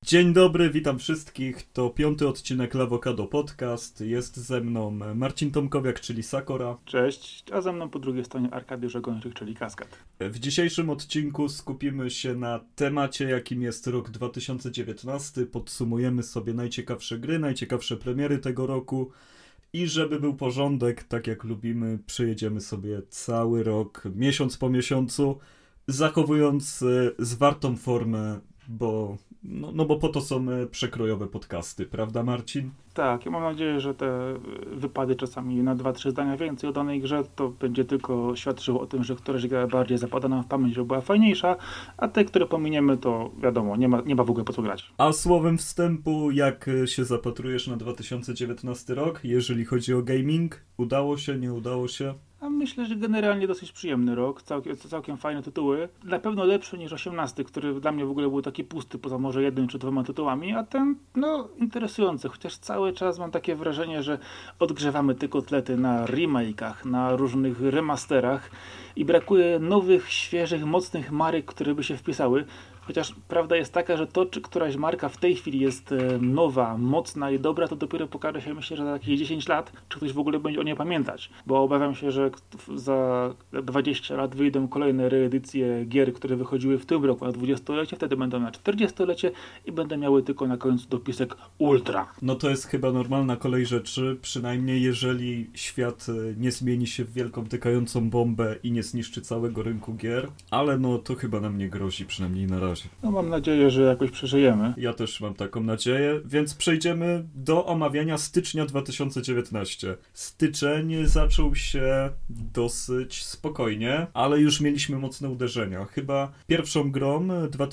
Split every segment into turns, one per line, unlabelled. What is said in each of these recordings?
Dzień dobry, witam wszystkich. To 5. odcinek Lawokado Podcast. Jest ze mną Marcin Tomkowiak, czyli Sakora.
Cześć, a ze mną po drugiej stronie Arkadiusz Ogończyk, czyli Kaskad.
W dzisiejszym odcinku skupimy się na temacie, jakim jest rok 2019. Podsumujemy sobie najciekawsze gry, najciekawsze premiery tego roku. I żeby był porządek, tak jak lubimy, przejedziemy sobie cały rok, miesiąc po miesiącu, zachowując zwartą formę, bo po to są przekrojowe podcasty, prawda Marcin?
Tak, ja mam nadzieję, że te wypady czasami na 2-3 zdania więcej o danej grze to będzie tylko świadczyło o tym, że któraś gra bardziej zapada nam w pamięć, że była fajniejsza, a te, które pominiemy, to wiadomo, nie ma w ogóle po co grać.
A słowem wstępu, jak się zapatrujesz na 2019 rok, jeżeli chodzi o gaming? Udało się, nie udało się?
A myślę, że generalnie dosyć przyjemny rok, całkiem fajne tytuły. Na pewno lepszy niż 18, który dla mnie w ogóle był taki pusty, poza może jednym czy dwoma tytułami, a ten, interesujący, chociaż cały czas mam takie wrażenie, że odgrzewamy te kotlety na remake'ach, na różnych remasterach i brakuje nowych, świeżych, mocnych marek, które by się wpisały. Chociaż prawda jest taka, że to, czy któraś marka w tej chwili jest nowa, mocna i dobra, to dopiero pokaże się, myślę, że za jakieś 10 lat, czy ktoś w ogóle będzie o niej pamiętać. Bo obawiam się, że za 20 lat wyjdą kolejne reedycje gier, które wychodziły w tym roku na 20-lecie, wtedy będą na 40-lecie i będą miały tylko na końcu dopisek Ultra.
No to jest chyba normalna kolej rzeczy, przynajmniej jeżeli świat nie zmieni się w wielką tykającą bombę i nie zniszczy całego rynku gier, ale to chyba nam nie grozi, przynajmniej na razie.
Mam nadzieję, że jakoś przeżyjemy.
Ja też mam taką nadzieję, więc przejdziemy do omawiania stycznia 2019. Styczeń zaczął się dosyć spokojnie, ale już mieliśmy mocne uderzenia. Chyba pierwszą grą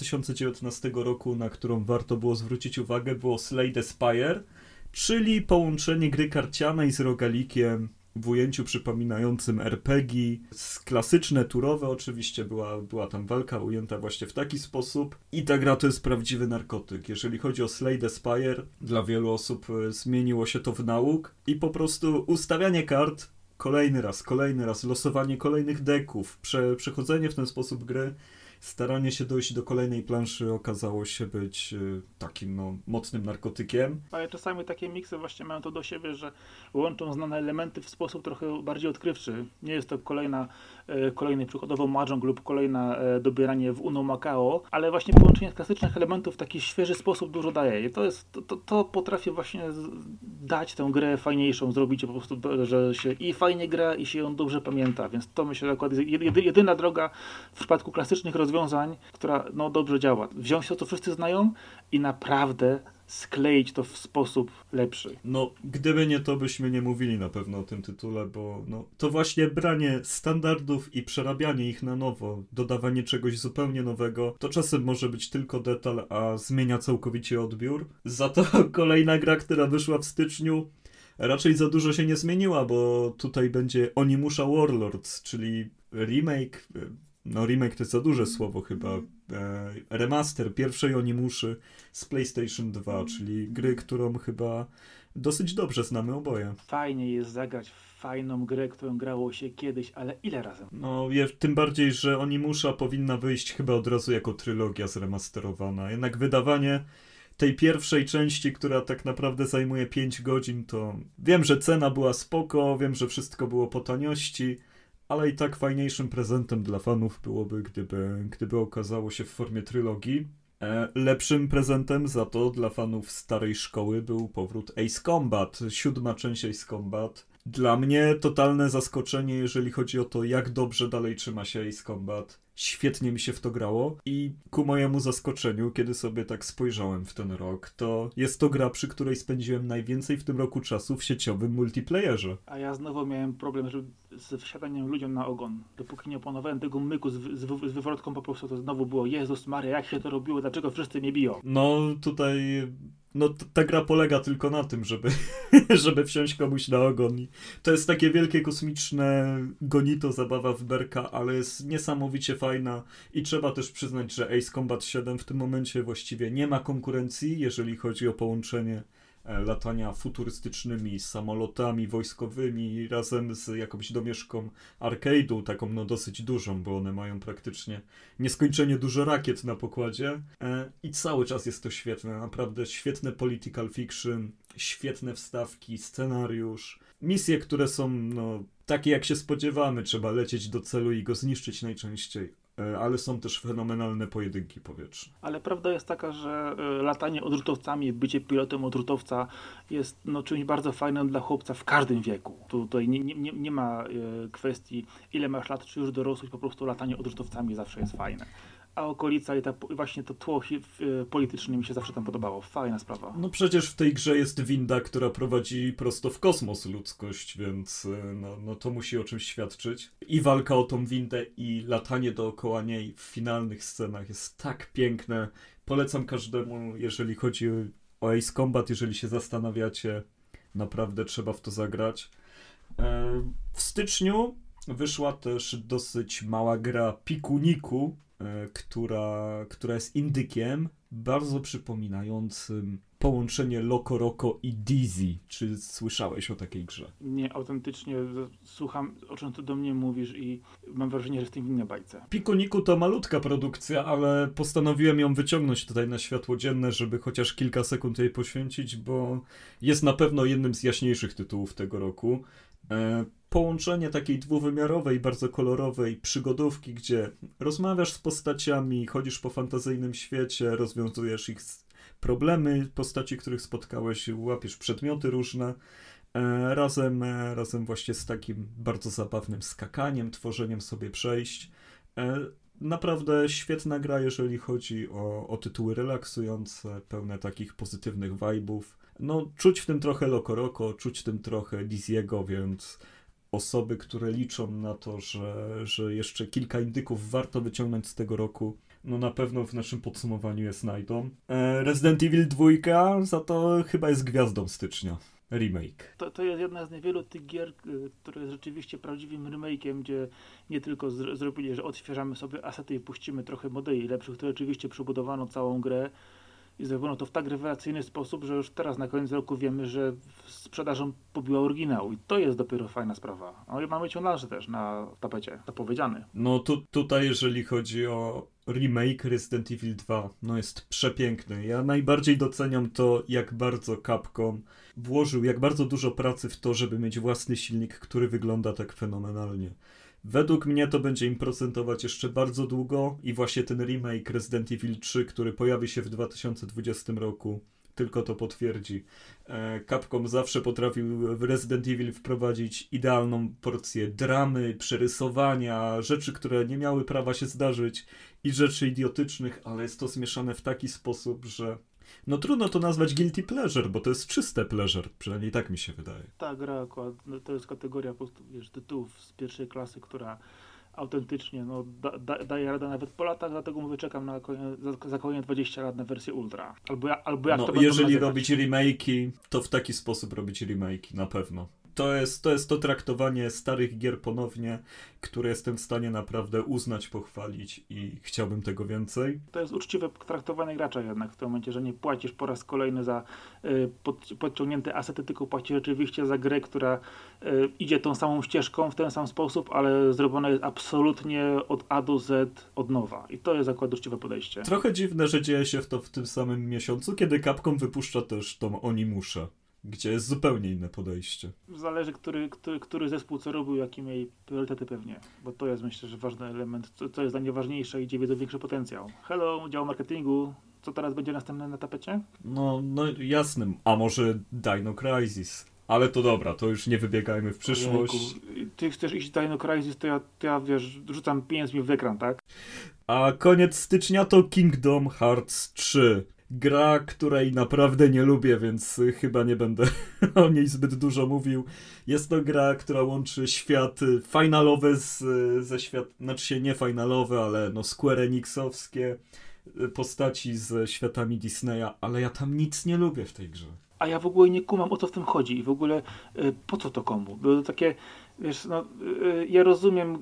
2019 roku, na którą warto było zwrócić uwagę, było Slay the Spire, czyli połączenie gry karcianej z rogalikiem w ujęciu przypominającym RPG, klasyczne, turowe oczywiście, była tam walka ujęta właśnie w taki sposób i ta gra to jest prawdziwy narkotyk. Jeżeli chodzi o Slay the Spire, dla wielu osób zmieniło się to w nauk i po prostu ustawianie kart kolejny raz, losowanie kolejnych deków, przechodzenie w ten sposób gry, staranie się dojść do kolejnej planszy okazało się być takim mocnym narkotykiem.
Ale czasami takie miksy właśnie mają to do siebie, że łączą znane elementy w sposób trochę bardziej odkrywczy. Nie jest to kolejny przykładowo mahjong lub kolejne dobieranie w Uno Macao, ale właśnie połączenie klasycznych elementów w taki świeży sposób dużo daje. I to potrafi właśnie dać tę grę fajniejszą, zrobić po prostu, że się i fajnie gra i się ją dobrze pamięta. Więc to myślę, że akurat jest jedyna droga w przypadku klasycznych rozwiązań, która dobrze działa. Wziąć to, co wszyscy znają i naprawdę skleić to w sposób lepszy.
Gdyby nie to, byśmy nie mówili na pewno o tym tytule, bo to właśnie branie standardów i przerabianie ich na nowo, dodawanie czegoś zupełnie nowego, to czasem może być tylko detal, a zmienia całkowicie odbiór. Za to kolejna gra, która wyszła w styczniu, raczej za dużo się nie zmieniła, bo tutaj będzie Onimusha Warlords, czyli remake. Remake to jest za duże słowo chyba. Remaster pierwszej Onimuszy z PlayStation 2, czyli gry, którą chyba dosyć dobrze znamy oboje.
Fajnie jest zagrać w fajną grę, którą grało się kiedyś, ale ile razy?
Tym bardziej, że Onimusza powinna wyjść chyba od razu jako trylogia zremasterowana. Jednak wydawanie tej pierwszej części, która tak naprawdę zajmuje 5 godzin, to wiem, że cena była spoko, wiem, że wszystko było po taniości, ale i tak fajniejszym prezentem dla fanów byłoby, gdyby okazało się w formie trylogii. Lepszym prezentem za to dla fanów starej szkoły był powrót Ace Combat, 7. część Ace Combat. Dla mnie totalne zaskoczenie, jeżeli chodzi o to, jak dobrze dalej trzyma się Ace Combat. Świetnie mi się w to grało i ku mojemu zaskoczeniu, kiedy sobie tak spojrzałem w ten rok, to jest to gra, przy której spędziłem najwięcej w tym roku czasu w sieciowym multiplayerze.
A ja znowu miałem problem z wsiadaniem ludziom na ogon. Dopóki nie opanowałem tego myku z wywrotką, po prostu to znowu było Jezus Maria, jak się to robiło, dlaczego wszyscy mnie biją?
Tutaj ta gra polega tylko na tym, żeby wsiąść komuś na ogon. I to jest takie wielkie kosmiczne gonito, zabawa w berka, ale jest niesamowicie fajna i trzeba też przyznać, że Ace Combat 7 w tym momencie właściwie nie ma konkurencji, jeżeli chodzi o połączenie latania futurystycznymi samolotami wojskowymi razem z jakąś domieszką arcade'u, taką no dosyć dużą, bo one mają praktycznie nieskończenie dużo rakiet na pokładzie i cały czas jest to świetne, naprawdę świetne political fiction, świetne wstawki, scenariusz, misje, które są no takie jak się spodziewamy, trzeba lecieć do celu i go zniszczyć najczęściej. Ale są też fenomenalne pojedynki powietrzne.
Ale prawda jest taka, że latanie odrzutowcami, bycie pilotem odrzutowca jest no, czymś bardzo fajnym dla chłopca w każdym wieku. Tutaj nie ma kwestii, ile masz lat, czy już dorosłeś, po prostu latanie odrzutowcami zawsze jest fajne. A okolica i właśnie to tło polityczne mi się zawsze tam podobało. Fajna sprawa.
No przecież w tej grze jest winda, która prowadzi prosto w kosmos ludzkość, więc no to musi o czymś świadczyć. I walka o tą windę i latanie dookoła niej w finalnych scenach jest tak piękne. Polecam każdemu, jeżeli chodzi o Ace Combat, jeżeli się zastanawiacie, naprawdę trzeba w to zagrać. W styczniu wyszła też dosyć mała gra Pikuniku, która jest indykiem bardzo przypominającym połączenie Loco Roco i Dizzy. Czy słyszałeś o takiej grze?
Nie, autentycznie słucham, o czym ty do mnie mówisz i mam wrażenie, że jestem w innej bajce.
Pikuniku to malutka produkcja, ale postanowiłem ją wyciągnąć tutaj na światło dzienne, żeby chociaż kilka sekund jej poświęcić, bo jest na pewno jednym z jaśniejszych tytułów tego roku. Połączenie takiej dwuwymiarowej, bardzo kolorowej przygodówki, gdzie rozmawiasz z postaciami, chodzisz po fantazyjnym świecie, rozwiązujesz ich problemy, postaci, których spotkałeś, łapiesz przedmioty różne, razem właśnie z takim bardzo zabawnym skakaniem, tworzeniem sobie przejść. Naprawdę świetna gra, jeżeli chodzi o tytuły relaksujące, pełne takich pozytywnych vibe'ów. No, czuć w tym trochę Loco Roco, czuć w tym trochę Dizzy'ego, więc osoby, które liczą na to, że jeszcze kilka indyków warto wyciągnąć z tego roku, no na pewno w naszym podsumowaniu je znajdą. Resident Evil 2 za to chyba jest gwiazdą stycznia. Remake.
To jest jedna z niewielu tych gier, która jest rzeczywiście prawdziwym remake'iem, gdzie nie tylko zrobili, że odświeżamy sobie asety i puścimy trochę modeli lepszych, to oczywiście przebudowano całą grę i zrobiono to w tak rewelacyjny sposób, że już teraz na koniec roku wiemy, że sprzedażą pobiła oryginał i to jest dopiero fajna sprawa. No i mamy ciąglarze też na tapecie, zapowiedziany.
No tutaj jeżeli chodzi o remake Resident Evil 2, no jest przepiękny. Ja najbardziej doceniam to, jak bardzo Capcom włożył, jak bardzo dużo pracy w to, żeby mieć własny silnik, który wygląda tak fenomenalnie. Według mnie to będzie im procentować jeszcze bardzo długo i właśnie ten remake Resident Evil 3, który pojawi się w 2020 roku, tylko to potwierdzi. Capcom zawsze potrafił w Resident Evil wprowadzić idealną porcję dramy, przerysowania, rzeczy, które nie miały prawa się zdarzyć i rzeczy idiotycznych, ale jest to zmieszane w taki sposób, że no trudno to nazwać guilty pleasure, bo to jest czyste pleasure, przynajmniej tak mi się wydaje.
Ta gra akurat, to jest kategoria po prostu, wiesz, tytułów z pierwszej klasy, która autentycznie no, daje radę nawet po latach, dlatego mówię, czekam za kolejne 20 lat na wersję Ultra. Albo jak
no,
to
jeżeli robić remake'i, to w taki sposób robić remake'i, na pewno. To jest to traktowanie starych gier ponownie, które jestem w stanie naprawdę uznać, pochwalić i chciałbym tego więcej.
To jest uczciwe traktowanie gracza jednak w tym momencie, że nie płacisz po raz kolejny za podciągnięte asety, tylko płacisz rzeczywiście za grę, która idzie tą samą ścieżką w ten sam sposób, ale zrobiona jest absolutnie od A do Z od nowa. I to jest akurat uczciwe podejście.
Trochę dziwne, że dzieje się to w tym samym miesiącu, kiedy Capcom wypuszcza też tą Onimusha, gdzie jest zupełnie inne podejście.
Zależy, który zespół co robił, jakie mieli priorytety pewnie, bo to jest myślę, że ważny element, co jest dla mnie ważniejsze i gdzie widzę większy potencjał. Hello, dział marketingu, co teraz będzie następne na tapecie?
No jasnym, a może Dino Crisis. Ale to dobra, to już nie wybiegajmy w przyszłość.
Ojejku. Ty chcesz iść Dino Crisis, to ja wiesz, rzucam pieniędzmi w ekran, tak?
A koniec stycznia to Kingdom Hearts 3. Gra, której naprawdę nie lubię, więc chyba nie będę o niej zbyt dużo mówił. Jest to gra, która łączy światy finalowe ze znaczy się nie finalowe, ale no Square Enixowskie postaci ze światami Disneya, ale ja tam nic nie lubię w tej grze.
A ja w ogóle nie kumam, o co w tym chodzi i w ogóle po co to komu? Było to takie Wiesz, no, ja rozumiem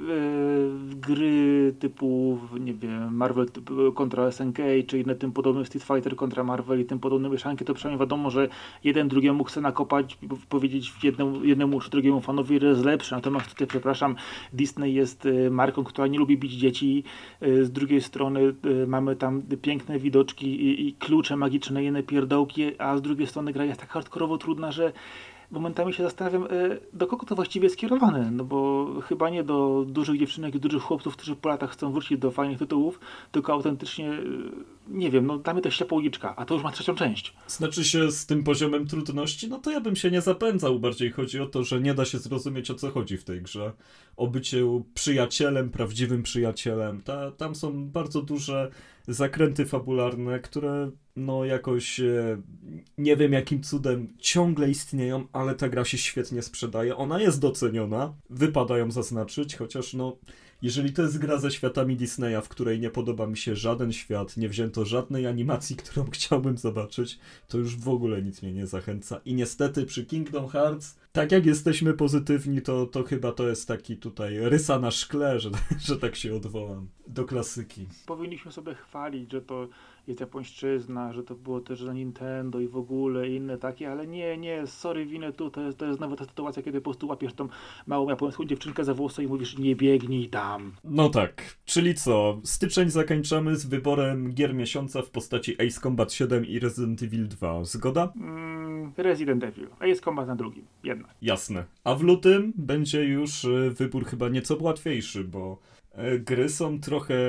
gry typu, nie wiem, Marvel kontra SNK, czy inne tym podobne, Street Fighter kontra Marvel i tym podobne mieszanki, to przynajmniej wiadomo, że jeden drugiemu chce nakopać, powiedzieć jednemu czy drugiemu fanowi, że jest lepszy. Natomiast tutaj, przepraszam, Disney jest marką, która nie lubi bić dzieci. Z drugiej strony mamy tam piękne widoczki i klucze magiczne, inne pierdołki, a z drugiej strony gra jest tak hardkorowo trudna, że momentami się zastanawiam, do kogo to właściwie jest skierowane, no bo chyba nie do dużych dziewczynek i dużych chłopców, którzy po latach chcą wrócić do fajnych tytułów, tylko autentycznie, nie wiem, no dla mnie to ślepa uliczka, a to już ma trzecią część.
Znaczy się z tym poziomem trudności, no to ja bym się nie zapędzał, bardziej chodzi o to, że nie da się zrozumieć, o co chodzi w tej grze. O byciu przyjacielem, prawdziwym przyjacielem. Tam są bardzo duże zakręty fabularne, które no jakoś nie wiem jakim cudem ciągle istnieją, ale ta gra się świetnie sprzedaje. Ona jest doceniona, wypada ją zaznaczyć, chociaż no jeżeli to jest gra ze światami Disneya, w której nie podoba mi się żaden świat, nie wzięto żadnej animacji, którą chciałbym zobaczyć, to już w ogóle nic mnie nie zachęca. I niestety przy Kingdom Hearts, tak jak jesteśmy pozytywni, to chyba to jest taki tutaj rysa na szkle, że tak się odwołam do klasyki.
Powinniśmy sobie chwalić, że to jest japońszczyzna, że to było też za Nintendo i w ogóle inne takie, ale nie, sorry, winę tu, to jest nawet ta sytuacja, kiedy po prostu łapiesz tą małą japońską dziewczynkę za włosy i mówisz, nie biegnij tam.
No tak, czyli co, styczeń zakończamy z wyborem gier miesiąca w postaci Ace Combat 7 i Resident Evil 2, zgoda?
Resident Evil, Ace Combat na drugim, jednak.
Jasne, a w lutym będzie już wybór chyba nieco łatwiejszy, bo gry są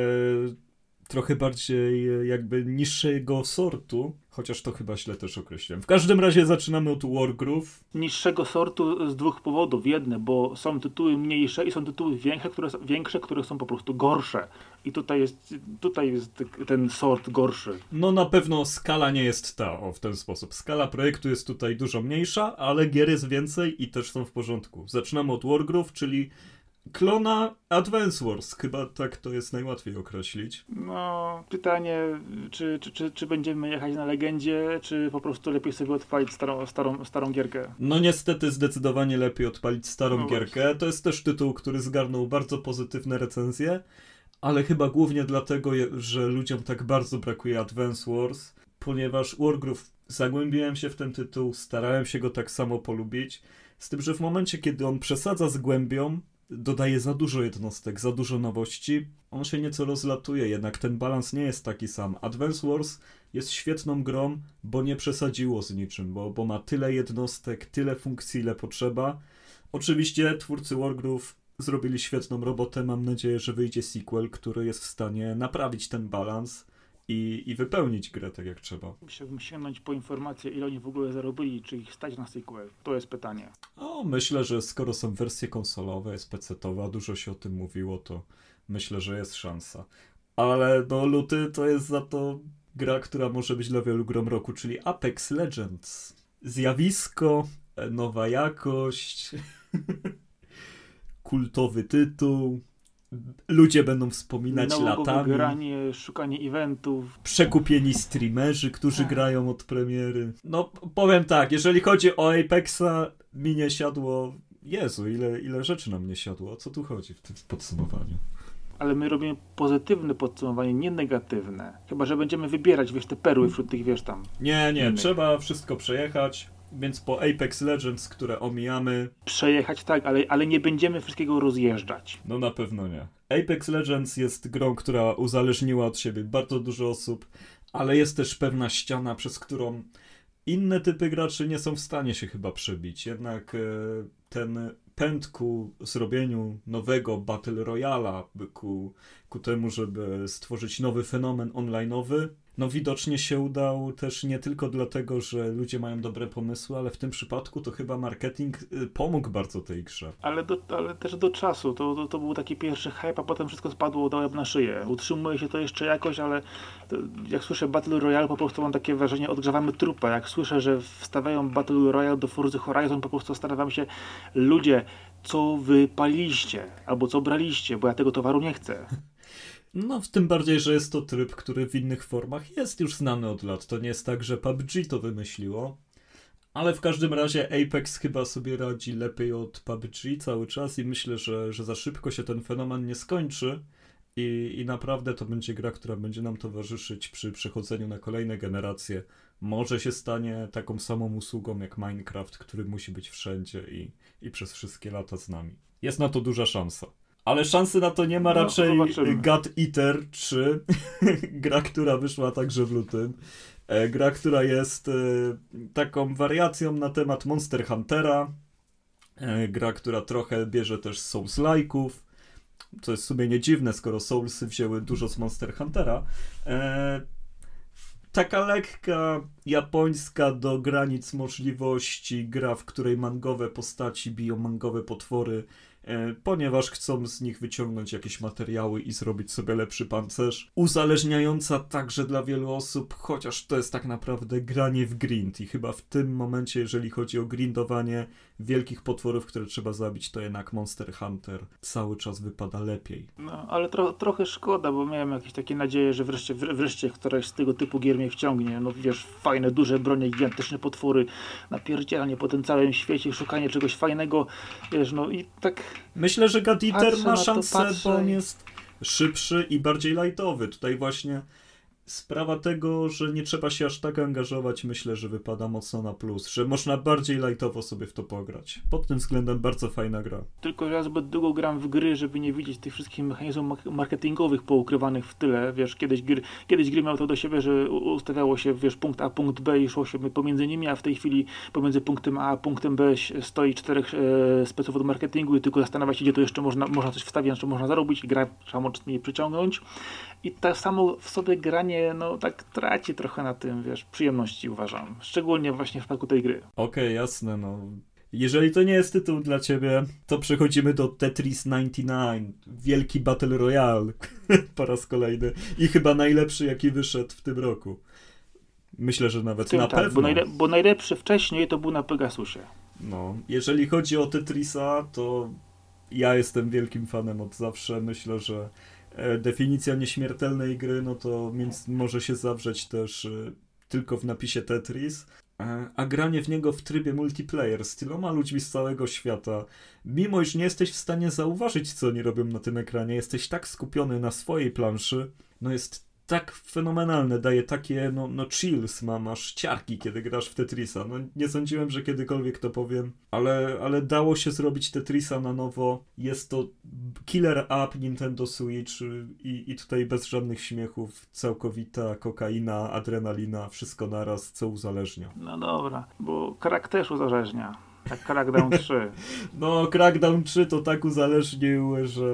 trochę bardziej jakby niższego sortu, chociaż to chyba źle też określiłem. W każdym razie zaczynamy od Wargroove.
Niższego sortu z dwóch powodów. Jedne, bo są tytuły mniejsze i są tytuły większe, które są po prostu gorsze. I tutaj jest ten sort gorszy.
No na pewno skala nie jest w ten sposób. Skala projektu jest tutaj dużo mniejsza, ale gier jest więcej i też są w porządku. Zaczynamy od Wargroove, czyli klona Advance Wars. Chyba tak to jest najłatwiej określić.
No, pytanie, czy będziemy jechać na legendzie, czy po prostu lepiej sobie odpalić starą gierkę?
No niestety zdecydowanie lepiej odpalić starą gierkę.
Właśnie.
To jest też tytuł, który zgarnął bardzo pozytywne recenzje, ale chyba głównie dlatego, że ludziom tak bardzo brakuje Advance Wars, ponieważ Wargroove zagłębiłem się w ten tytuł, starałem się go tak samo polubić, z tym, że w momencie, kiedy on przesadza z głębią, dodaje za dużo jednostek, za dużo nowości, on się nieco rozlatuje, jednak ten balans nie jest taki sam. Advance Wars jest świetną grą, bo nie przesadziło z niczym, bo ma tyle jednostek, tyle funkcji, ile potrzeba. Oczywiście twórcy Wargroove zrobili świetną robotę, mam nadzieję, że wyjdzie sequel, który jest w stanie naprawić ten balans i wypełnić grę tak jak trzeba.
Musiałbym sięgnąć po informacje, ile oni w ogóle zarobili, czy ich stać na sequel. To jest pytanie.
Myślę, że skoro są wersje konsolowe, jest PC-towa, dużo się o tym mówiło, to myślę, że jest szansa. Ale no luty to jest za to gra, która może być dla wielu grą roku, czyli Apex Legends. Zjawisko, nowa jakość, kultowy tytuł. Ludzie będą wspominać latami.
Granie, szukanie eventów.
Przekupieni streamerzy, którzy grają od premiery. No, powiem tak, jeżeli chodzi o Apexa, mi nie siadło... Jezu, ile rzeczy nam nie siadło. O co tu chodzi w tym podsumowaniu?
Ale my robimy pozytywne podsumowanie, nie negatywne. Chyba że będziemy wybierać, te perły wśród tych, tam.
Nie, trzeba wszystko przejechać. Więc po Apex Legends, które omijamy...
Przejechać tak, ale nie będziemy wszystkiego rozjeżdżać.
No na pewno nie. Apex Legends jest grą, która uzależniła od siebie bardzo dużo osób, ale jest też pewna ściana, przez którą inne typy graczy nie są w stanie się chyba przebić. Jednak ten pęd ku zrobieniu nowego Battle Royala, ku temu, żeby stworzyć nowy fenomen online'owy, no widocznie się udał też nie tylko dlatego, że ludzie mają dobre pomysły, ale w tym przypadku to chyba marketing pomógł bardzo tej grze.
Ale też do czasu. To był taki pierwszy hype, a potem wszystko spadło do łeb na szyję. Utrzymuje się to jeszcze jakoś, ale jak słyszę Battle Royale, po prostu mam takie wrażenie, odgrzewamy trupę. Jak słyszę, że wstawiają Battle Royale do Forza Horizon, po prostu zastanawiam się, ludzie, co wy paliliście, albo co braliście, bo ja tego towaru nie chcę.
No, w tym bardziej, że jest to tryb, który w innych formach jest już znany od lat. To nie jest tak, że PUBG to wymyśliło, Ale w każdym razie Apex chyba sobie radzi lepiej od PUBG cały czas i myślę, że za szybko się ten fenomen nie skończy i naprawdę to będzie gra, która będzie nam towarzyszyć przy przechodzeniu na kolejne generacje. Może się stanie taką samą usługą jak Minecraft, który musi być wszędzie i przez wszystkie lata z nami. Jest na to duża szansa. Ale szansy na to nie ma raczej God Eater 3, gra, która wyszła także w lutym. Gra, która jest taką wariacją na temat Monster Huntera. Gra, która trochę bierze też z Souls-like'ów. Co jest w sumie nie dziwne, skoro Soulsy wzięły dużo z Monster Huntera. Taka lekka, japońska do granic możliwości gra, w której mangowe postaci biją mangowe potwory, ponieważ chcą z nich wyciągnąć jakieś materiały i zrobić sobie lepszy pancerz. Uzależniająca także dla wielu osób, chociaż to jest tak naprawdę granie w grind i chyba w tym momencie, jeżeli chodzi o grindowanie wielkich potworów, które trzeba zabić, to jednak Monster Hunter cały czas wypada lepiej.
No, ale trochę szkoda, bo miałem jakieś takie nadzieje, że wreszcie któraś z tego typu gier mnie wciągnie. No wiesz, fajne, duże bronie, gigantyczne potwory, napierdzielanie po tym całym świecie, szukanie czegoś fajnego, wiesz, no i tak...
Myślę, że God Eater ma szansę, bo on jest szybszy i bardziej lightowy. Tutaj właśnie sprawa tego, że nie trzeba się aż tak angażować, myślę, że wypada mocno na plus, że można bardziej lightowo sobie w to pograć. Pod tym względem bardzo fajna gra.
Tylko ja zbyt długo gram w gry, żeby nie widzieć tych wszystkich mechanizmów marketingowych poukrywanych w tyle. Wiesz, kiedyś gry miały to do siebie, że ustawiało się, wiesz, punkt A, punkt B i szło się pomiędzy nimi, a w tej chwili pomiędzy punktem A a punktem B stoi 4 speców od marketingu i tylko zastanawia się, gdzie to jeszcze można coś wstawić, na czym można zarobić i gra trzeba mocniej przyciągnąć. I tak samo w sobie granie, no tak traci trochę na tym, wiesz, przyjemności uważam. Szczególnie właśnie w przypadku tej gry.
Okej, jasne, no. Jeżeli to nie jest tytuł dla ciebie, to przechodzimy do Tetris 99. Wielki Battle Royale po raz kolejny. I chyba najlepszy, jaki wyszedł w tym roku. Myślę, że nawet na pewno.
Bo najlepszy wcześniej to był na Pegasusie.
No, jeżeli chodzi o Tetrisa, to ja jestem wielkim fanem od zawsze. Myślę, że definicja nieśmiertelnej gry, no to może się zawrzeć też tylko w napisie Tetris, a granie w niego w trybie multiplayer z tyloma ludźmi z całego świata, mimo iż nie jesteś w stanie zauważyć, co oni robią na tym ekranie, jesteś tak skupiony na swojej planszy, no jest tak fenomenalne, daje takie, no chills, masz ciarki, kiedy grasz w Tetrisa. No nie sądziłem, że kiedykolwiek to powiem, ale dało się zrobić Tetrisa na nowo. Jest to killer app Nintendo Switch i tutaj bez żadnych śmiechów, całkowita kokaina, adrenalina, wszystko naraz, co uzależnia.
No dobra, bo Crack też uzależnia. Jak Crackdown 3.
No, Crackdown 3 to tak uzależnił, że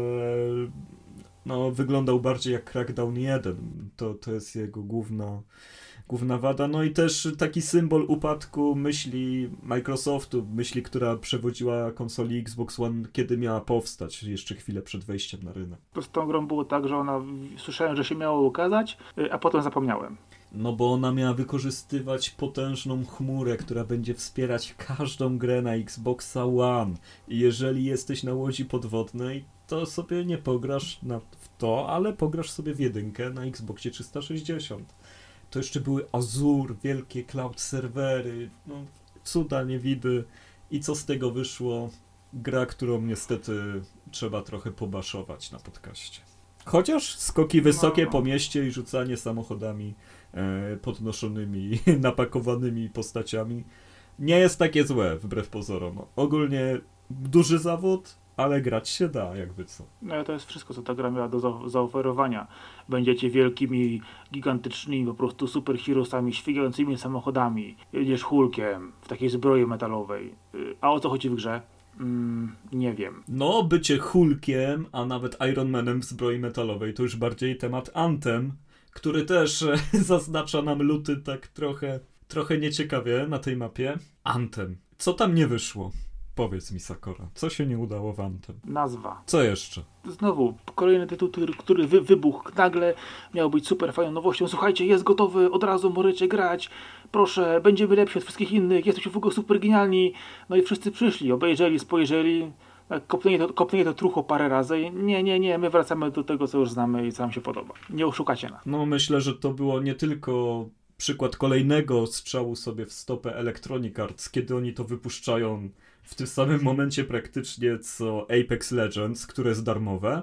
no, wyglądał bardziej jak Crackdown 1. To jest jego główna wada. No i też taki symbol upadku myśli Microsoftu, myśli, która przewodziła konsoli Xbox One, kiedy miała powstać, jeszcze chwilę przed wejściem na rynek.
To z tą grą było tak, że słyszałem, że się miało ukazać, a potem zapomniałem.
No bo ona miała wykorzystywać potężną chmurę, która będzie wspierać każdą grę na Xboxa One. I jeżeli jesteś na łodzi podwodnej, to sobie nie pograsz w to, ale pograsz sobie w jedynkę na Xboxie 360. To jeszcze były Azure, wielkie cloud serwery, no cuda, niewidy. I co z tego wyszło? Gra, którą niestety trzeba trochę pobaszować na podcaście. Chociaż skoki wysokie po mieście i rzucanie samochodami podnoszonymi, napakowanymi postaciami nie jest takie złe, wbrew pozorom. Ogólnie duży zawód, ale grać się da, jakby co.
No to jest wszystko, co ta gra miała do zaoferowania. Będziecie wielkimi, gigantycznymi, po prostu superheroesami, świgającymi samochodami. Jedziesz Hulkiem w takiej zbroi metalowej. A o co chodzi w grze? Nie wiem.
No, bycie Hulkiem, a nawet Iron Manem w zbroi metalowej to już bardziej temat Anthem, który też zaznacza nam luty tak trochę nieciekawie na tej mapie. Anthem. Co tam nie wyszło? Powiedz mi, Sakura, co się nie udało w Anthem?
Nazwa.
Co jeszcze?
Znowu, kolejny tytuł, który wybuchł nagle, miał być super fajną nowością. Słuchajcie, jest gotowy, od razu możecie grać. Proszę, będziemy lepsi od wszystkich innych, jesteśmy w ogóle super genialni. No i wszyscy przyszli, obejrzeli, spojrzeli, kopnęli to trucho parę razy. Nie, my wracamy do tego, co już znamy i co nam się podoba. Nie oszukacie nas.
No, myślę, że to było nie tylko przykład kolejnego strzału sobie w stopę Electronic Arts, kiedy oni to wypuszczają w tym samym momencie praktycznie co Apex Legends, które jest darmowe.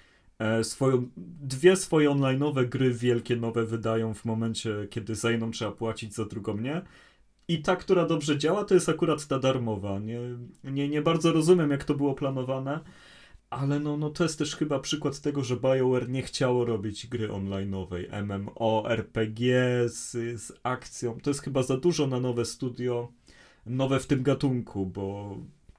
Dwie swoje online'owe gry wielkie nowe wydają w momencie, kiedy za jedną trzeba płacić, za drugą nie. I ta, która dobrze działa, to jest akurat ta darmowa. Nie bardzo rozumiem, jak to było planowane, ale no to jest też chyba przykład tego, że BioWare nie chciało robić gry online'owej, MMO, RPG z akcją. To jest chyba za dużo na nowe studio, nowe w tym gatunku, bo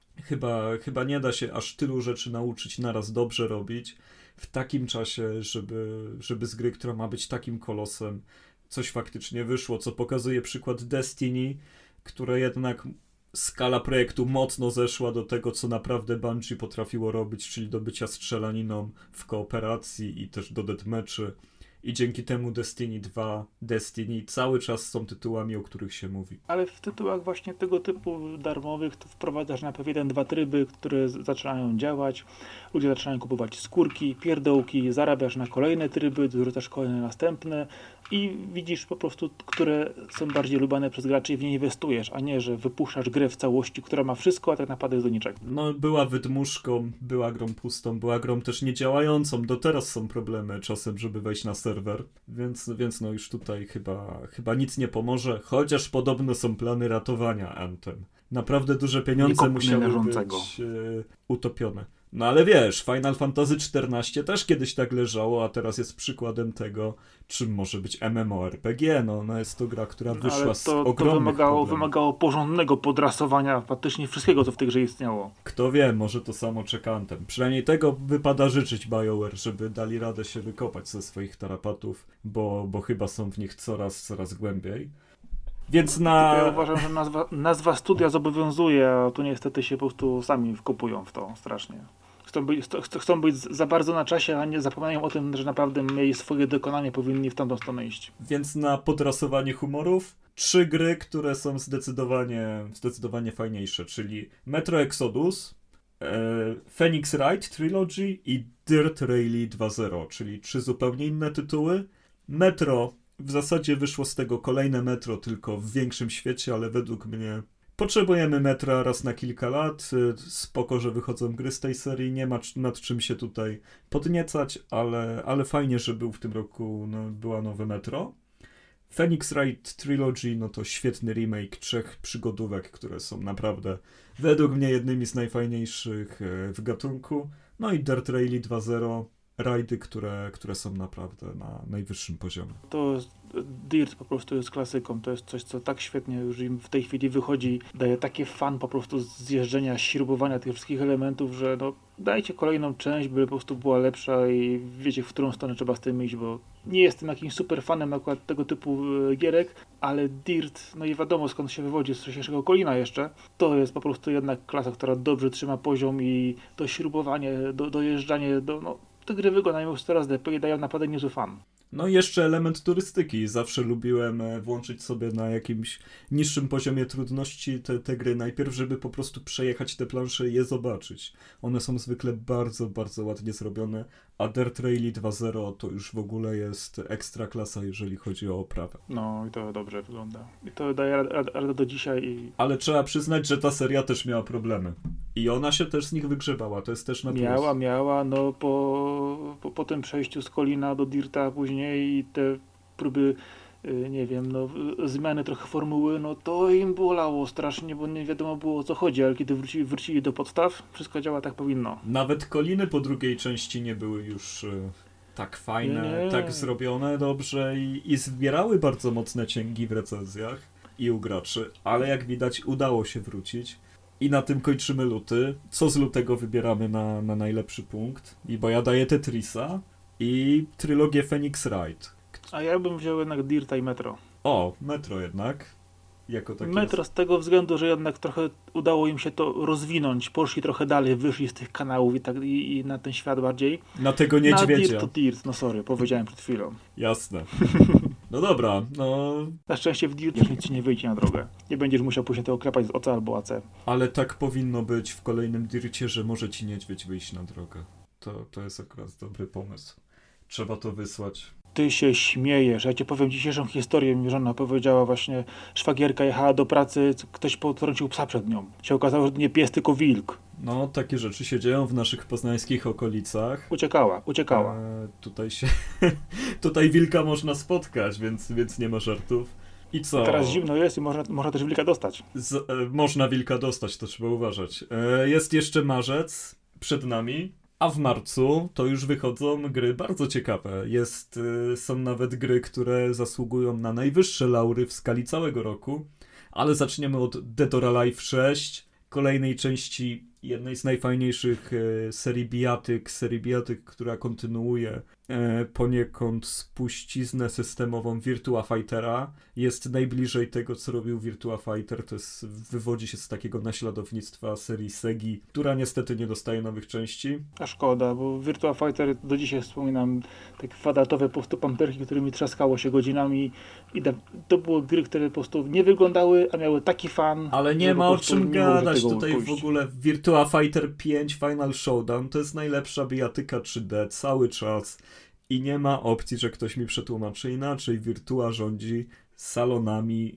chyba nie da się aż tylu rzeczy nauczyć naraz dobrze robić w takim czasie, żeby z gry, która ma być takim kolosem, coś faktycznie wyszło, co pokazuje przykład Destiny, które jednak skala projektu mocno zeszła do tego, co naprawdę Bungie potrafiło robić, czyli do bycia strzelaniną w kooperacji i też do deathmatchy. I dzięki temu Destiny 2, Destiny cały czas są tytułami, o których się mówi.
Ale w tytułach właśnie tego typu darmowych to wprowadzasz najpierw 1-2 tryby, które zaczynają działać, ludzie zaczynają kupować skórki, pierdołki, zarabiasz na kolejne tryby, dorzucasz kolejne następne i widzisz po prostu, które są bardziej lubiane przez graczy i w nie inwestujesz, a nie, że wypuszczasz grę w całości, która ma wszystko, a tak naprawdę jest do niczego.
No, była wydmuszką, była grą pustą, była grą też niedziałającą. Do teraz są problemy czasem, żeby wejść na serwer, więc no już tutaj chyba nic nie pomoże, chociaż podobno są plany ratowania Anthem. Naprawdę duże pieniądze musiały być utopione. No ale wiesz, Final Fantasy XIV też kiedyś tak leżało, a teraz jest przykładem tego, czym może być MMORPG. No jest to gra, która wyszła z ogromnych problemów.
Wymagało porządnego podrasowania praktycznie wszystkiego, co w tej grze istniało.
Kto wie, może to samo czeka Anthem. Przynajmniej tego wypada życzyć BioWare, żeby dali radę się wykopać ze swoich tarapatów, bo chyba są w nich coraz głębiej. Więc
Ja uważam, że nazwa studia zobowiązuje, a tu niestety się po prostu sami wkopują w to strasznie. Chcą być za bardzo na czasie, a nie zapominają o tym, że naprawdę mieli swoje dokonanie, powinni w tamtą stronę iść.
Więc na podrasowanie humorów 3 gry, które są zdecydowanie fajniejsze, czyli Metro Exodus, Phoenix Wright Trilogy i Dirt Rally 2.0, czyli 3 zupełnie inne tytuły. Metro w zasadzie wyszło z tego kolejne Metro, tylko w większym świecie, ale według mnie potrzebujemy Metra raz na kilka lat. Spoko, że wychodzą gry z tej serii, nie ma nad czym się tutaj podniecać, ale fajnie, że był w tym roku, była nowe Metro. Phoenix Wright Trilogy, no to świetny remake 3 przygodówek, które są naprawdę według mnie jednymi z najfajniejszych w gatunku. No i Dirt Rally 2.0, rajdy, które są naprawdę na najwyższym poziomie.
To Dirt po prostu jest klasyką, to jest coś, co tak świetnie już im w tej chwili wychodzi, daje takie fan po prostu zjeżdżenia, śrubowania tych wszystkich elementów, że no dajcie kolejną część, by po prostu była lepsza i wiecie, w którą stronę trzeba z tym iść, bo nie jestem jakimś super fanem na przykład tego typu gierek, ale Dirt, no i wiadomo skąd się wywodzi, z wcześniejszego Colina jeszcze, to jest po prostu jednak klasa, która dobrze trzyma poziom i to śrubowanie, dojeżdżanie, te gry wyglądają już coraz lepiej i dają naprawdę niezły fan.
No i jeszcze element turystyki. Zawsze lubiłem włączyć sobie na jakimś niższym poziomie trudności te gry najpierw, żeby po prostu przejechać te plansze i je zobaczyć. One są zwykle bardzo, bardzo ładnie zrobione, a Dirt Rally 2.0 to już w ogóle jest ekstra klasa, jeżeli chodzi o oprawę.
No i to dobrze wygląda. I to daje radę do dzisiaj.
Ale trzeba przyznać, że ta seria też miała problemy. I ona się też z nich wygrzebała, to jest też na plus.
Miała, no po tym przejściu z Colina do Dirta później i te próby, nie wiem, zmiany trochę formuły, no to im bolało strasznie, bo nie wiadomo było o co chodzi, ale kiedy wrócili do podstaw, wszystko działa tak powinno.
Nawet Coliny po drugiej części nie były już tak fajne, tak zrobione dobrze i zbierały bardzo mocne cięgi w recenzjach i u graczy, ale jak widać udało się wrócić. I na tym kończymy luty. Co z lutego wybieramy na najlepszy punkt? Bo ja daję Tetrisa i trylogię Phoenix Wright.
A ja bym wziął jednak Dirta i Metro.
O, Metro jednak. Jako takie
Metro z tego względu, że jednak trochę udało im się to rozwinąć. Poszli trochę dalej, wyszli z tych kanałów i na ten świat bardziej.
Na tego niedźwiedzia.
Na Dirt to Dirt, no sorry, powiedziałem przed chwilą.
Jasne. No dobra,
Na szczęście w Dirt nic ci nie wyjdzie na drogę. Nie będziesz musiał później tego klepać z OC albo AC.
Ale tak powinno być w kolejnym Dircie, że może ci niedźwiedź wyjść na drogę. To jest akurat dobry pomysł. Trzeba to wysłać.
Ty się śmiejesz. Ja ci powiem dzisiejszą historię. Mi żona powiedziała właśnie, szwagierka jechała do pracy, ktoś potrącił psa przed nią. Się okazało, że to nie pies, tylko wilk.
No, takie rzeczy się dzieją w naszych poznańskich okolicach.
Uciekała.
Tutaj wilka można spotkać, więc nie ma żartów. I co?
Teraz zimno jest i można też wilka dostać.
Można wilka dostać, to trzeba uważać. Jest jeszcze marzec przed nami, a w marcu to już wychodzą gry bardzo ciekawe. Są nawet gry, które zasługują na najwyższe laury w skali całego roku, ale zaczniemy od Dead or Alive 6, kolejnej części jednej z najfajniejszych serii bijatyk, która kontynuuje poniekąd spuściznę systemową Virtua Fightera. Jest najbliżej tego, co robił Virtua Fighter, wywodzi się z takiego naśladownictwa serii Segi, która niestety nie dostaje nowych części.
A szkoda, bo Virtua Fighter do dzisiaj wspominam te kwadratowe po prostu pamperki, którymi trzaskało się godzinami i to były gry, które po prostu nie wyglądały, a miały taki fan.
Ale nie ma o czym gadać tutaj w ogóle. Virtua Fighter 5 Final Showdown to jest najlepsza bijatyka 3D cały czas i nie ma opcji, że ktoś mi przetłumaczy inaczej. Virtua rządzi salonami,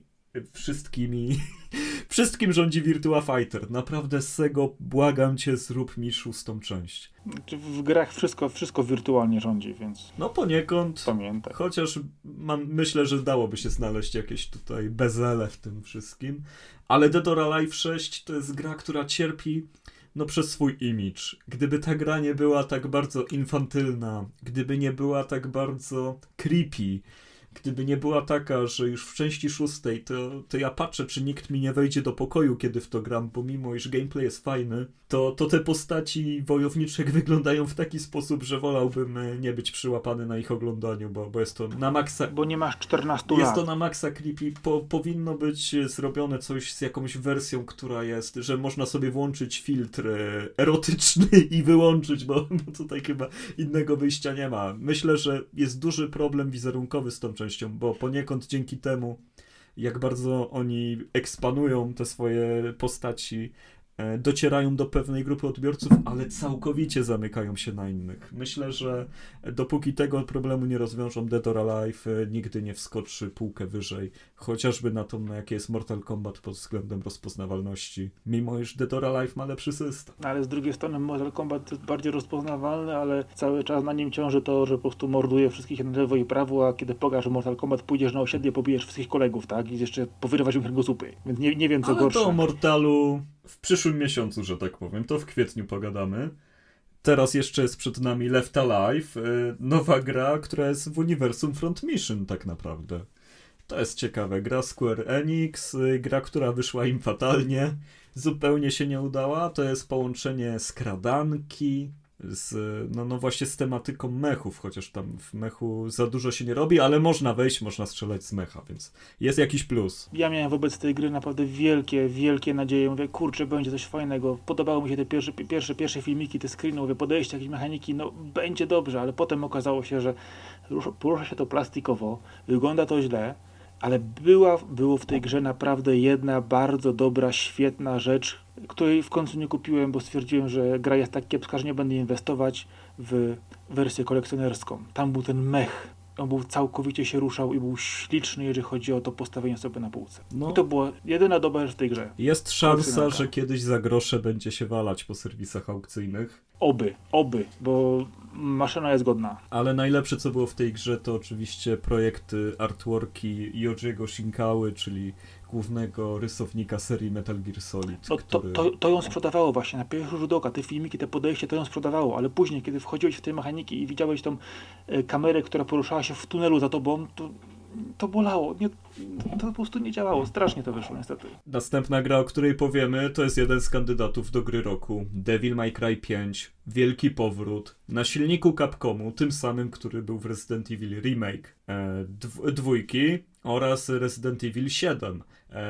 wszystkim rządzi Virtua Fighter. Naprawdę, Sego, błagam cię, zrób mi 6. część.
W grach wszystko wirtualnie rządzi, więc...
No poniekąd,
pamiętaj.
Chociaż myślę, że dałoby się znaleźć jakieś tutaj bezele w tym wszystkim. Ale Dead or Alive 6 to jest gra, która cierpi przez swój image. Gdyby ta gra nie była tak bardzo infantylna, gdyby nie była tak bardzo creepy, gdyby nie była taka, że już w części 6 to ja patrzę, czy nikt mi nie wejdzie do pokoju, kiedy w to gram, bo mimo iż gameplay jest fajny, to te postaci wojowniczek wyglądają w taki sposób, że wolałbym nie być przyłapany na ich oglądaniu, bo jest to na maksa...
Bo nie masz 14 lat.
Jest to na maksa creepy. Powinno być zrobione coś z jakąś wersją, która jest, że można sobie włączyć filtr erotyczny i wyłączyć, bo tutaj chyba innego wyjścia nie ma. Myślę, że jest duży problem wizerunkowy z tą częścią, bo poniekąd dzięki temu, jak bardzo oni ekspanują te swoje postaci, docierają do pewnej grupy odbiorców, ale całkowicie zamykają się na innych. Myślę, że dopóki tego problemu nie rozwiążą, Dead or Alive nigdy nie wskoczy półkę wyżej, chociażby na jakie jest Mortal Kombat pod względem rozpoznawalności, mimo iż Dead or Alive ma lepszy system.
Ale z drugiej strony Mortal Kombat jest bardziej rozpoznawalny, ale cały czas na nim ciąży to, że po prostu morduje wszystkich na lewo i prawo, a kiedy pokażesz Mortal Kombat, pójdziesz na osiedle, pobijesz wszystkich kolegów, tak? I jeszcze powyrywasz im kręgosłupy. Więc nie wiem, co gorsze.
Ale to o Mortalu w przyszłym miesiącu, że tak powiem, to w kwietniu pogadamy. Teraz jeszcze jest przed nami Left Alive, nowa gra, która jest w uniwersum Front Mission tak naprawdę. To jest ciekawe. Gra Square Enix, gra, która wyszła im fatalnie, zupełnie się nie udała. To jest połączenie skradanki właśnie z tematyką mechów, chociaż tam w mechu za dużo się nie robi, ale można wejść, można strzelać z mecha, więc jest jakiś plus.
Ja miałem wobec tej gry naprawdę wielkie nadzieje. Mówię, kurczę, będzie coś fajnego. Podobały mi się te pierwsze filmiki, te screeny, mówię, podejście, jakieś mechaniki, będzie dobrze, ale potem okazało się, że porusza się to plastikowo, wygląda to źle, ale było w tej grze naprawdę jedna bardzo dobra, świetna rzecz, której w końcu nie kupiłem, bo stwierdziłem, że gra jest tak kiepska, że nie będę inwestować w wersję kolekcjonerską. Tam był ten mech. On całkowicie się ruszał i był śliczny, jeżeli chodzi o to postawienie sobie na półce. I to była jedyna dobra rzecz w tej grze.
Jest szansa, że kiedyś za grosze będzie się walać po serwisach aukcyjnych.
Oby, bo maszyna jest godna.
Ale najlepsze, co było w tej grze, to oczywiście projekty, artworki Yojiego Shinkały, czyli głównego rysownika serii Metal Gear Solid.
To ją sprzedawało właśnie, na pierwszy rzut oka, te filmiki, te podejście, to ją sprzedawało, ale później, kiedy wchodziłeś w te mechaniki i widziałeś tą kamerę, która poruszała się w tunelu za tobą, to bolało. To po prostu nie działało. Strasznie to wyszło, niestety.
Następna gra, o której powiemy, to jest jeden z kandydatów do gry roku. Devil May Cry 5. Wielki powrót. Na silniku Capcomu, tym samym, który był w Resident Evil Remake dwójki oraz Resident Evil 7.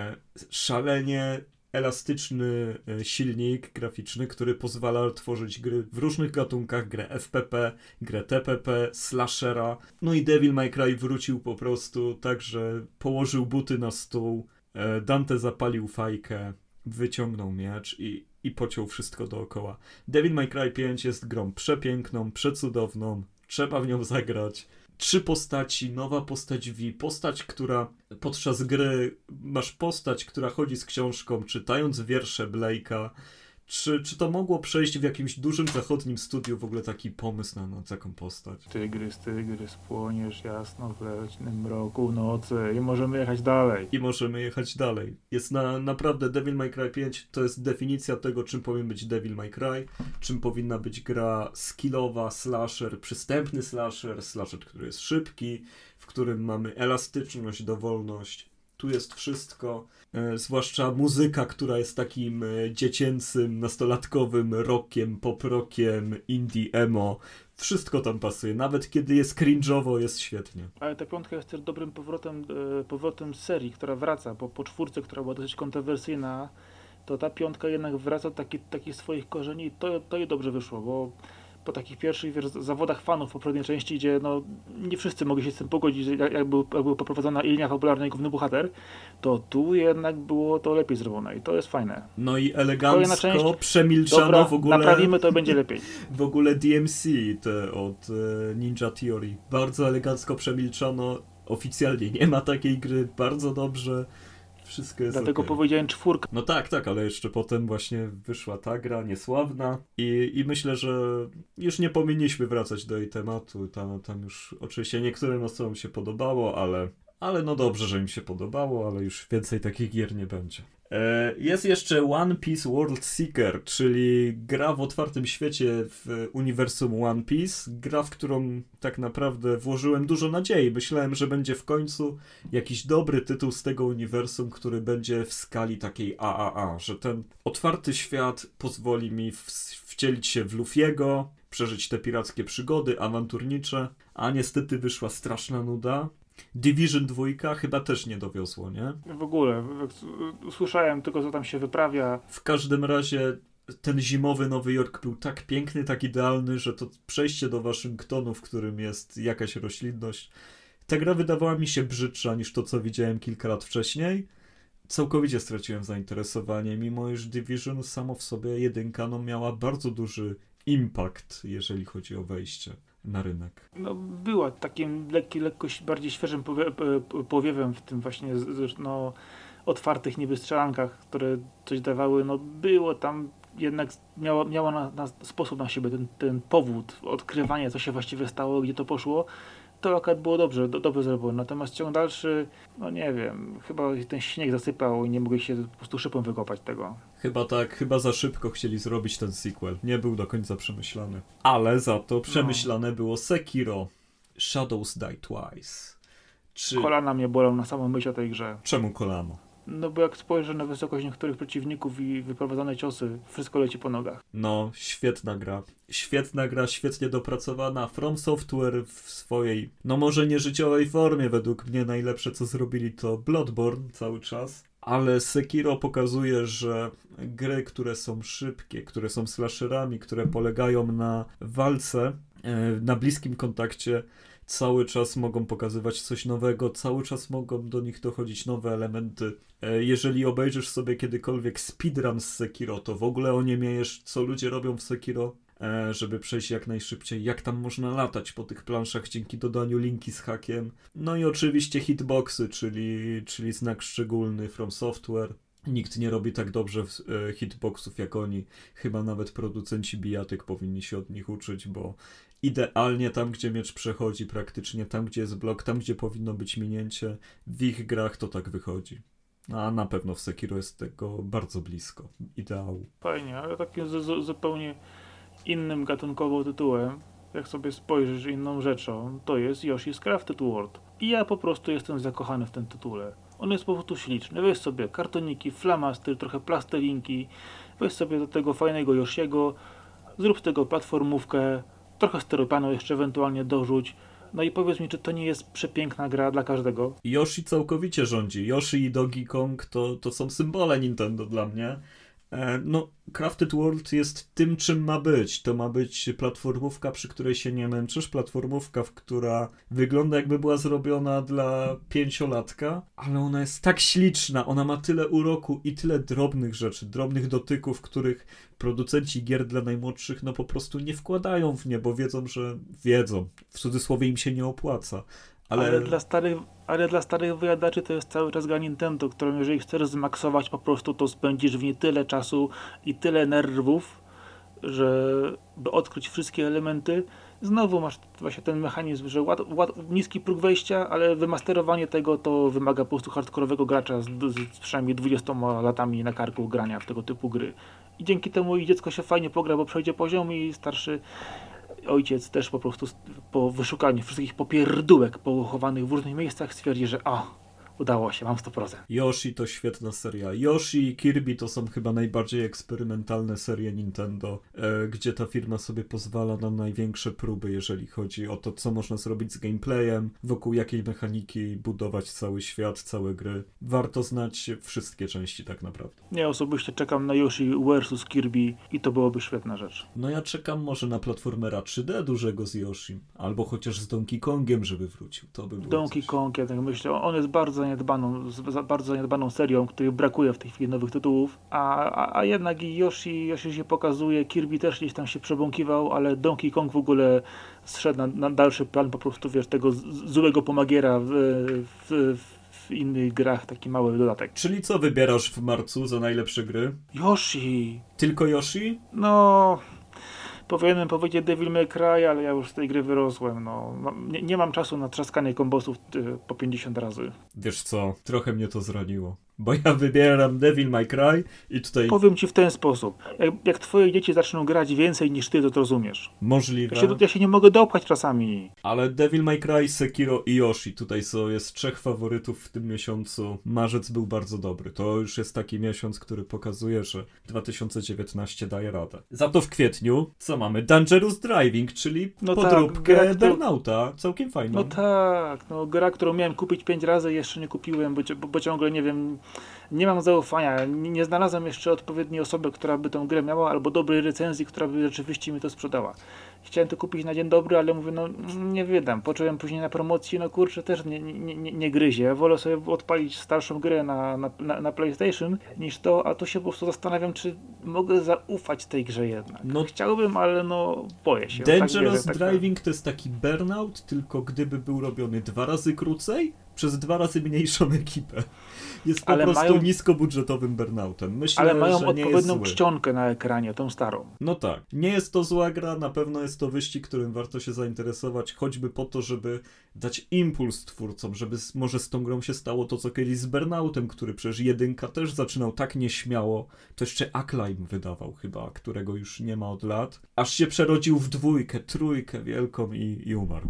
Szalenie elastyczny silnik graficzny, który pozwala tworzyć gry w różnych gatunkach, grę FPP, grę TPP, slashera. No i Devil May Cry wrócił po prostu tak, że położył buty na stół, Dante zapalił fajkę, wyciągnął miecz i pociął wszystko dookoła. Devil May Cry 5 jest grą przepiękną, przecudowną, trzeba w nią zagrać. 3 postaci, nowa postać V, postać, która podczas gry masz postać, która chodzi z książką, czytając wiersze Blake'a. Czy to mogło przejść w jakimś dużym zachodnim studiu w ogóle taki pomysł na taką postać?
Tygrys, płoniesz jasno w leśnym mroku nocy i możemy jechać dalej.
Jest naprawdę Devil May Cry 5 to jest definicja tego, czym powinien być Devil May Cry, czym powinna być gra skillowa, slasher, przystępny slasher, który jest szybki, w którym mamy elastyczność, dowolność. Tu jest wszystko, zwłaszcza muzyka, która jest takim dziecięcym, nastolatkowym rockiem, pop-rockiem, indie emo. Wszystko tam pasuje. Nawet kiedy jest cringe'owo, jest świetnie.
Ale ta 5 jest też dobrym powrotem serii, która wraca. Po 4, która była dosyć kontrowersyjna, to ta 5 jednak wraca do takich swoich korzeni i to jej dobrze wyszło, bo po takich pierwszych zawodach fanów poprzedniej części, gdzie no, nie wszyscy mogli się z tym pogodzić, jak była poprowadzona linia fabularna i główny bohater, to tu jednak było to lepiej zrobione i to jest fajne.
No i elegancko przemilczano
dobra,
w ogóle...
naprawimy, to będzie lepiej.
W ogóle DMC od Ninja Theory. Bardzo elegancko przemilczano. Oficjalnie nie ma takiej gry. Bardzo dobrze. Wszystko jest
Dlatego
okay.
powiedziałem 4.
No tak, ale jeszcze potem właśnie wyszła ta gra niesławna i myślę, że już nie powinniśmy wracać do jej tematu. Tam już oczywiście niektórym osobom się podobało, ale no dobrze, że im się podobało, ale już więcej takich gier nie będzie. Jest jeszcze One Piece World Seeker, czyli gra w otwartym świecie w uniwersum One Piece. Gra, w którą tak naprawdę włożyłem dużo nadziei. Myślałem, że będzie w końcu jakiś dobry tytuł z tego uniwersum, który będzie w skali takiej AAA, że ten otwarty świat pozwoli mi wcielić się w Luffy'ego, przeżyć te pirackie przygody awanturnicze, a niestety wyszła straszna nuda. Division 2 chyba też nie dowiozło, nie?
W ogóle, słyszałem tylko, co tam się wyprawia.
W każdym razie ten zimowy Nowy Jork był tak piękny, tak idealny, że to przejście do Waszyngtonu, w którym jest jakaś roślinność, ta gra wydawała mi się brzydsza niż to, co widziałem kilka lat wcześniej. Całkowicie straciłem zainteresowanie, mimo iż Division samo w sobie 1 miała bardzo duży impact, jeżeli chodzi o wejście na rynek.
No, była takim lekko bardziej świeżym powiewem w tym właśnie otwartych niby strzelankach, które coś dawały. No było tam jednak, miała na sposób na siebie ten powód, odkrywanie, co się właściwie stało, gdzie to poszło. To akurat było dobrze zrobione. Natomiast ciąg dalszy, no nie wiem, chyba ten śnieg zasypał i nie mogli się po prostu szybą wykopać tego.
Chyba za szybko chcieli zrobić ten sequel. Nie był do końca przemyślany. Ale za to przemyślane było Sekiro Shadows Die Twice.
Kolana mnie bolą na samą myśl o tej grze.
Czemu kolano?
No bo jak spojrzę na wysokość niektórych przeciwników i wyprowadzane ciosy, wszystko leci po nogach.
No, świetna gra. Świetna gra, świetnie dopracowana. From Software w swojej, no może nie życiowej formie, według mnie najlepsze co zrobili to Bloodborne cały czas. Ale Sekiro pokazuje, że gry, które są szybkie, które są slasherami, które polegają na walce, na bliskim kontakcie, cały czas mogą pokazywać coś nowego, cały czas mogą do nich dochodzić nowe elementy. Jeżeli obejrzysz sobie kiedykolwiek speedrun z Sekiro, to w ogóle oniemiejesz, co ludzie robią w Sekiro, żeby przejść jak najszybciej, jak tam można latać po tych planszach dzięki dodaniu linki z hakiem. No i oczywiście hitboxy, czyli znak szczególny From Software. Nikt nie robi tak dobrze hitboxów jak oni. Chyba nawet producenci bijatyk powinni się od nich uczyć, bo idealnie tam, gdzie miecz przechodzi, praktycznie tam, gdzie jest blok, tam, gdzie powinno być minięcie, w ich grach to tak wychodzi. A na pewno w Sekiro jest tego bardzo blisko ideału.
Fajnie, ale takim zupełnie innym gatunkowo tytułem, jak sobie spojrzysz inną rzeczą, to jest Yoshi's Crafted World. I ja po prostu jestem zakochany w tym tytule. On jest po prostu śliczny. Weź sobie kartoniki, flamasty, trochę plastelinki, weź sobie do tego fajnego Yoshiego, zrób z tego platformówkę, trochę steropianu jeszcze ewentualnie dorzuć. No i powiedz mi, czy to nie jest przepiękna gra dla każdego?
Yoshi całkowicie rządzi. Yoshi i Donkey Kong to są symbole Nintendo dla mnie. No, Crafted World jest tym, czym ma być. To ma być platformówka, przy której się nie męczysz, platformówka, która wygląda jakby była zrobiona dla 5-latka, ale ona jest tak śliczna, ona ma tyle uroku i tyle drobnych rzeczy, drobnych dotyków, których producenci gier dla najmłodszych no po prostu nie wkładają w nie, bo wiedzą, w cudzysłowie im się nie opłaca.
Ale dla starych wyjadaczy to jest cały czas gra Nintendo, którą jeżeli chcesz zmaksować po prostu, to spędzisz w niej tyle czasu i tyle nerwów, żeby odkryć wszystkie elementy. Znowu masz właśnie ten mechanizm, że niski próg wejścia, ale wymasterowanie tego to wymaga po prostu hardkorowego gracza z przynajmniej 20 latami na karku grania w tego typu gry. I dzięki temu i dziecko się fajnie pogra, bo przejdzie poziom i starszy ojciec też po prostu po wyszukaniu wszystkich popierdółek pochowanych w różnych miejscach stwierdzi, że udało się, mam 100%.
Yoshi to świetna seria. Yoshi i Kirby to są chyba najbardziej eksperymentalne serie Nintendo, gdzie ta firma sobie pozwala na największe próby, jeżeli chodzi o to, co można zrobić z gameplayem, wokół jakiej mechaniki budować cały świat, całe gry. Warto znać wszystkie części tak naprawdę.
Ja osobiście czekam na Yoshi vs Kirby i to byłoby świetna rzecz.
No ja czekam może na platformera 3D dużego z Yoshim, albo chociaż z Donkey Kongiem, żeby wrócił. To by było
Donkey Kong, ja tak myślę, on jest bardzo zaniedbaną serią, której brakuje w tej chwili nowych tytułów, a jednak i Yoshi się pokazuje, Kirby też gdzieś tam się przebąkiwał, ale Donkey Kong w ogóle zszedł na dalszy plan po prostu, wiesz, tego złego pomagiera w innych grach, taki mały dodatek.
Czyli co wybierasz w marcu za najlepsze gry?
Yoshi!
Tylko Yoshi?
No... Powinienem powiedzieć Devil May Cry, ale ja już z tej gry wyrosłem. Nie mam czasu na trzaskanie kombosów po 50 razy.
Wiesz co, trochę mnie to zraniło. Bo ja wybieram Devil May Cry i tutaj...
Powiem ci w ten sposób. Jak twoje dzieci zaczną grać więcej niż ty, to rozumiesz.
Możliwe.
Ja się nie mogę dopchać czasami.
Ale Devil May Cry, Sekiro i Yoshi. Tutaj jest 3 faworytów w tym miesiącu. Marzec był bardzo dobry. To już jest taki miesiąc, który pokazuje, że 2019 daje radę. Za to w kwietniu, co mamy? Dangerous Driving, czyli podróbkę Burnouta. Całkiem fajną.
No tak, gra, którą miałem kupić 5 razy, jeszcze nie kupiłem, bo ciągle nie wiem... Nie mam zaufania, nie znalazłem jeszcze odpowiedniej osoby, która by tę grę miała, albo dobrej recenzji, która by rzeczywiście mi to sprzedała. Chciałem to kupić na dzień dobry, ale mówię, nie wydam. Poczułem później na promocji, kurczę, też nie gryzie. Wolę sobie odpalić starszą grę na PlayStation niż to, a tu się po prostu zastanawiam, czy mogę zaufać tej grze jednak. Chciałbym, ale boję się.
Dangerous Driving to jest taki Burnout, tylko gdyby był robiony 2 razy krócej, przez 2 razy mniejszą ekipę. Jest po prostu niskobudżetowym Burnoutem. Myślę,
ale mają
że nie
odpowiednią czcionkę na ekranie, tą starą.
No tak. Nie jest to zła gra, na pewno jest to wyścig, którym warto się zainteresować, choćby po to, żeby dać impuls twórcom, żeby może z tą grą się stało to, co kiedyś z Burnoutem, który przecież 1 też zaczynał tak nieśmiało. To jeszcze Acclaim wydawał chyba, którego już nie ma od lat. Aż się przerodził w 2, 3 wielką i umarł.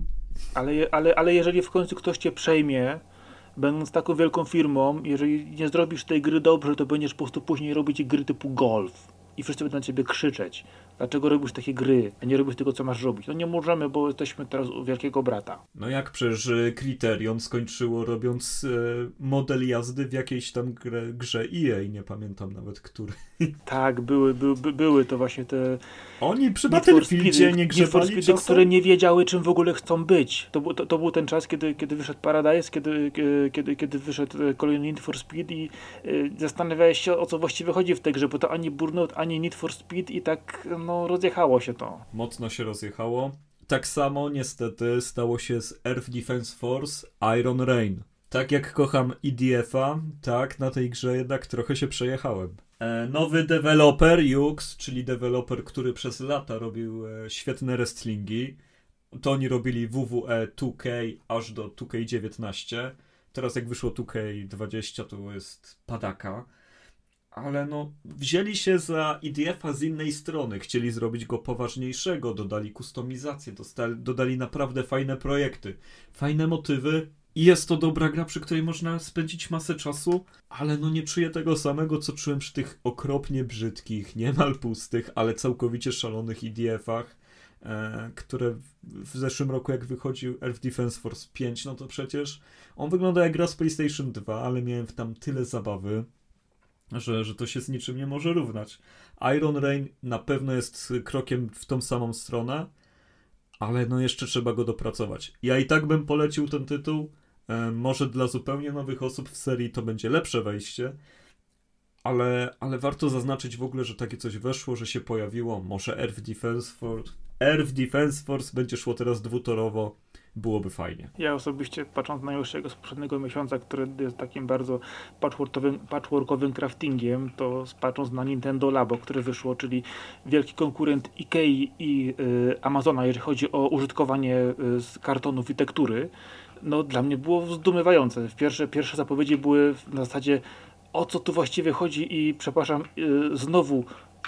Ale jeżeli w końcu ktoś cię przejmie, będąc taką wielką firmą, jeżeli nie zrobisz tej gry dobrze, to będziesz po prostu później robić gry typu golf. I wszyscy będą na ciebie krzyczeć. Dlaczego robisz takie gry, a nie robisz tego, co masz robić? Nie możemy, bo jesteśmy teraz u wielkiego brata.
No jak przecież Criterion skończyło robiąc model jazdy w jakiejś tam grze EA, nie pamiętam nawet który.
Tak, były to właśnie te...
Oni przy Battlefieldzie nie grzebali czasem?
Które nie wiedziały, czym w ogóle chcą być. To był ten czas, kiedy wyszedł Paradise, kiedy wyszedł kolejny Need for Speed i zastanawiałeś się, o co właściwie chodzi w tej grze, bo to ani Burnout, ani Need for Speed i tak rozjechało się to.
Mocno się rozjechało. Tak samo niestety stało się z Earth Defense Force Iron Rain. Tak jak kocham EDF-a, tak na tej grze jednak trochę się przejechałem. Nowy deweloper, Yux, czyli deweloper, który przez lata robił świetne wrestlingi. To oni robili WWE 2K aż do 2K19. Teraz jak wyszło 2K20 to jest padaka. Ale wzięli się za EDF-a z innej strony. Chcieli zrobić go poważniejszego, dodali kustomizację, dodali naprawdę fajne projekty, fajne motywy. I jest to dobra gra, przy której można spędzić masę czasu, ale nie czuję tego samego, co czułem przy tych okropnie brzydkich, niemal pustych, ale całkowicie szalonych EDF-ach, które w zeszłym roku, jak wychodził Earth Defense Force 5, to przecież on wygląda jak gra z PlayStation 2, ale miałem tam tyle zabawy. że to się z niczym nie może równać. Iron Rain na pewno jest krokiem w tą samą stronę, ale no jeszcze trzeba go dopracować. Ja i tak bym polecił ten tytuł. Może dla zupełnie nowych osób w serii to będzie lepsze wejście, ale warto zaznaczyć w ogóle, że takie coś weszło, że się pojawiło. Może Earth Defense Force będzie szło teraz dwutorowo. Byłoby fajnie.
Ja osobiście, patrząc na Yoshiego z poprzedniego miesiąca, który jest takim bardzo patchworkowym craftingiem, to patrząc na Nintendo Labo, które wyszło, czyli wielki konkurent Ikei i Amazona, jeżeli chodzi o użytkowanie z kartonów i tektury, no dla mnie było zdumiewające. Pierwsze zapowiedzi były na zasadzie, o co tu właściwie chodzi i przepraszam, znowu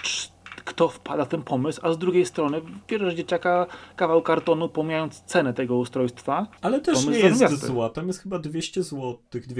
kto wpada w ten pomysł, a z drugiej strony bierzesz dzieciaka kawał kartonu, pomijając cenę tego ustrojstwa.
Ale też nie jest zła, tam jest chyba 200 zł,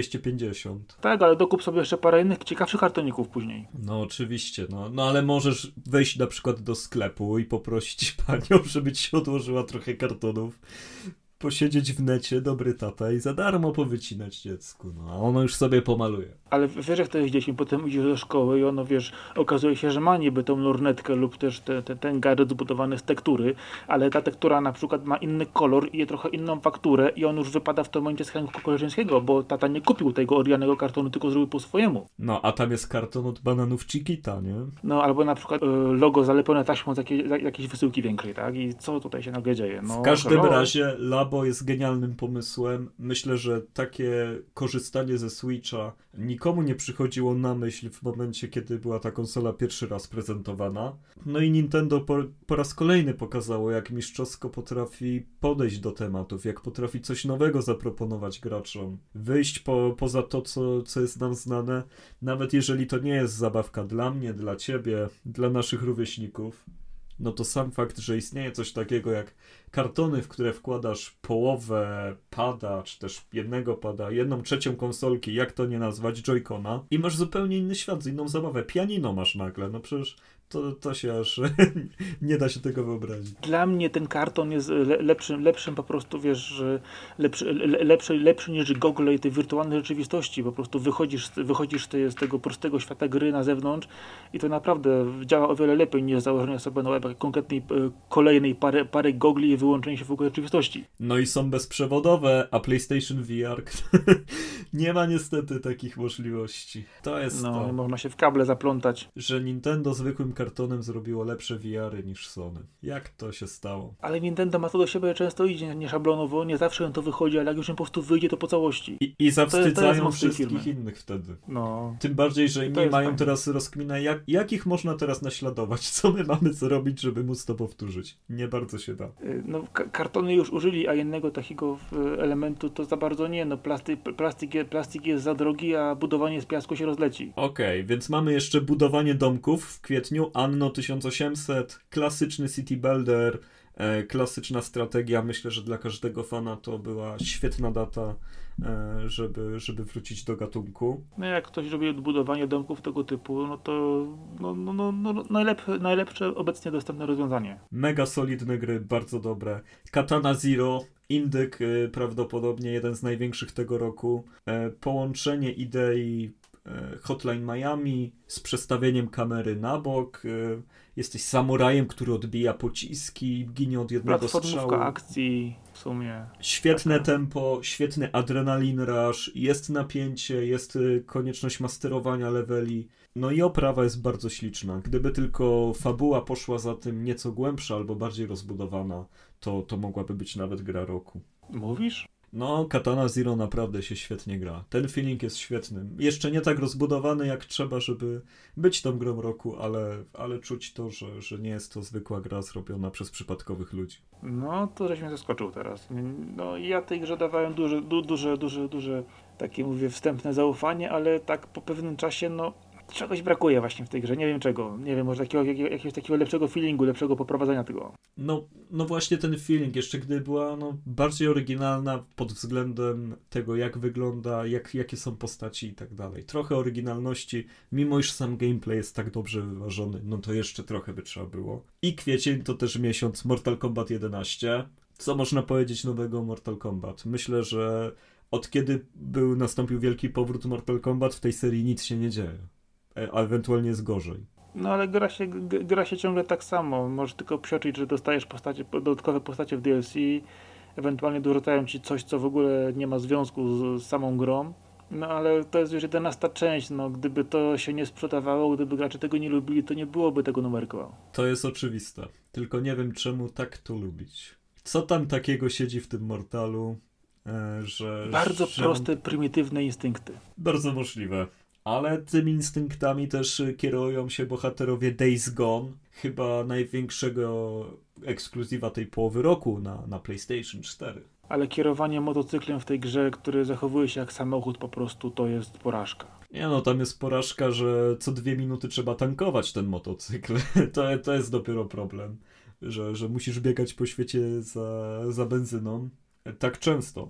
250.
Tak, ale dokup sobie jeszcze parę innych ciekawszych kartoników później.
No oczywiście, no ale możesz wejść na przykład do sklepu i poprosić panią, żeby ci odłożyła trochę kartonów, posiedzieć w necie, dobry tata i za darmo powycinać dziecku, no a ono już sobie pomaluje.
Ale wiesz, jak to jest dzieci, potem idzie do szkoły i ono, wiesz, okazuje się, że ma niby tą lornetkę lub też ten gadżet zbudowany z tektury, ale ta tektura na przykład ma inny kolor i trochę inną fakturę i on już wypada w tym momencie z rynku koleżeńskiego, bo tata nie kupił tego orianego kartonu, tylko zrobił po swojemu.
No, a tam jest karton od bananów Chiquita, nie?
No, albo na przykład logo zalepione taśmą z jakiejś wysyłki większej, tak? I co tutaj się nagle dzieje? No,
w każdym razie Labo jest genialnym pomysłem. Myślę, że takie korzystanie ze Switcha nikomu nie przychodziło na myśl w momencie, kiedy była ta konsola pierwszy raz prezentowana. No i Nintendo po raz kolejny pokazało, jak mistrzowsko potrafi podejść do tematów, jak potrafi coś nowego zaproponować graczom. Wyjść poza to, co jest nam znane, nawet jeżeli to nie jest zabawka dla mnie, dla ciebie, dla naszych rówieśników. No to sam fakt, że istnieje coś takiego jak kartony, w które wkładasz połowę pada, czy też jednego pada, 1/3 konsolki, jak to nie nazwać, Joy-Cona i masz zupełnie inny świat, inną zabawę. Pianino masz nagle, no przecież to się aż nie da się tego wyobrazić.
Dla mnie ten karton jest lepszym po prostu, wiesz, lepszy niż Google i tej wirtualnej rzeczywistości. Po prostu wychodzisz z tego prostego świata gry na zewnątrz i to naprawdę działa o wiele lepiej niż założenie sobie na łeb konkretnej kolejnej pary gogli i wyłączenie się w ogóle rzeczywistości.
No i są bezprzewodowe, a PlayStation VR nie ma niestety takich możliwości. To jest to.
Można się w kable zaplątać.
Że Nintendo zwykłym kartonem zrobiło lepsze VR-y niż Sony. Jak to się stało?
Ale Nintendo ma to do siebie często idzie, nie szablonowo, nie zawsze to wychodzi, ale jak już im po prostu wyjdzie, to po całości.
I zawstydzają wszystkich innych wtedy.
No.
Tym bardziej, że inni mają fajne. Teraz rozkminę, jak ich można teraz naśladować? Co my mamy zrobić, żeby móc to powtórzyć? Nie bardzo się da.
No, kartony już użyli, a innego takiego elementu to za bardzo nie. No, plastik jest za drogi, a budowanie z piasku się rozleci.
Okej, więc mamy jeszcze budowanie domków w kwietniu. Anno 1800, klasyczny city builder, klasyczna strategia. Myślę, że dla każdego fana to była świetna data, żeby wrócić do gatunku.
No jak ktoś robi budowanie domków tego typu, no to najlepsze obecnie dostępne rozwiązanie.
Mega solidne gry, bardzo dobre. Katana Zero, indyk, prawdopodobnie jeden z największych tego roku. Połączenie idei Hotline Miami z przestawieniem kamery na bok. Jesteś samurajem, który odbija pociski, ginie od jednego strzału.
Akcji w sumie.
Świetne tempo, świetny adrenalin rush, jest napięcie, jest konieczność masterowania leveli. No i oprawa jest bardzo śliczna. Gdyby tylko fabuła poszła za tym nieco głębsza albo bardziej rozbudowana, to mogłaby być nawet gra roku.
Mówisz?
No, Katana Zero naprawdę się świetnie gra. Ten feeling jest świetny. Jeszcze nie tak rozbudowany jak trzeba, żeby być tą grą roku, ale czuć to, że nie jest to zwykła gra zrobiona przez przypadkowych ludzi.
No, to żeś mnie zaskoczył teraz. No, ja tej grze dawałem duże takie, mówię, wstępne zaufanie, ale tak po pewnym czasie, no, czegoś brakuje właśnie w tej grze, nie wiem czego. Nie wiem, może jakiegoś takiego lepszego feelingu, lepszego poprowadzenia tego.
No właśnie ten feeling, jeszcze gdy była bardziej oryginalna pod względem tego, jak wygląda, jakie są postaci i tak dalej. Trochę oryginalności, mimo iż sam gameplay jest tak dobrze wyważony, no to jeszcze trochę by trzeba było. I kwiecień to też miesiąc Mortal Kombat 11. Co można powiedzieć nowego o Mortal Kombat? Myślę, że od kiedy nastąpił wielki powrót Mortal Kombat, w tej serii nic się nie dzieje. a ewentualnie jest gorzej.
No ale gra się ciągle tak samo. Możesz tylko psioczyć, że dostajesz dodatkowe postacie w DLC, ewentualnie dorzucają ci coś, co w ogóle nie ma związku z samą grą. No ale to jest już 11 część, no gdyby to się nie sprzedawało, gdyby gracze tego nie lubili, to nie byłoby tego numerku.
To jest oczywiste, tylko nie wiem czemu tak to lubić. Co tam takiego siedzi w tym Mortalu, że...
Bardzo proste, prymitywne instynkty.
Bardzo możliwe. Ale tymi instynktami też kierują się bohaterowie Days Gone, chyba największego ekskluzywa tej połowy roku na PlayStation 4.
Ale kierowanie motocyklem w tej grze, który zachowuje się jak samochód po prostu, to jest porażka.
Nie no, tam jest porażka, że co 2 minuty trzeba tankować ten motocykl. To jest dopiero problem, że musisz biegać po świecie za benzyną tak często.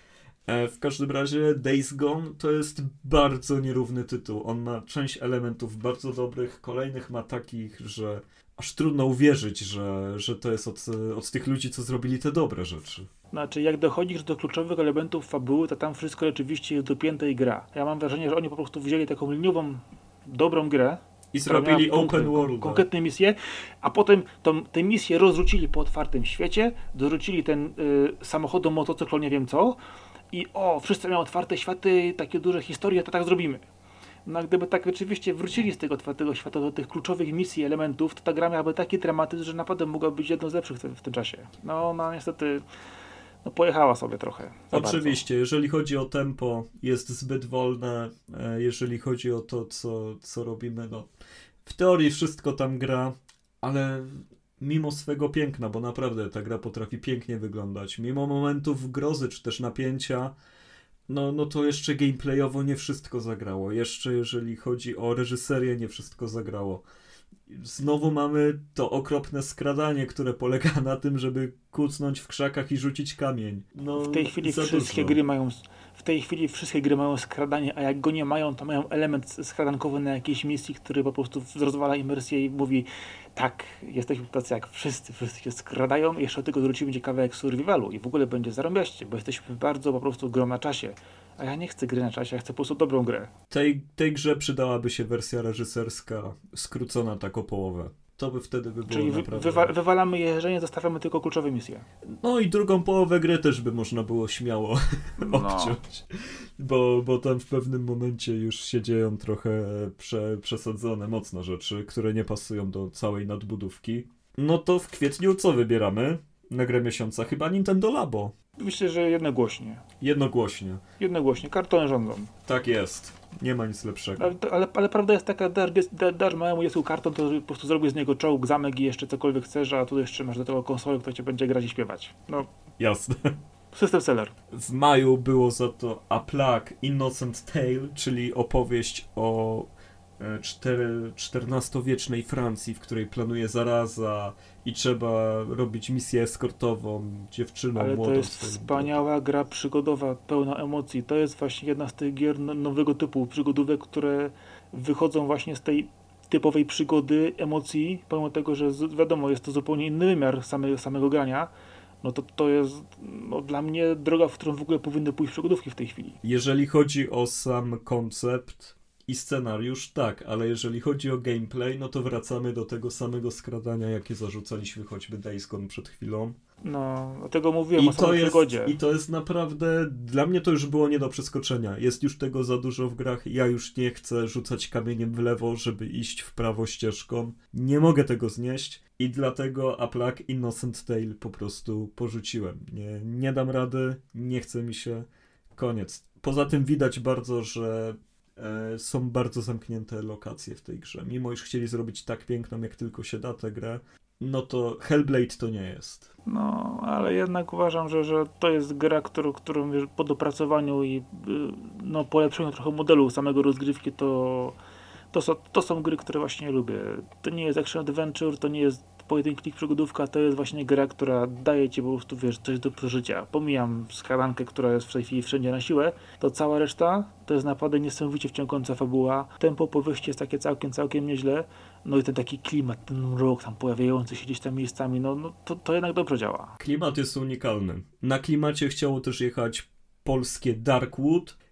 W każdym razie Days Gone to jest bardzo nierówny tytuł. On ma część elementów bardzo dobrych, kolejnych ma takich, że aż trudno uwierzyć, że to jest od tych ludzi, co zrobili te dobre rzeczy.
Znaczy, jak dochodzisz do kluczowych elementów fabuły, to tam wszystko rzeczywiście jest dopięte i gra. Ja mam wrażenie, że oni po prostu wzięli taką liniową, dobrą grę
i zrobili open world.
Konkretne misje, a potem te misje rozrzucili po otwartym świecie, dorzucili ten samochodom, motocykl, nie wiem co, i wszyscy mają otwarte światy, takie duże historie, to tak zrobimy. No a gdyby tak rzeczywiście wrócili z tego otwartego świata do tych kluczowych misji, elementów, to ta gra miałaby taki dramatyzm, że naprawdę mogła być jedną z lepszych w tym czasie. No niestety pojechała sobie trochę.
Oczywiście, jeżeli chodzi o tempo, jest zbyt wolne, jeżeli chodzi o to, co robimy, no w teorii wszystko tam gra, ale mimo swego piękna, bo naprawdę ta gra potrafi pięknie wyglądać, mimo momentów grozy czy też napięcia, no to jeszcze gameplayowo nie wszystko zagrało. Jeszcze jeżeli chodzi o reżyserię, nie wszystko zagrało. Znowu mamy to okropne skradanie, które polega na tym, żeby kucnąć w krzakach i rzucić kamień. No,
w tej chwili wszystkie gry mają skradanie, a jak go nie mają, to mają element skradankowy na jakiejś misji, który po prostu rozwala imersję i mówi tak, jesteśmy tacy jak wszyscy się skradają i jeszcze do tego dorzucimy ci kawałek survivalu i w ogóle będzie zarąbiaście, bo jesteśmy bardzo po prostu grą na czasie. A ja nie chcę gry na czasie, ja chcę po prostu dobrą grę.
Tej grze przydałaby się wersja reżyserska skrócona tak o połowę. To by wtedy było
czyli
naprawdę...
wywalamy jeżdżenie, zostawiamy tylko kluczowe misje.
No i drugą połowę gry też by można było śmiało obciąć. Bo tam w pewnym momencie już się dzieją trochę przesadzone mocno rzeczy, które nie pasują do całej nadbudówki. No to w kwietniu co wybieramy na grę miesiąca? Chyba Nintendo Labo.
Myślę, że jednogłośnie.
Jednogłośnie.
Kartony rządzą.
Tak jest. Nie ma nic lepszego.
Ale prawda jest taka, dasz małemu dziecku karton, to po prostu zrobisz z niego czołg, zamek i jeszcze cokolwiek chcesz, a tu jeszcze masz do tego konsolę, która cię będzie grać i śpiewać. No.
Jasne.
System seller.
W maju było za to A Plague Innocent Tale, czyli opowieść o XIV-wiecznej Francji, w której planuje zaraza i trzeba robić misję eskortową dziewczyną młodą.
Ale to jest wspaniała gra przygodowa, pełna emocji. To jest właśnie jedna z tych gier nowego typu, przygodówek, które wychodzą właśnie z tej typowej przygody, emocji, pomimo tego, że wiadomo, jest to zupełnie inny wymiar samego grania. No to jest dla mnie droga, w którą w ogóle powinny pójść przygodówki w tej chwili.
Jeżeli chodzi o sam koncept i scenariusz, tak, ale jeżeli chodzi o gameplay, no to wracamy do tego samego skradania, jakie zarzucaliśmy choćby Days Gone przed chwilą.
No, dlatego mówiłem o samej przygodzie.
I to jest naprawdę, dla mnie to już było nie do przeskoczenia. Jest już tego za dużo w grach, ja już nie chcę rzucać kamieniem w lewo, żeby iść w prawo ścieżką. Nie mogę tego znieść i dlatego A Plague Innocent Tale po prostu porzuciłem. Nie dam rady, nie chce mi się, koniec. Poza tym widać bardzo, że są bardzo zamknięte lokacje w tej grze. Mimo iż chcieli zrobić tak piękną, jak tylko się da tę grę, no to Hellblade to nie jest.
No, ale jednak uważam, że to jest gra, którą po dopracowaniu i polepszeniu trochę modelu samego rozgrywki, to są gry, które właśnie lubię. To nie jest action adventure, to nie jest pojedynczy przygodówka, to jest właśnie gra, która daje ci po prostu, coś do przeżycia. Pomijam skradankę, która jest w tej chwili wszędzie na siłę, to cała reszta to jest naprawdę niesamowicie wciągająca fabuła. Tempo powieści jest takie całkiem nieźle. No i ten taki klimat, ten mrok tam pojawiający się gdzieś tam miejscami, to jednak dobrze działa.
Klimat jest unikalny. Na klimacie chciało też jechać polskie Darkwood,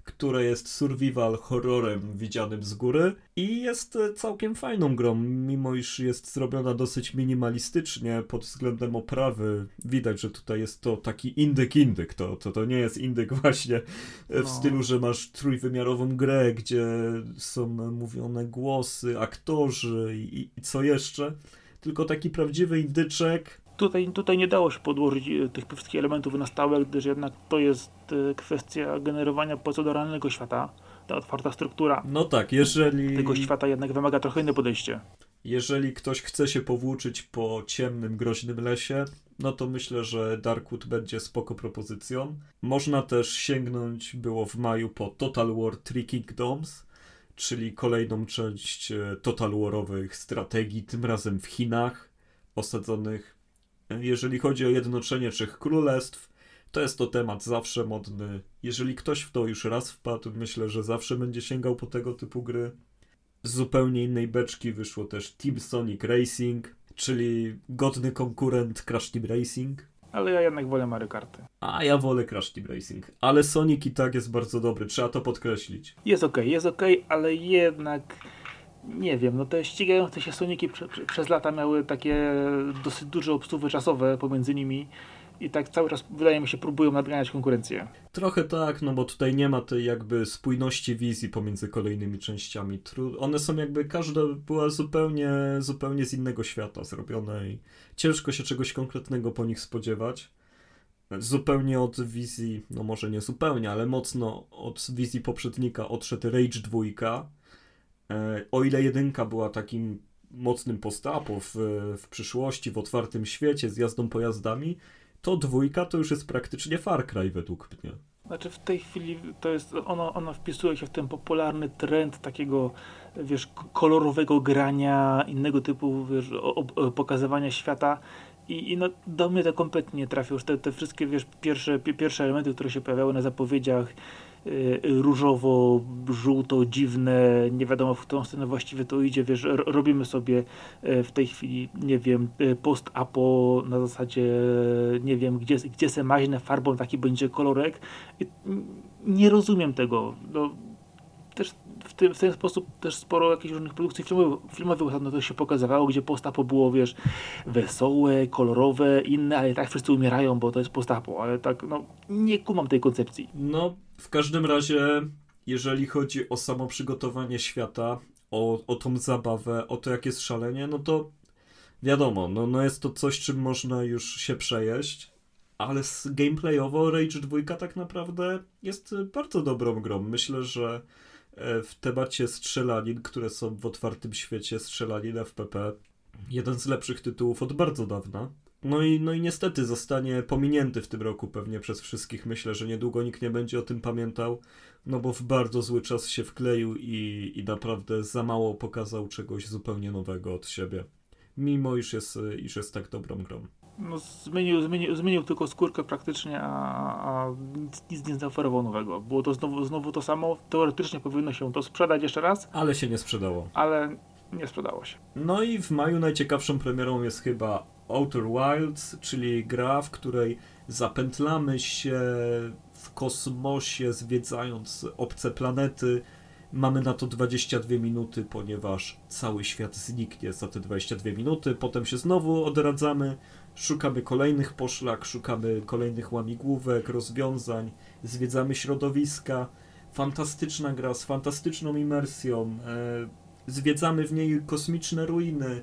które jest survival horrorem widzianym z góry i jest całkiem fajną grą, mimo iż jest zrobiona dosyć minimalistycznie pod względem oprawy. Widać, że tutaj jest to taki indyk. To nie jest indyk właśnie w stylu, że masz trójwymiarową grę, gdzie są mówione głosy, aktorzy i co jeszcze. Tylko taki prawdziwy indyczek.
Tutaj nie dało się podłożyć tych wszystkich elementów na stałe, gdyż jednak to jest kwestia generowania proceduralnego świata, ta otwarta struktura.
No tak,
tego świata jednak wymaga trochę inne podejście.
Jeżeli ktoś chce się powłóczyć po ciemnym, groźnym lesie, no to myślę, że Darkwood będzie spoko propozycją. Można też sięgnąć, było w maju, po Total War Three Kingdoms, czyli kolejną część Total Warowych strategii, tym razem w Chinach, osadzonych. Jeżeli chodzi o jednoczenie trzech królestw, to jest to temat zawsze modny. Jeżeli ktoś w to już raz wpadł, myślę, że zawsze będzie sięgał po tego typu gry. Z zupełnie innej beczki wyszło też Team Sonic Racing, czyli godny konkurent Crash Team Racing.
Ale ja jednak wolę Mario Karty.
A ja wolę Crash Team Racing. Ale Sonic i tak jest bardzo dobry, trzeba to podkreślić.
Jest okej, ale jednak nie wiem, no te ścigające się Soniki przez lata miały takie dosyć duże obsuwy czasowe pomiędzy nimi i tak cały czas, wydaje mi się, próbują nadganiać konkurencję.
Trochę tak, no bo tutaj nie ma tej jakby spójności wizji pomiędzy kolejnymi częściami. One są jakby, każda była zupełnie z innego świata zrobione i ciężko się czegoś konkretnego po nich spodziewać. Zupełnie od wizji, no może nie zupełnie, ale mocno od wizji poprzednika odszedł Rage 2. O ile 1 była takim mocnym post-apo w przyszłości, w otwartym świecie z jazdą pojazdami, to 2 to już jest praktycznie Far Cry według mnie.
Znaczy w tej chwili to jest, ono wpisuje się w ten popularny trend takiego, wiesz, kolorowego grania, innego typu, wiesz, pokazywania świata i no, do mnie to kompletnie nie trafia. Już te wszystkie, wiesz, pierwsze elementy, które się pojawiały na zapowiedziach, różowo, żółto, dziwne, nie wiadomo w którą stronę właściwie to idzie, wiesz, robimy sobie w tej chwili, nie wiem, post-apo na zasadzie, nie wiem, gdzie se maźnę farbą, taki będzie kolorek. Nie rozumiem tego. No, też w ten sposób też sporo jakichś różnych produkcji filmowych no to się pokazywało, gdzie post-apo było, wiesz, wesołe, kolorowe, inne, ale tak wszyscy umierają, bo to jest post-apo, ale tak, no, nie kumam tej koncepcji.
No, w każdym razie, jeżeli chodzi o samo przygotowanie świata, o tą zabawę, o to, jak jest szalenie, no to wiadomo, no jest to coś, czym można już się przejeść, ale gameplayowo Rage 2 tak naprawdę jest bardzo dobrą grą. Myślę, że w temacie strzelanin, które są w otwartym świecie, strzelanin FPP, jeden z lepszych tytułów od bardzo dawna. No i niestety zostanie pominięty w tym roku pewnie przez wszystkich. Myślę, że niedługo nikt nie będzie o tym pamiętał, no bo w bardzo zły czas się wkleił i naprawdę za mało pokazał czegoś zupełnie nowego od siebie. Mimo iż jest tak dobrą grą.
No, zmienił tylko skórkę praktycznie, a nic nie zaoferował nowego. Było to znowu to samo. Teoretycznie powinno się to sprzedać jeszcze raz.
Ale się nie sprzedało.
Ale nie sprzedało się.
No i w maju najciekawszą premierą jest chyba Outer Wilds, czyli gra, w której zapętlamy się w kosmosie, zwiedzając obce planety. Mamy na to 22 minuty, ponieważ cały świat zniknie za te 22 minuty. Potem się znowu odradzamy, szukamy kolejnych poszlak, szukamy kolejnych łamigłówek, rozwiązań, zwiedzamy środowiska. Fantastyczna gra z fantastyczną imersją. Zwiedzamy w niej kosmiczne ruiny.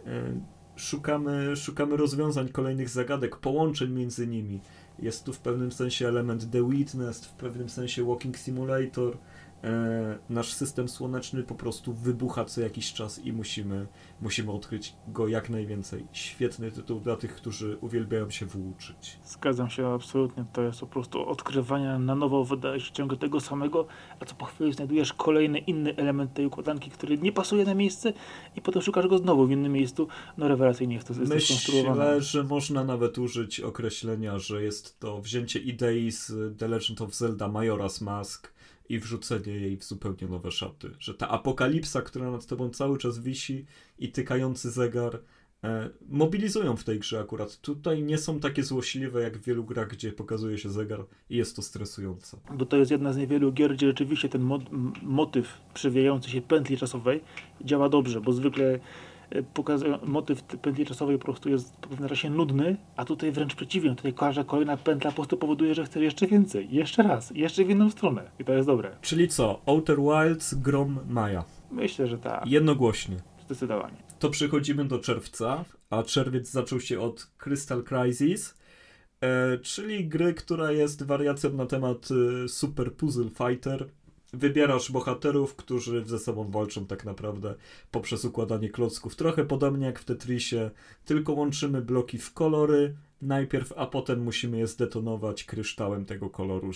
Szukamy rozwiązań, kolejnych zagadek, połączeń między nimi. Jest tu w pewnym sensie element The Witness, w pewnym sensie Walking Simulator. Nasz system słoneczny po prostu wybucha co jakiś czas i musimy odkryć go jak najwięcej. Świetny tytuł dla tych, którzy uwielbiają się włóczyć.
Zgadzam się absolutnie. To jest po prostu odkrywanie na nowo, wydaje się ciągle tego samego, a co po chwili znajdujesz kolejny inny element tej układanki, który nie pasuje na miejsce i potem szukasz go znowu w innym miejscu. No rewelacyjnie jest to skonstruowane.
Myślę, że można nawet użyć określenia, że jest to wzięcie idei z The Legend of Zelda Majora's Mask i wrzucenie jej w zupełnie nowe szaty. Że ta apokalipsa, która nad tobą cały czas wisi i tykający zegar, mobilizują w tej grze akurat. Tutaj nie są takie złośliwe jak w wielu grach, gdzie pokazuje się zegar i jest to stresujące.
Bo to jest jedna z niewielu gier, gdzie rzeczywiście ten motyw przewijający się pętli czasowej działa dobrze, bo zwykle motyw pętli czasowej po prostu jest w pewnym razie nudny, a tutaj wręcz przeciwnie. Tutaj każda kolejna pętla po prostu powoduje, że chcesz jeszcze więcej, jeszcze raz, jeszcze w inną stronę. I to jest dobre.
Czyli co? Outer Wilds, Grom, Maja.
Myślę, że tak.
Jednogłośnie.
Zdecydowanie.
To przechodzimy do czerwca, a czerwiec zaczął się od Crystal Crisis, czyli gry, która jest wariacją na temat Super Puzzle Fighter. Wybierasz bohaterów, którzy ze sobą walczą tak naprawdę poprzez układanie klocków. Trochę podobnie jak w Tetrisie, tylko łączymy bloki w kolory najpierw, a potem musimy je zdetonować kryształem tego koloru,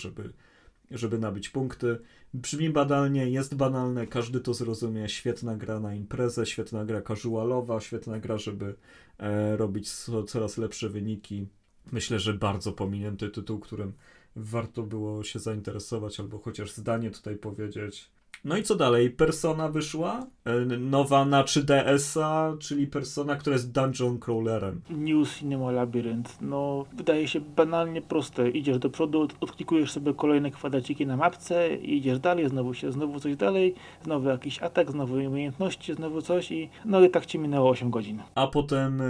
żeby nabić punkty. Brzmi banalnie, jest banalne, każdy to zrozumie. Świetna gra na imprezę, świetna gra casualowa, świetna gra, żeby robić coraz lepsze wyniki. Myślę, że bardzo pominięty tytuł, którym warto było się zainteresować, albo chociaż zdanie tutaj powiedzieć. No i co dalej? Persona wyszła, nowa na 3DS-a, czyli Persona, która jest dungeon crawlerem.
New Cinema Labyrinth. No, wydaje się banalnie proste. Idziesz do przodu, odklikujesz sobie kolejne kwadraciki na mapce i idziesz dalej, znowu coś dalej, znowu jakiś atak, znowu umiejętności, znowu coś i no i tak ci minęło 8 godzin.
A potem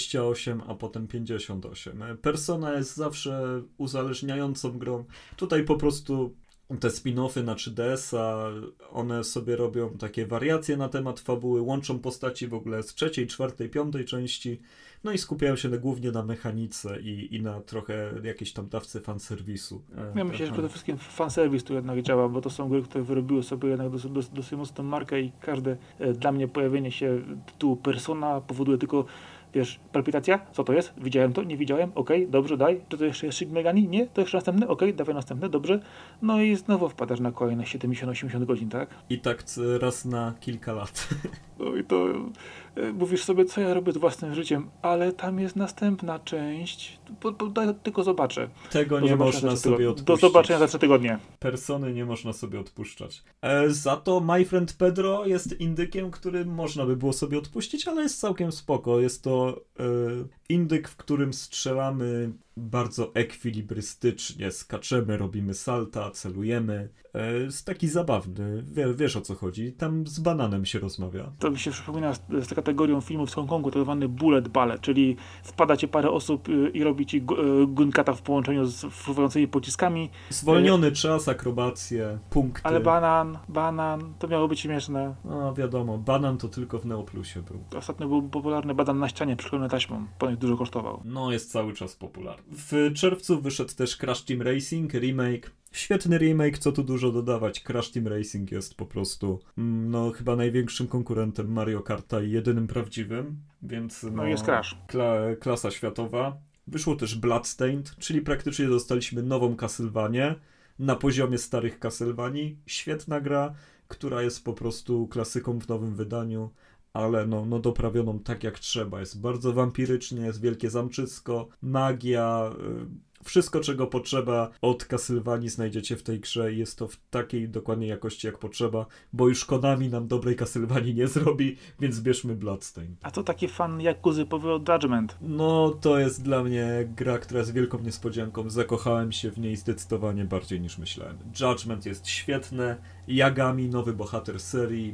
28, a potem 58. Persona jest zawsze uzależniającą grą. Tutaj po prostu te spin-offy na 3DS-a, one sobie robią takie wariacje na temat fabuły, łączą postaci w ogóle z 3., 4., 5. części, no i skupiają się głównie na mechanice i na trochę jakiejś tam dawce fanserwisu.
Ja myślę, że przede wszystkim fanserwis tu jednak działa, bo to są gry, które wyrobiły sobie jednak dosyć mocną markę i każde dla mnie pojawienie się tytułu Persona powoduje tylko, wiesz, palpitacja? Co to jest? Widziałem to? Nie widziałem? Okej, dobrze, daj. Czy to jeszcze jest Shin Megami? Nie? To jeszcze następne? Okej, dawaj następne, dobrze. No i znowu wpadasz na kolejne 70-80 godzin, tak?
I tak raz na kilka lat.
No i to mówisz sobie, co ja robię z własnym życiem, ale tam jest następna część, tylko zobaczę.
Tego nie można sobie odpuścić.
Do zobaczenia za 3 tygodnie.
Persony nie można sobie odpuszczać. Za to My Friend Pedro jest indykiem, który można by było sobie odpuścić, ale jest całkiem spoko. Jest to indyk, w którym strzelamy bardzo ekwilibrystycznie, skaczemy, robimy salta, celujemy. Jest taki zabawny, wiesz o co chodzi. Tam z bananem się rozmawia.
To mi się przypomina z kategorią filmów z Hongkongu, tak zwany bullet ballet, czyli wpada ci parę osób i robi ci gunkata w połączeniu z fruwającymi pociskami.
Zwolniony czas, akrobacje, punkty.
Ale banan, to miało być śmieszne.
No wiadomo, banan to tylko w Neoplusie był.
Ostatnio był popularny banan na ścianie przyklejony taśmą, ponoć dużo kosztował.
No jest cały czas popularny. W czerwcu wyszedł też Crash Team Racing, remake. Świetny remake, co tu dużo dodawać. Crash Team Racing jest po prostu chyba największym konkurentem Mario Karta i jedynym prawdziwym, więc
no jest Crash.
Klasa światowa. Wyszło też Bloodstained, czyli praktycznie dostaliśmy nową Castlevanię na poziomie starych Castlevanii. Świetna gra, która jest po prostu klasyką w nowym wydaniu, ale doprawioną tak jak trzeba. Jest bardzo wampirycznie, jest wielkie zamczysko, magia, wszystko czego potrzeba od Castlevanii znajdziecie w tej grze i jest to w takiej dokładnej jakości jak potrzeba, bo już Konami nam dobrej Castlevanii nie zrobi, więc bierzmy Bloodstained.
A co taki fan Yakuzy powie o Judgment?
No to jest dla mnie gra, która jest wielką niespodzianką. Zakochałem się w niej zdecydowanie bardziej niż myślałem. Judgment jest świetne, Yagami, nowy bohater serii,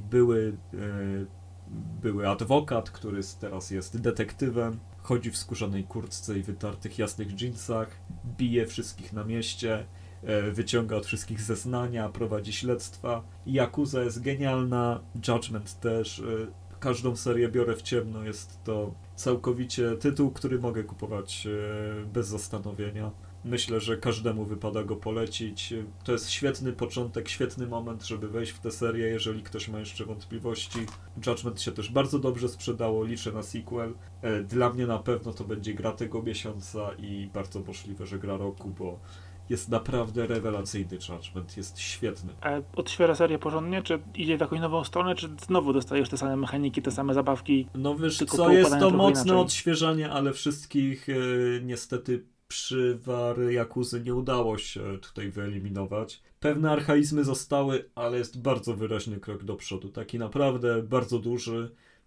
były adwokat, który teraz jest detektywem, chodzi w skórzanej kurtce i wytartych jasnych dżinsach, bije wszystkich na mieście, wyciąga od wszystkich zeznania, prowadzi śledztwa. Yakuza jest genialna, Judgment też. Każdą serię biorę w ciemno, jest to całkowicie tytuł, który mogę kupować bez zastanowienia. Myślę, że każdemu wypada go polecić. To jest świetny początek, świetny moment, żeby wejść w tę serię, jeżeli ktoś ma jeszcze wątpliwości. Judgment się też bardzo dobrze sprzedało, liczę na sequel. Dla mnie na pewno to będzie gra tego miesiąca i bardzo możliwe, że gra roku, bo jest naprawdę rewelacyjny Judgment, jest świetny.
A odświeża serię porządnie, czy idzie w jakąś nową stronę, czy znowu dostajesz te same mechaniki, te same zabawki?
No wiesz co, jest to mocne odświeżanie, ale wszystkich niestety przywar Yakuzy nie udało się tutaj wyeliminować. Pewne archaizmy zostały, ale jest bardzo wyraźny krok do przodu. Taki naprawdę bardzo duży.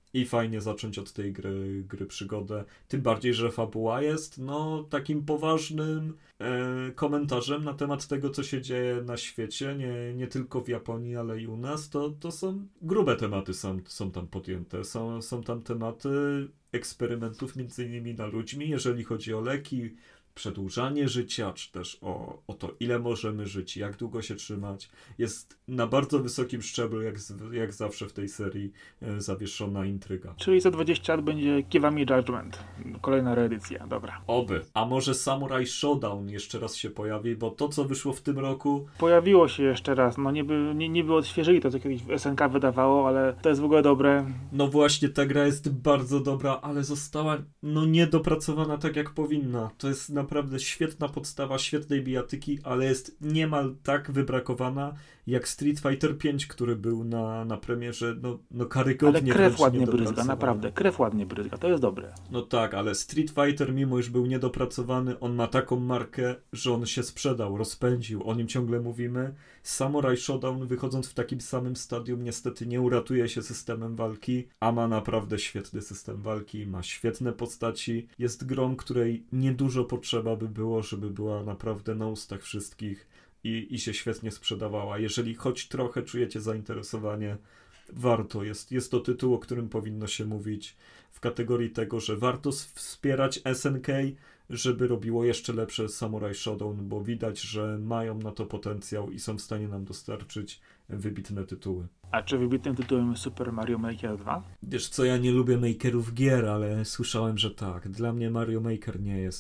i fajnie zacząć od tej gry przygodę. Tym bardziej, że fabuła jest takim poważnym komentarzem na temat tego, co się dzieje na świecie, nie tylko w Japonii, ale i u nas. To są grube tematy, są tam podjęte. Są tam tematy eksperymentów między innymi na ludźmi, jeżeli chodzi o leki, przedłużanie życia, czy też o to, ile możemy żyć, jak długo się trzymać. Jest na bardzo wysokim szczeblu, jak zawsze w tej serii, zawieszona intryga.
Czyli za 20 lat będzie Kiwami Judgment. Kolejna reedycja, dobra.
Oby. A może Samurai Showdown jeszcze raz się pojawi, bo to, co wyszło w tym roku...
Pojawiło się jeszcze raz. Niby odświeżyli to, co kiedyś SNK wydawało, ale to jest w ogóle dobre.
No właśnie, ta gra jest bardzo dobra, ale została niedopracowana tak, jak powinna. To jest naprawdę świetna podstawa, świetnej bijatyki, ale jest niemal tak wybrakowana, jak Street Fighter 5, który był na premierze, karygodnie.
Ale krew ładnie bryzga, naprawdę. Krew ładnie bryzga, to jest dobre.
No tak, ale Street Fighter, mimo iż był niedopracowany, on ma taką markę, że on się sprzedał, rozpędził, o nim ciągle mówimy. Samurai Showdown, wychodząc w takim samym stadium, niestety nie uratuje się systemem walki, a ma naprawdę świetny system walki, ma świetne postaci, jest grą, której niedużo potrzeba by było, żeby była naprawdę na ustach wszystkich i się świetnie sprzedawała. Jeżeli choć trochę czujecie zainteresowanie, warto. Jest to tytuł, o którym powinno się mówić w kategorii tego, że warto wspierać SNK, żeby robiło jeszcze lepsze Samurai Showdown, bo widać, że mają na to potencjał i są w stanie nam dostarczyć wybitne tytuły.
A czy wybitnym tytułem jest Super Mario Maker 2?
Wiesz co, ja nie lubię makerów gier, ale słyszałem, że tak. Dla mnie Mario Maker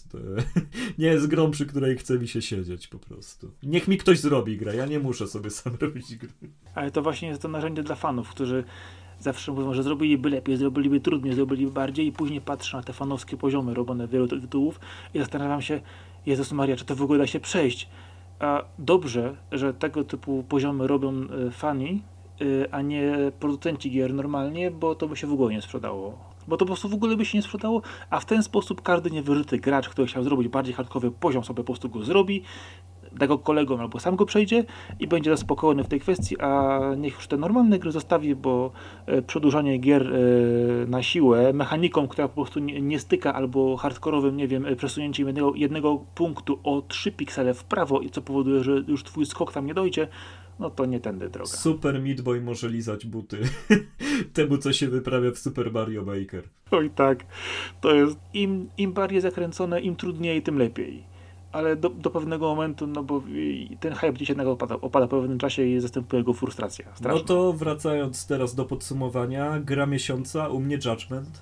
nie jest grą, przy której chce mi się siedzieć po prostu. Niech mi ktoś zrobi grę, ja nie muszę sobie sam robić gry.
Ale to właśnie jest to narzędzie dla fanów, którzy zawsze mówią, że zrobiliby lepiej, zrobiliby trudniej, zrobiliby bardziej i później patrzę na te fanowskie poziomy robione wielu tytułów i zastanawiam się, Jezus Maria, czy to w ogóle da się przejść? A dobrze, że tego typu poziomy robią fani, a nie producenci gier normalnie, bo to by się w ogóle nie sprzedało. Bo to po prostu w ogóle by się nie sprzedało, a w ten sposób każdy niewyżyty gracz, który chciał zrobić bardziej hardkorowy poziom, sobie po prostu go zrobi, da go kolegom albo sam go przejdzie i będzie zaspokojony w tej kwestii, a niech już te normalne gry zostawi, bo przedłużanie gier na siłę mechaniką, która po prostu nie styka, albo hardkorowym, nie wiem, przesunięciem jednego punktu o 3 piksele w prawo, co powoduje, że już twój skok tam nie dojdzie, no to nie tędy droga.
Super Meat Boy może lizać buty temu, co się wyprawia w Super Mario Maker.
Oj tak, to jest im bardziej zakręcone, im trudniej, tym lepiej. Ale do pewnego momentu, no bo ten hype gdzieś jednak opada po pewnym czasie i zastępuje go frustracja. Straszna.
No to wracając teraz do podsumowania, gra miesiąca, u mnie Judgment.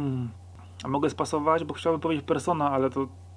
A mogę spasować, bo chciałbym powiedzieć Persona, ale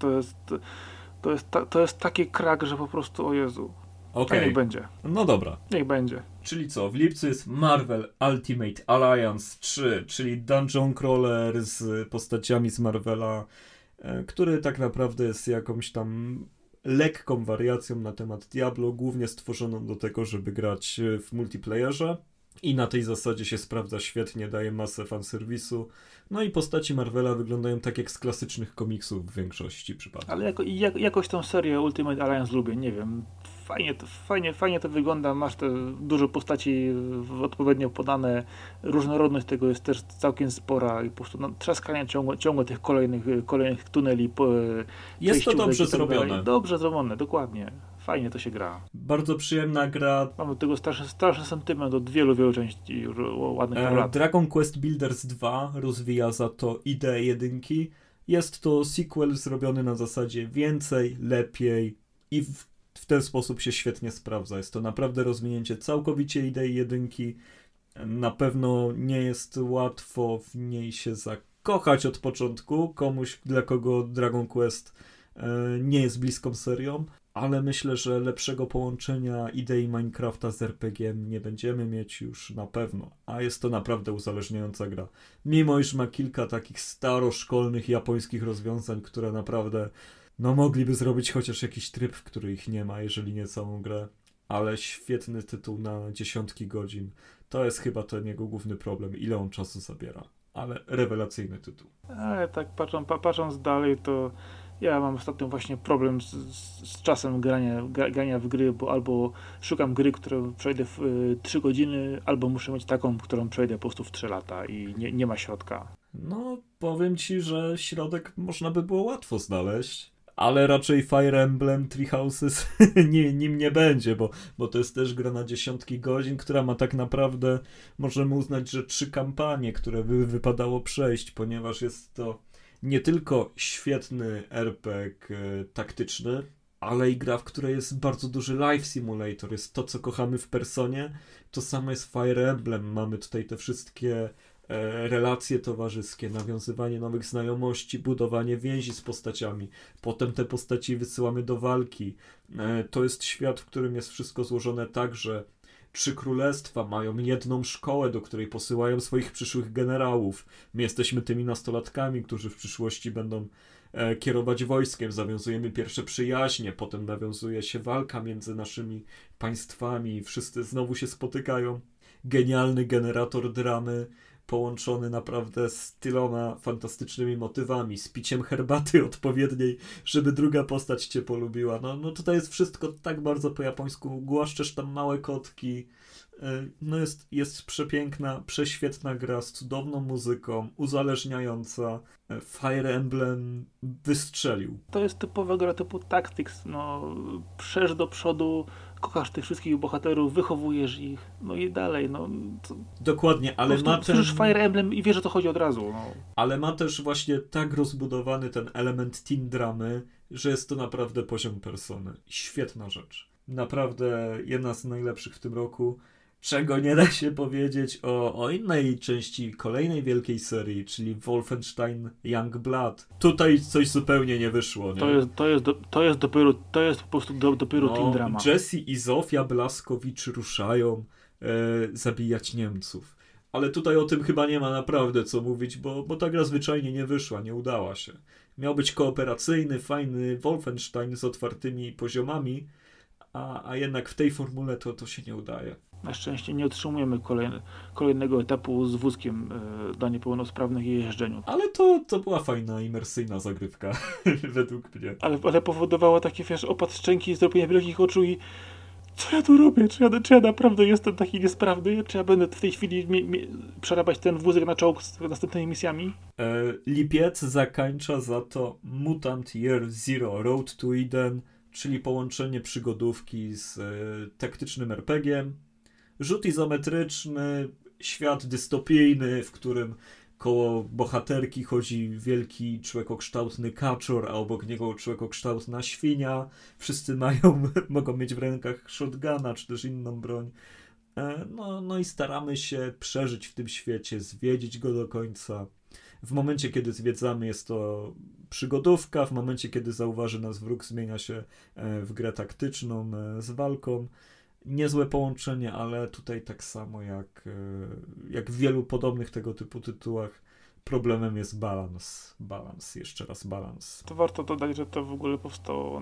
to jest taki krak, że po prostu, o Jezu.
Okej.
Niech będzie.
No dobra.
Niech będzie.
Czyli co, w lipcu jest Marvel Ultimate Alliance 3, czyli dungeon crawler z postaciami z Marvela, który tak naprawdę jest jakąś tam lekką wariacją na temat Diablo, głównie stworzoną do tego, żeby grać w multiplayerze. I na tej zasadzie się sprawdza świetnie, daje masę fanserwisu. No i postaci Marvela wyglądają tak jak z klasycznych komiksów w większości przypadków.
Ale jakoś tą serię Ultimate Alliance lubię, nie wiem. Fajnie to wygląda, masz te dużo postaci odpowiednio podane, różnorodność tego jest też całkiem spora i po prostu trzaskanie ciągle tych kolejnych tuneli.
Jest to dobrze zrobione.
Dobrze zrobione, dokładnie. Fajnie to się gra.
Bardzo przyjemna gra.
Mam do tego straszny sentyment od wielu części już ładnych lat.
Dragon Quest Builders 2 rozwija za to ideę jedynki. Jest to sequel zrobiony na zasadzie więcej, lepiej i w ten sposób się świetnie sprawdza. Jest to naprawdę rozwinięcie całkowicie idei jedynki. Na pewno nie jest łatwo w niej się zakochać od początku. Komuś, dla kogo Dragon Quest nie jest bliską serią. Ale myślę, że lepszego połączenia idei Minecrafta z RPG-iem nie będziemy mieć już na pewno. A jest to naprawdę uzależniająca gra. Mimo iż ma kilka takich staroszkolnych japońskich rozwiązań, które naprawdę mogliby zrobić chociaż jakiś tryb, w który ich nie ma, jeżeli nie całą grę. Ale świetny tytuł na dziesiątki godzin. To jest chyba ten jego główny problem, ile on czasu zabiera. Ale rewelacyjny tytuł.
Ale tak patrząc dalej, to Ja mam ostatnio właśnie problem z czasem grania w gry, bo albo szukam gry, którą przejdę w 3 godziny, albo muszę mieć taką, którą przejdę po prostu w 3 lata i nie ma środka.
No, powiem ci, że środek można by było łatwo znaleźć, ale raczej Fire Emblem Three Houses nim nie będzie, bo to jest też gra na dziesiątki godzin, która ma tak naprawdę, możemy uznać, że 3 kampanie, które by wypadało przejść, ponieważ jest to nie tylko świetny RPG taktyczny, ale i gra, w której jest bardzo duży life simulator. Jest to, co kochamy w Personie. To samo jest Fire Emblem. Mamy tutaj te wszystkie relacje towarzyskie, nawiązywanie nowych znajomości, budowanie więzi z postaciami. Potem te postaci wysyłamy do walki. To jest świat, w którym jest wszystko złożone tak, że 3 królestwa mają jedną szkołę, do której posyłają swoich przyszłych generałów. My jesteśmy tymi nastolatkami, którzy w przyszłości będą kierować wojskiem. Zawiązujemy pierwsze przyjaźnie, potem nawiązuje się walka między naszymi państwami. Wszyscy znowu się spotykają. Genialny generator dramy, połączony naprawdę z tyloma fantastycznymi motywami, z piciem herbaty odpowiedniej, żeby druga postać cię polubiła. No tutaj jest wszystko tak bardzo po japońsku. Głaszczesz tam małe kotki. No jest przepiękna, prześwietna gra z cudowną muzyką, uzależniająca. Fire Emblem wystrzelił.
To jest typowa gra typu Tactics. No, przesz do przodu, kochasz tych wszystkich bohaterów, wychowujesz ich, no i dalej. No,
dokładnie, ale ma ten...
Słyszysz Fire Emblem i wiesz, o co chodzi od razu. No.
Ale ma też właśnie tak rozbudowany ten element teen dramy, że jest to naprawdę poziom Persony. Świetna rzecz. Naprawdę jedna z najlepszych w tym roku. Czego nie da się powiedzieć o innej części kolejnej wielkiej serii, czyli Wolfenstein Youngblood. Tutaj coś zupełnie nie wyszło, nie?
To jest po prostu dopiero teen drama.
Jesse i Zofia Blaskowicz ruszają zabijać Niemców. Ale tutaj o tym chyba nie ma naprawdę co mówić, bo ta gra zwyczajnie nie wyszła, nie udała się. Miał być kooperacyjny, fajny Wolfenstein z otwartymi poziomami, a jednak w tej formule to się nie udaje.
Na szczęście nie otrzymujemy kolejnego etapu z wózkiem dla niepełnosprawnych i jeżdżeniu.
Ale to była fajna, imersyjna zagrywka, według mnie.
Ale powodowała takie, wiesz, opad szczęki i zrobienie wielkich oczu i co ja tu robię? Czy ja naprawdę jestem taki niesprawny? Czy ja będę w tej chwili przerabiać ten wózek na czołg z następnymi misjami?
Lipiec zakończa za to Mutant Year Zero Road to Eden, czyli połączenie przygodówki z taktycznym RPG-iem. Rzut izometryczny, świat dystopijny, w którym koło bohaterki chodzi wielki człekokształtny kaczor, a obok niego człekokształtna świnia. Wszyscy mogą mieć w rękach shotguna, czy też inną broń. No i staramy się przeżyć w tym świecie, zwiedzić go do końca. W momencie, kiedy zwiedzamy, jest to przygodówka. W momencie, kiedy zauważy nas wróg, zmienia się w grę taktyczną z walką. Niezłe połączenie, ale tutaj tak samo jak w wielu podobnych tego typu tytułach, problemem jest balans. Jeszcze raz balans.
To warto dodać, że to w ogóle powstało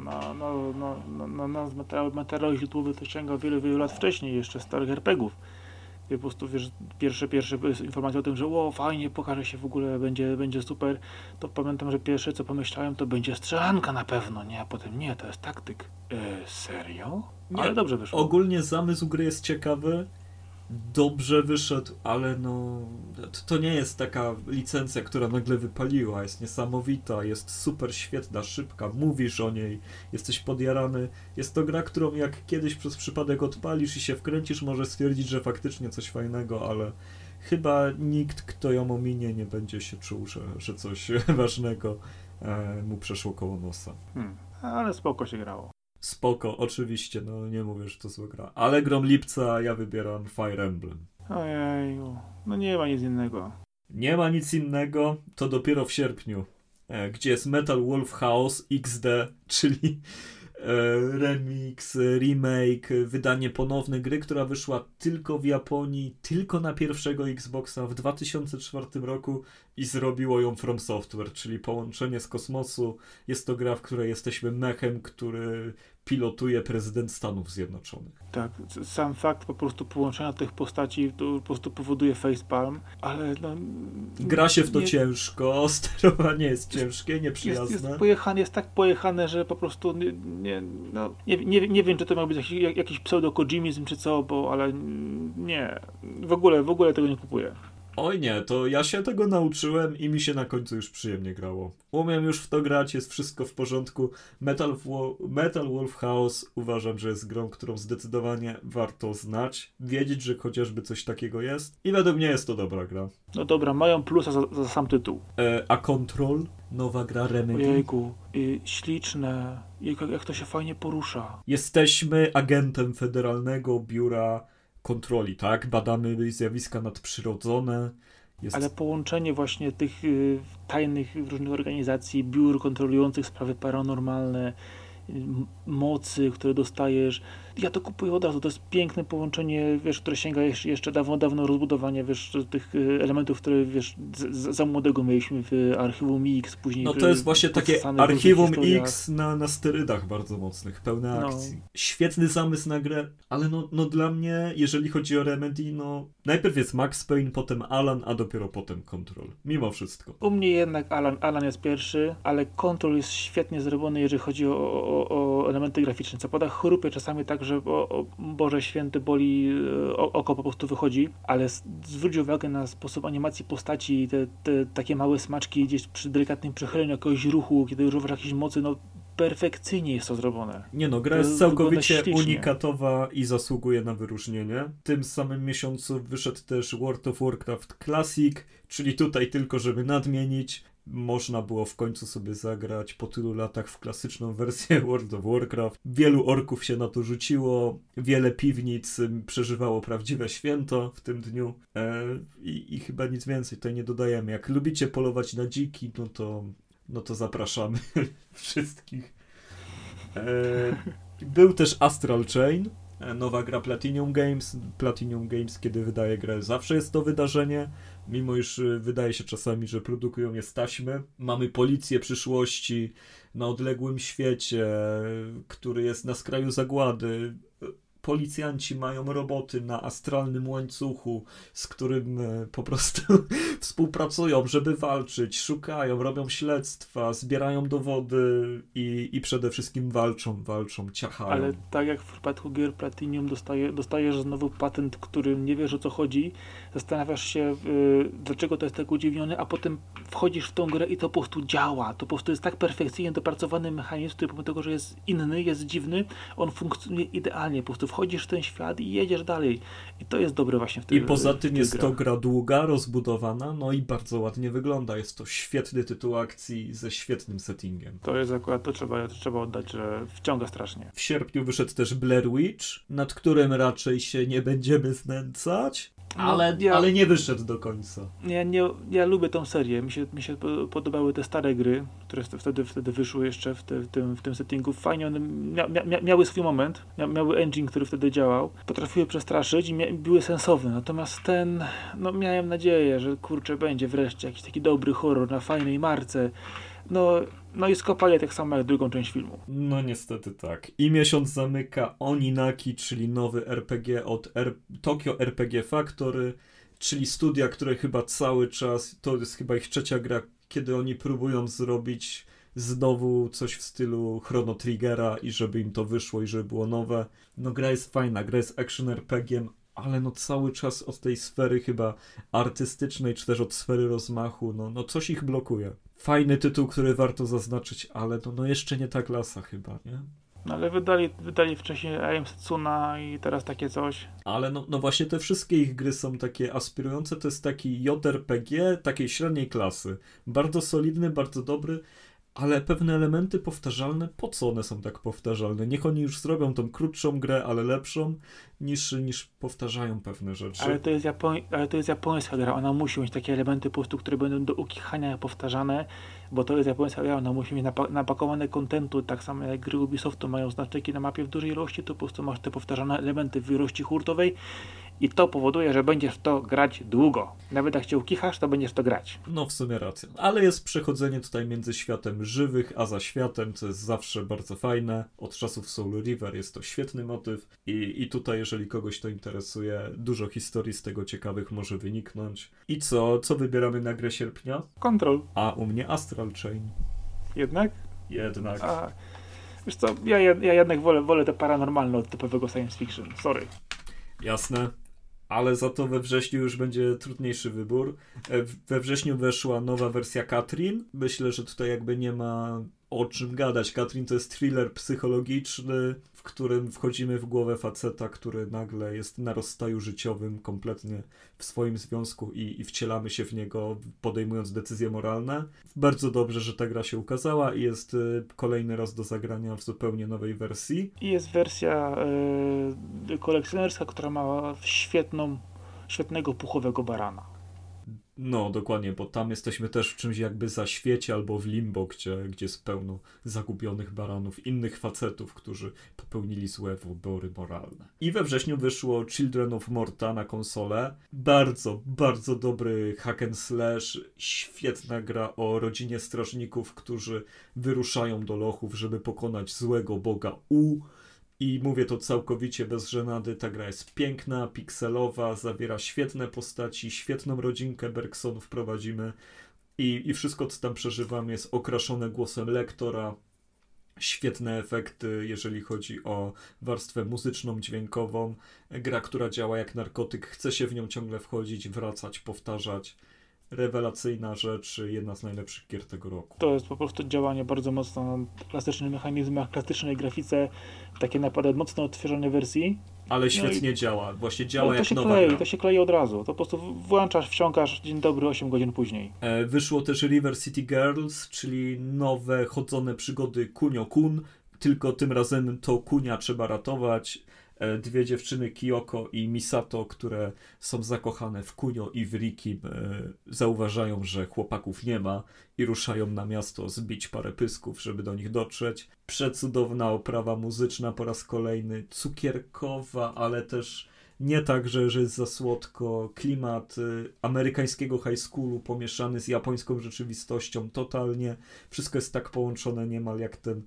na materiału źródłowych, to sięga wiele lat wcześniej, jeszcze starych RPGów. Po prostu, wiesz, pierwsze informacje o tym, że fajnie, pokaże się w ogóle, będzie super, to pamiętam, że pierwsze co pomyślałem, to będzie strzelanka na pewno, nie? A potem nie, to jest taktyk. Serio?
Nie,
ale dobrze wyszło.
Ogólnie zamysł gry jest ciekawy, dobrze wyszedł, ale to nie jest taka licencja, która nagle wypaliła, jest niesamowita, jest super świetna, szybka, mówisz o niej, jesteś podjarany. Jest to gra, którą jak kiedyś przez przypadek odpalisz i się wkręcisz, może stwierdzić, że faktycznie coś fajnego, ale chyba nikt, kto ją ominie, nie będzie się czuł, że coś ważnego mu przeszło koło nosa.
Ale spoko się grało.
Spoko, oczywiście, nie mówię, że to zła gra. Ale grom lipca ja wybieram Fire Emblem.
Ojeju, nie ma nic innego.
Nie ma nic innego, to dopiero w sierpniu, gdzie jest Metal Wolf Chaos XD, czyli remix, remake, wydanie ponowne gry, która wyszła tylko w Japonii, tylko na pierwszego Xboxa w 2004 roku i zrobiło ją From Software, czyli połączenie z kosmosu. Jest to gra, w której jesteśmy mechem, który pilotuje prezydent Stanów Zjednoczonych.
Tak, sam fakt po prostu połączenia tych postaci to po prostu powoduje facepalm, ale no...
Gra się w to ciężko, sterowanie jest ciężkie, nieprzyjazne.
Jest tak pojechane, że po prostu nie wiem, czy to miał być jakiś pseudo-kojimizm czy co, ale nie, w ogóle tego nie kupuję.
Oj nie, to ja się tego nauczyłem i mi się na końcu już przyjemnie grało. Umiem już w to grać, jest wszystko w porządku. Metal Wolf Chaos uważam, że jest grą, którą zdecydowanie warto znać, wiedzieć, że chociażby coś takiego jest i według mnie jest to dobra gra.
No dobra, mają plusa za sam tytuł.
A Control? Nowa gra Remedy?
Ojejku, śliczne, jak to się fajnie porusza.
Jesteśmy agentem Federalnego Biura Kontroli, tak? Badamy zjawiska nadprzyrodzone.
Ale połączenie właśnie tych tajnych różnych organizacji, biur kontrolujących sprawy paranormalne, mocy, które dostajesz. Ja to kupuję od razu. To jest piękne połączenie, wiesz, które sięga jeszcze dawno rozbudowanie, wiesz, tych elementów, które, wiesz, za młodego mieliśmy w Archiwum X, później...
No to jest właśnie takie Archiwum X na sterydach bardzo mocnych, pełne akcji. Świetny zamysł na grę, ale no dla mnie, jeżeli chodzi o Remedy, no najpierw jest Max Payne, potem Alan, a dopiero potem Control. Mimo wszystko.
U mnie jednak Alan jest pierwszy, ale Control jest świetnie zrobiony, jeżeli chodzi o elementy graficzne. Co pada chrupie czasami tak, że o Boże Święty boli, oko po prostu wychodzi, ale zwróć uwagę na sposób animacji postaci, te takie małe smaczki gdzieś przy delikatnym przechyleniu jakiegoś ruchu, kiedy używasz jakiejś mocy, no perfekcyjnie jest to zrobione.
Nie no, gra jest całkowicie unikatowa i zasługuje na wyróżnienie. W tym samym miesiącu wyszedł też World of Warcraft Classic, czyli tutaj tylko, żeby nadmienić, można było w końcu sobie zagrać po tylu latach w klasyczną wersję World of Warcraft. Wielu orków się na to rzuciło, wiele piwnic przeżywało prawdziwe święto w tym dniu i chyba nic więcej tutaj nie dodajemy. Jak lubicie polować na dziki, no to zapraszamy wszystkich. Był też Astral Chain, nowa gra Platinum Games. Platinum Games, kiedy wydaje grę, zawsze jest to wydarzenie, mimo iż wydaje się czasami, że produkują je z taśmy. Mamy policję przyszłości na odległym świecie, który jest na skraju zagłady. Policjanci mają roboty na astralnym łańcuchu, z którym po prostu współpracują, żeby walczyć, szukają, robią śledztwa, zbierają dowody i przede wszystkim walczą, ciachają.
Ale tak jak w przypadku gier Platinum dostajesz znowu patent, którym nie wiesz, o co chodzi, zastanawiasz się, dlaczego to jest tak udziwnione, a potem wchodzisz w tą grę i to po prostu działa. To po prostu jest tak perfekcyjnie dopracowany mechanizm, który pomimo tego, że jest inny, jest dziwny, on funkcjonuje idealnie. Po prostu wchodzisz w ten świat i jedziesz dalej. I to jest dobre właśnie w tym.
I poza tym jest to gra długa, rozbudowana, no i bardzo ładnie wygląda. Jest to świetny tytuł akcji ze świetnym settingiem.
To jest akurat, to trzeba oddać, że wciąga strasznie.
W sierpniu wyszedł też Blair Witch, nad którym raczej się nie będziemy znęcać. Ale nie wyszedł do końca.
Ja lubię tą serię. Mi się podobały te stare gry, które wtedy wyszły jeszcze w tym settingu. Fajnie one miały swój moment, miały engine, który wtedy działał. Potrafiły przestraszyć i były sensowne. Natomiast miałem nadzieję, że kurczę, będzie wreszcie jakiś taki dobry horror na fajnej marce. No i skopali tak samo jak drugą część filmu.
No niestety tak. I miesiąc zamyka Oninaki, czyli nowy RPG od Tokyo RPG Factory, czyli studia, które chyba cały czas, to jest chyba ich trzecia gra, kiedy oni próbują zrobić znowu coś w stylu Chrono Triggera i żeby im to wyszło i żeby było nowe. No gra jest fajna, gra jest action RPG-iem, ale no cały czas od tej sfery chyba artystycznej, czy też od sfery rozmachu, no coś ich blokuje. Fajny tytuł, który warto zaznaczyć, ale no jeszcze nie ta klasa chyba, nie?
No ale wydali wcześniej I Am Setsuna i teraz takie coś.
Ale no właśnie te wszystkie ich gry są takie aspirujące, to jest taki JRPG takiej średniej klasy. Bardzo solidny, bardzo dobry, ale pewne elementy powtarzalne, po co one są tak powtarzalne? Niech oni już zrobią tą krótszą grę, ale lepszą, niż powtarzają pewne rzeczy.
Ale to jest japońska gra, ona musi mieć takie elementy po prostu, które będą do ukichania powtarzane, bo to jest japońska gra, ona musi mieć napakowane kontentu, tak samo jak gry Ubisoftu mają znaczniki na mapie w dużej ilości, to po prostu masz te powtarzane elementy w ilości hurtowej i to powoduje, że będziesz w to grać długo. Nawet jak cię ukichasz, to będziesz w to grać.
No w sumie racja. Ale jest przechodzenie tutaj między światem żywych, a za światem, co jest zawsze bardzo fajne. Od czasów Soul River jest to świetny motyw i tutaj, jeżeli kogoś to interesuje, dużo historii z tego ciekawych może wyniknąć. I co wybieramy na grę sierpnia?
Control.
A u mnie Astral Chain.
Jednak?
Jednak.
Wiesz co, ja jednak wolę te paranormalne od typowego science fiction. Sorry.
Jasne. Ale za to we wrześniu już będzie trudniejszy wybór. We wrześniu weszła nowa wersja Katrin. Myślę, że tutaj jakby nie ma o czym gadać. Katrin to jest thriller psychologiczny, w którym wchodzimy w głowę faceta, który nagle jest na rozstaju życiowym kompletnie w swoim związku i wcielamy się w niego, podejmując decyzje moralne. Bardzo dobrze, że ta gra się ukazała i jest kolejny raz do zagrania w zupełnie nowej wersji.
I jest wersja kolekcjonerska, która ma świetnego puchowego barana.
No, dokładnie, bo tam jesteśmy też w czymś jakby zaświecie albo w limbo, gdzie jest pełno zagubionych baranów, innych facetów, którzy popełnili złe wybory moralne. I we wrześniu wyszło Children of Morta na konsolę. Bardzo, bardzo dobry hack and slash, świetna gra o rodzinie strażników, którzy wyruszają do lochów, żeby pokonać złego boga I mówię to całkowicie bez żenady, ta gra jest piękna, pikselowa, zawiera świetne postaci, świetną rodzinkę Bergsonów prowadzimy i wszystko, co tam przeżywamy, jest okraszone głosem lektora. Świetne efekty, jeżeli chodzi o warstwę muzyczną, dźwiękową. Gra, która działa jak narkotyk, chce się w nią ciągle wchodzić, wracać, powtarzać. Rewelacyjna rzecz, jedna z najlepszych gier tego roku.
To jest po prostu działanie bardzo mocno na klasycznych mechanizmach, klasycznej grafice, takie naprawdę mocno odświeżone wersji.
Ale świetnie działa, właśnie działa jak nowa gra.
To się klei od razu, to po prostu włączasz, wsiąkasz, dzień dobry, 8 godzin później.
Wyszło też River City Girls, czyli nowe chodzone przygody Kunio-kun, tylko tym razem to Kunia trzeba ratować. Dwie dziewczyny, Kyoko i Misato, które są zakochane w Kunio i w Rikim, zauważają, że chłopaków nie ma i ruszają na miasto zbić parę pysków, żeby do nich dotrzeć. Przecudowna oprawa muzyczna po raz kolejny, cukierkowa, ale też nie tak, że jest za słodko. Klimat amerykańskiego high schoolu pomieszany z japońską rzeczywistością totalnie. Wszystko jest tak połączone niemal jak ten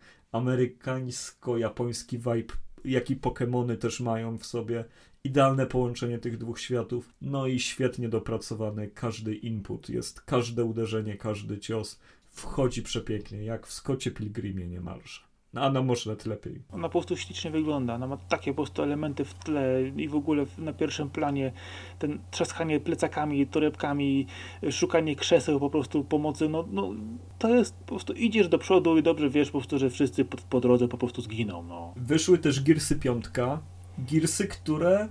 amerykańsko-japoński vibe, jaki Pokemony też mają w sobie. Idealne połączenie tych dwóch światów. No i świetnie dopracowany każdy input. Jest każde uderzenie, każdy cios. Wchodzi przepięknie, jak w Scottie Pilgrimie niemalże. No, a może nawet lepiej.
Ona po prostu ślicznie wygląda. Ona ma takie po prostu elementy w tle i w ogóle na pierwszym planie ten trzaskanie plecakami, torebkami, szukanie krzeseł, po prostu pomocy. No, to jest po prostu idziesz do przodu i dobrze wiesz po prostu, że wszyscy po drodze po prostu zginą. No.
Wyszły też Gearsy 5. Gearsy, które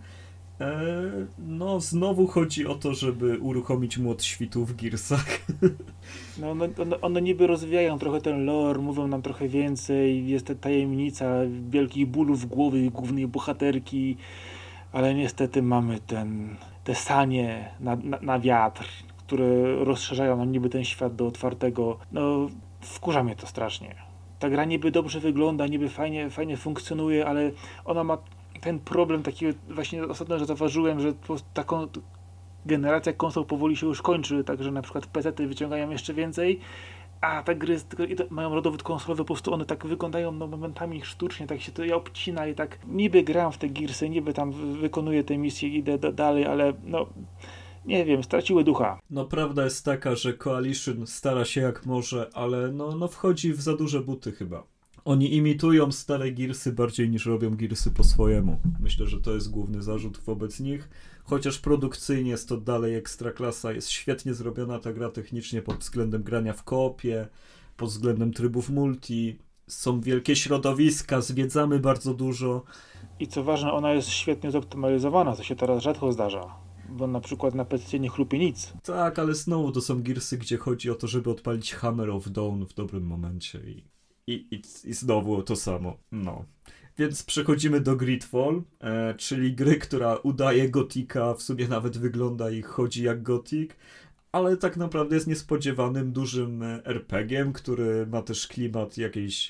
znowu chodzi o to, żeby uruchomić młot świtu w Gearsach.
No, one niby rozwijają trochę ten lore, mówią nam trochę więcej, jest ta tajemnica wielkich bólów głowy głównej bohaterki, ale niestety mamy te sanie na wiatr, które rozszerzają nam niby ten świat do otwartego. No, wkurza mnie to strasznie. Ta gra niby dobrze wygląda, niby fajnie funkcjonuje, ale ona ma ten problem taki, właśnie ostatnio, że zauważyłem, że taką generacja konsol powoli się już kończy, także na przykład PC-ty wyciągają jeszcze więcej, a te gry mają rodowód konsolowy, po prostu one tak wyglądają momentami sztucznie, tak się to obcina i tak niby gram w te Gearsy, niby tam wykonuję te misje, idę dalej, ale nie wiem, straciły ducha.
No prawda jest taka, że Coalition stara się jak może, ale wchodzi w za duże buty chyba. Oni imitują stare Gearsy bardziej niż robią Gearsy po swojemu. Myślę, że to jest główny zarzut wobec nich. Chociaż produkcyjnie jest to dalej ekstraklasa, jest świetnie zrobiona ta gra technicznie pod względem grania w koopie, pod względem trybów multi. Są wielkie środowiska, zwiedzamy bardzo dużo.
I co ważne, ona jest świetnie zoptymalizowana, co się teraz rzadko zdarza. Bo na przykład na PC nie chlupie nic.
Tak, ale znowu to są Gearsy, gdzie chodzi o to, żeby odpalić Hammer of Dawn w dobrym momencie i znowu to samo. No. Więc przechodzimy do Gridfall, czyli gry, która udaje Gotika, w sumie nawet wygląda i chodzi jak Gothic, ale tak naprawdę jest niespodziewanym, dużym RPG-iem, który ma też klimat jakiejś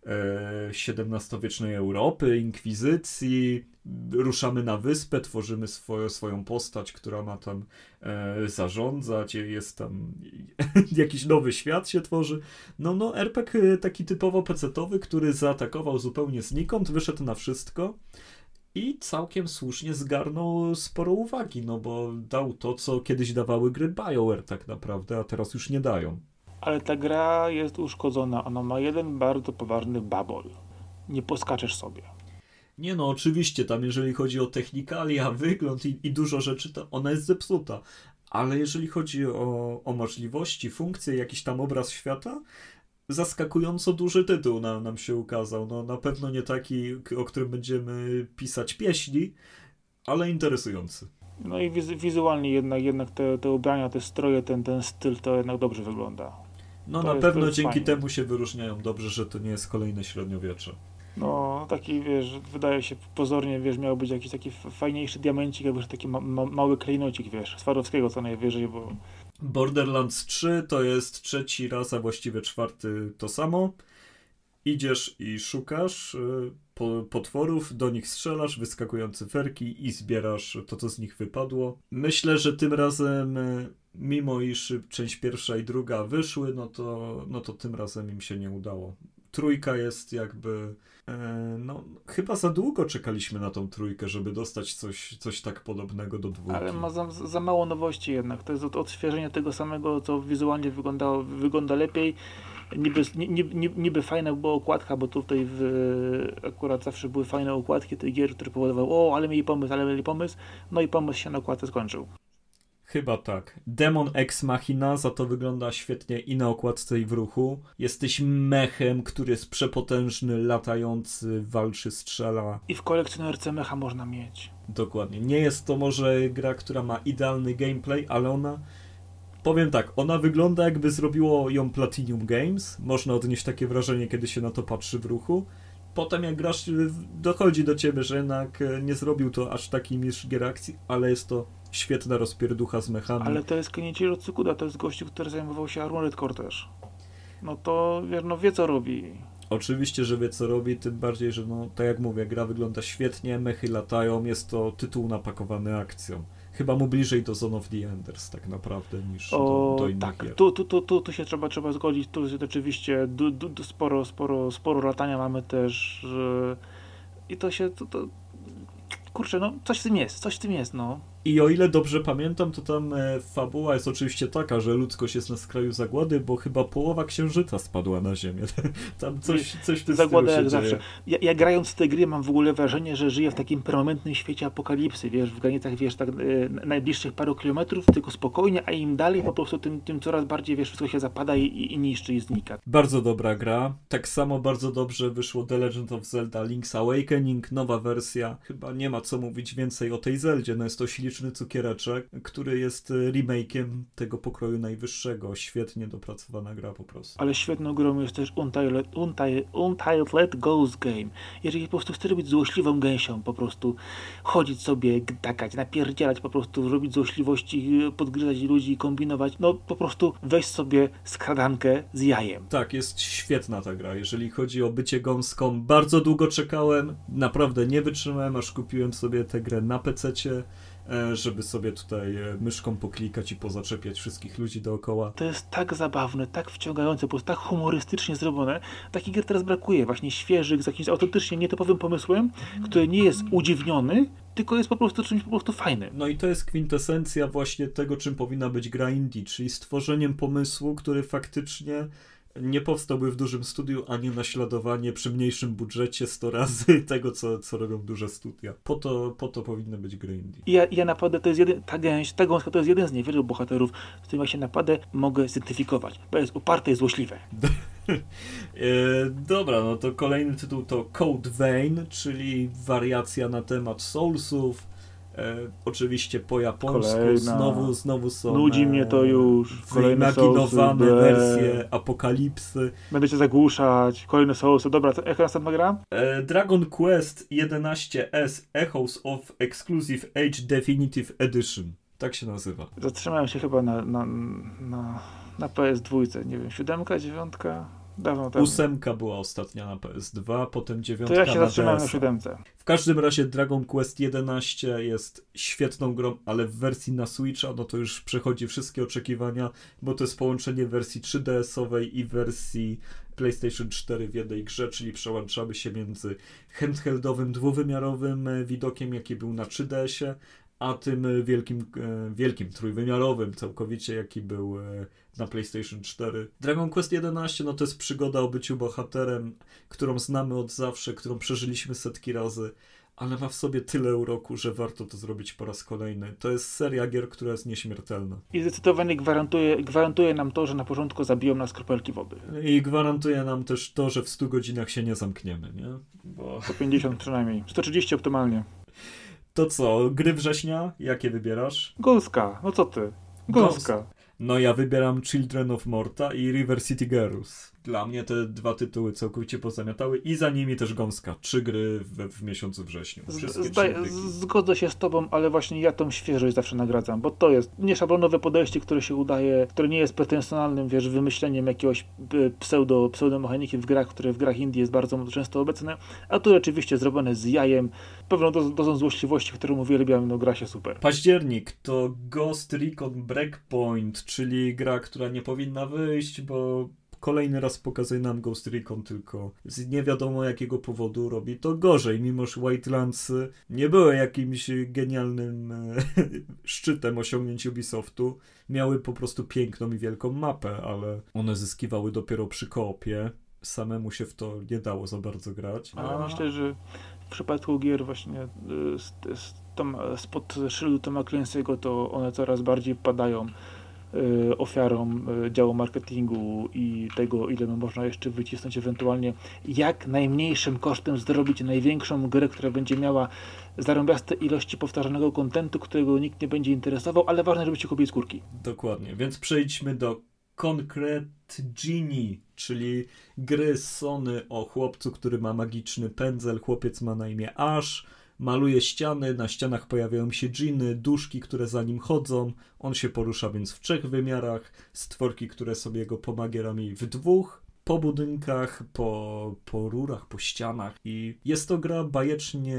XVII-wiecznej Europy, inkwizycji. Ruszamy na wyspę, tworzymy swoją postać, która ma tam zarządzać, jest tam jakiś nowy świat się tworzy. No, RPG taki typowo pecetowy, który zaatakował zupełnie znikąd, wyszedł na wszystko i całkiem słusznie zgarnął sporo uwagi, no bo dał to, co kiedyś dawały gry BioWare tak naprawdę, a teraz już nie dają.
Ale ta gra jest uszkodzona, ona ma jeden bardzo poważny babol. Nie poskaczesz sobie.
Nie no, oczywiście, tam jeżeli chodzi o technikalia, wygląd i dużo rzeczy, to ona jest zepsuta. Ale jeżeli chodzi o możliwości, funkcje, jakiś tam obraz świata, zaskakująco duży tytuł nam się ukazał. No na pewno nie taki, o którym będziemy pisać pieśni, ale interesujący.
No i wizualnie jednak te ubrania, te stroje, ten styl to jednak dobrze wygląda.
No
to
na
jest,
pewno dzięki
fajnie.
temu się wyróżniają dobrze, że to nie jest kolejne średniowiecze.
No taki, wiesz, wydaje się pozornie, wiesz, miał być jakiś taki fajniejszy diamencik, jakby taki mały klejnocik, wiesz, Swarowskiego co najwyżej, bo...
Borderlands 3 to jest trzeci raz, a właściwie czwarty to samo. Idziesz i szukasz potworów, do nich strzelasz, wyskakują cyferki i zbierasz to, co z nich wypadło. Myślę, że tym razem, mimo iż część pierwsza i druga wyszły, no to tym razem im się nie udało. Trójka jest jakby... no, chyba za długo czekaliśmy na tą trójkę, żeby dostać coś tak podobnego do dwójki.
Ale ma za mało nowości jednak. To jest odświeżenie tego samego, co wizualnie wygląda lepiej. Niby fajna była okładka, bo tutaj akurat zawsze były fajne okładki tych gier, które powodowały, ale mieli pomysł, no i pomysł się na okładce skończył.
Chyba tak. Demon Ex Machina, za to wygląda świetnie i na okładce i w ruchu. Jesteś mechem, który jest przepotężny, latający, walczy, strzela.
I w kolekcjonerce mecha można mieć.
Dokładnie. Nie jest to może gra, która ma idealny gameplay, ale ona... Powiem tak, ona wygląda jakby zrobiło ją Platinum Games. Można odnieść takie wrażenie, kiedy się na to patrzy w ruchu. Potem jak grasz, dochodzi do ciebie, że jednak nie zrobił to aż taki mistrz gier akcji, ale jest to świetna rozpierducha z mechami.
Ale to jest Kenichiro Tsukuda, to jest gościu, który zajmował się Armored Core też. No to wiesz, no wie co robi.
Oczywiście, że wie co robi, tym bardziej, że no, tak jak mówię, gra wygląda świetnie, mechy latają, jest to tytuł napakowany akcją. Chyba mu bliżej do Zone of the Enders tak naprawdę niż do innych
tak,
gier.
Tu się trzeba zgodzić, tu jest oczywiście sporo latania mamy też i to się, kurczę, no coś w tym jest, no.
I o ile dobrze pamiętam, to tam fabuła jest oczywiście taka, że ludzkość jest na skraju zagłady, bo chyba połowa księżyca spadła na ziemię. Tam coś w tym
Zagłada
stylu
jak
się
zawsze.
dzieje.
Ja grając w tę gry mam w ogóle wrażenie, że żyję w takim permanentnym świecie apokalipsy, wiesz, w granicach, wiesz, tak najbliższych paru kilometrów, tylko spokojnie, a im dalej po prostu tym coraz bardziej, wiesz, wszystko się zapada i niszczy i znika.
Bardzo dobra gra. Tak samo bardzo dobrze wyszło The Legend of Zelda Link's Awakening, nowa wersja. Chyba nie ma co mówić więcej o tej Zeldzie, no jest to śliczny cukiereczek, który jest remake'iem tego pokroju najwyższego. Świetnie dopracowana gra po prostu.
Ale świetną grą jest też Untitled Goose Game. Jeżeli po prostu chcesz robić złośliwą gęsią, po prostu chodzić sobie, gdakać, napierdzielać, po prostu robić złośliwości, podgryzać ludzi, kombinować, no po prostu weź sobie skradankę z jajem.
Tak, jest świetna ta gra. Jeżeli chodzi o bycie gąską, bardzo długo czekałem, naprawdę nie wytrzymałem, aż kupiłem sobie tę grę na PC-cie, żeby sobie tutaj myszką poklikać i pozaczepiać wszystkich ludzi dookoła.
To jest tak zabawne, tak wciągające, po prostu tak humorystycznie zrobione. Takich gier teraz brakuje, właśnie świeżych, z jakimś autentycznie nietypowym pomysłem, który nie jest udziwniony, tylko jest po prostu czymś po prostu fajnym.
No i to jest kwintesencja właśnie tego, czym powinna być gra indie, czyli stworzeniem pomysłu, który faktycznie nie powstałby w dużym studiu, ani naśladowanie przy mniejszym budżecie 100 razy tego, co robią duże studia. Po to powinny być gry indie.
Ja naprawdę, to jest ta gąska to jest jeden z niewielu bohaterów, z którym ja się naprawdę mogę zidentyfikować, bo jest uparte i złośliwe.
Dobra, no to kolejny tytuł to Code Vein, czyli wariacja na temat Soulsów. Oczywiście po japońsku, znowu są
nudzi mnie to już.
wyimaginowane wersje apokalipsy.
Będę cię zagłuszać, kolejne Soulsy. Dobra, jaka następna gra?
Dragon Quest 11S Echoes of Exclusive Age Definitive Edition. Tak się nazywa.
Zatrzymałem się chyba na PS2, nie wiem, 7, 9? Dawno temu.
8 była ostatnia na PS2, potem 9
To ja się
na
zatrzymałem na
DS.
7.
W każdym razie Dragon Quest 11 jest świetną grą, ale w wersji na Switcha, no to już przechodzi wszystkie oczekiwania, bo to jest połączenie wersji 3DS-owej i wersji PlayStation 4 w jednej grze, czyli przełączamy się między handheldowym, dwuwymiarowym widokiem, jaki był na 3DS-ie, a tym wielkim, trójwymiarowym całkowicie, jaki był na PlayStation 4. Dragon Quest 11, no to jest przygoda o byciu bohaterem, którą znamy od zawsze, którą przeżyliśmy setki razy, ale ma w sobie tyle uroku, że warto to zrobić po raz kolejny. To jest seria gier, która jest nieśmiertelna.
I zdecydowanie gwarantuje nam to, że na początku zabiją nas kropelki wody.
I gwarantuje nam też to, że w 100 godzinach się nie zamkniemy, nie? Bo...
150 przynajmniej. 130 optymalnie.
To co, gry września? Jakie wybierasz?
Gąska, no co ty? Gąska.
No ja wybieram Children of Morta i River City Girls. Dla mnie te dwa tytuły całkowicie pozamiatały i za nimi też gąska. 3 gry w miesiącu wrześniu.
Zgodzę się z tobą, ale właśnie ja tą świeżość zawsze nagradzam, bo to jest nieszablonowe podejście, które się udaje, które nie jest pretensjonalnym, wymyśleniem jakiegoś pseudomechaniki w grach, które w grach indie jest bardzo często obecne, a tu rzeczywiście zrobione z jajem, pewną dozą złośliwości, którą uwielbiam, no gra się super.
Październik to Ghost Recon Breakpoint, czyli gra, która nie powinna wyjść, bo kolejny raz pokazuje nam Ghost Recon, tylko z nie wiadomo jakiego powodu robi to gorzej, mimo że Wildlands nie były jakimś genialnym szczytem osiągnięć Ubisoftu. Miały po prostu piękną i wielką mapę, ale one zyskiwały dopiero przy koopie. Samemu się w to nie dało za bardzo grać.
Ale myślę, że w przypadku gier właśnie spod szyldu Toma Clancy'ego to one coraz bardziej padają ofiarą działu marketingu i tego, ile można jeszcze wycisnąć, ewentualnie jak najmniejszym kosztem zrobić największą grę, która będzie miała zarąbiaste ilości powtarzanego kontentu, którego nikt nie będzie interesował, ale ważne, żeby ci kupić skórki.
Dokładnie, więc przejdźmy do Concrete Genie, czyli gry Sony o chłopcu, który ma magiczny pędzel. Chłopiec ma na imię Ash, maluje ściany, na ścianach pojawiają się dżiny, duszki, które za nim chodzą. On się porusza więc w 3 wymiarach, stworki, które są jego pomagierami w 2, po budynkach, po rurach, po ścianach. I jest to gra bajecznie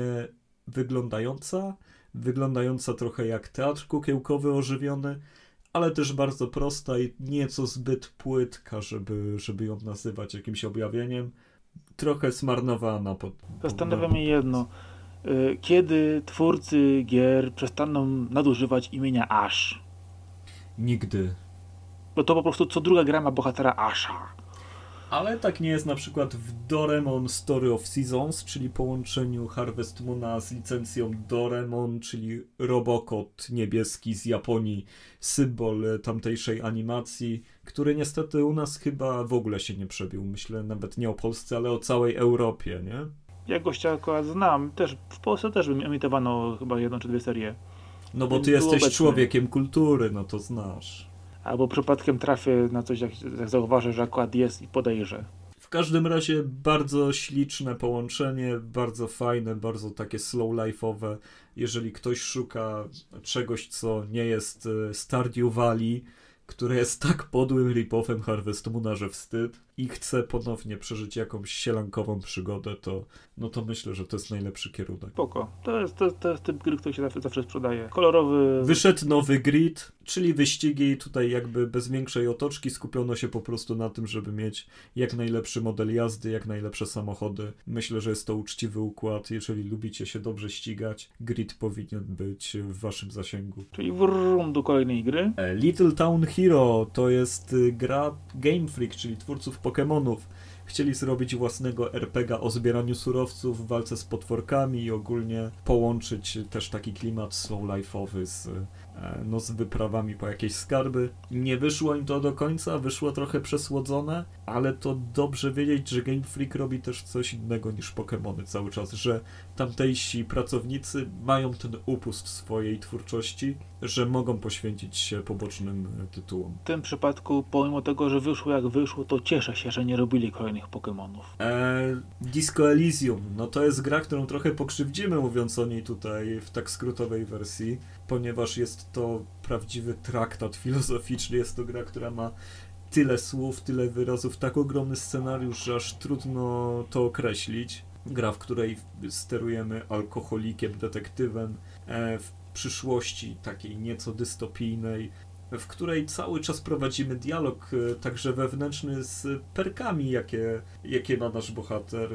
wyglądająca trochę jak teatr kukiełkowy ożywiony, ale też bardzo prosta i nieco zbyt płytka, żeby ją nazywać jakimś objawieniem. Trochę zmarnowana.
Zastanawia mnie jedno. Kiedy twórcy gier przestaną nadużywać imienia Ash?
Nigdy.
Bo to po prostu co druga gra ma bohatera Asha.
Ale tak nie jest na przykład w Doraemon Story of Seasons, czyli połączeniu Harvest Moona z licencją Doraemon, czyli Robokot niebieski z Japonii, symbol tamtejszej animacji, który niestety u nas chyba w ogóle się nie przebił. Myślę nawet nie o Polsce, ale o całej Europie, nie?
Ja gościa akurat znam. Też, w Polsce też emitowano chyba 1 czy 2 serie.
No bo ty jesteś człowiekiem kultury, no to znasz.
Albo przypadkiem trafię na coś, jak zauważę, że akurat jest i podejrzę.
W każdym razie bardzo śliczne połączenie, bardzo fajne, bardzo takie slow life'owe. Jeżeli ktoś szuka czegoś, co nie jest Stardew Valley, które jest tak podłym rip-offem Harvest Moona, że wstyd, i chce ponownie przeżyć jakąś sielankową przygodę, to myślę, że to jest najlepszy kierunek.
Spoko. To jest typ gry, który się zawsze sprzedaje. Kolorowy.
Wyszedł nowy grid, czyli wyścigi. Tutaj jakby bez większej otoczki skupiono się po prostu na tym, żeby mieć jak najlepszy model jazdy, jak najlepsze samochody. Myślę, że jest to uczciwy układ. Jeżeli lubicie się dobrze ścigać, grid powinien być w waszym zasięgu.
Czyli wrum do kolejnej gry.
Little Town Hero to jest gra Game Freak, czyli twórców Pokémonów. Chcieli zrobić własnego RPG o zbieraniu surowców, w walce z potworkami i ogólnie połączyć też taki klimat slow life'owy z wyprawami po jakieś skarby. Nie wyszło im to do końca, wyszło trochę przesłodzone, ale to dobrze wiedzieć, że Game Freak robi też coś innego niż Pokémony cały czas, że tamtejsi pracownicy mają ten upust swojej twórczości, że mogą poświęcić się pobocznym tytułom.
W tym przypadku, pomimo tego, że wyszło jak wyszło, to cieszę się, że nie robili kolejnych Pokémonów.
Disco Elysium, no to jest gra, którą trochę pokrzywdzimy, mówiąc o niej tutaj w tak skrótowej wersji, ponieważ jest to prawdziwy traktat filozoficzny, jest to gra, która ma tyle słów, tyle wyrazów, tak ogromny scenariusz, że aż trudno to określić. Gra, w której sterujemy alkoholikiem, detektywem, w przyszłości takiej nieco dystopijnej, w której cały czas prowadzimy dialog, także wewnętrzny, z perkami, jakie ma nasz bohater.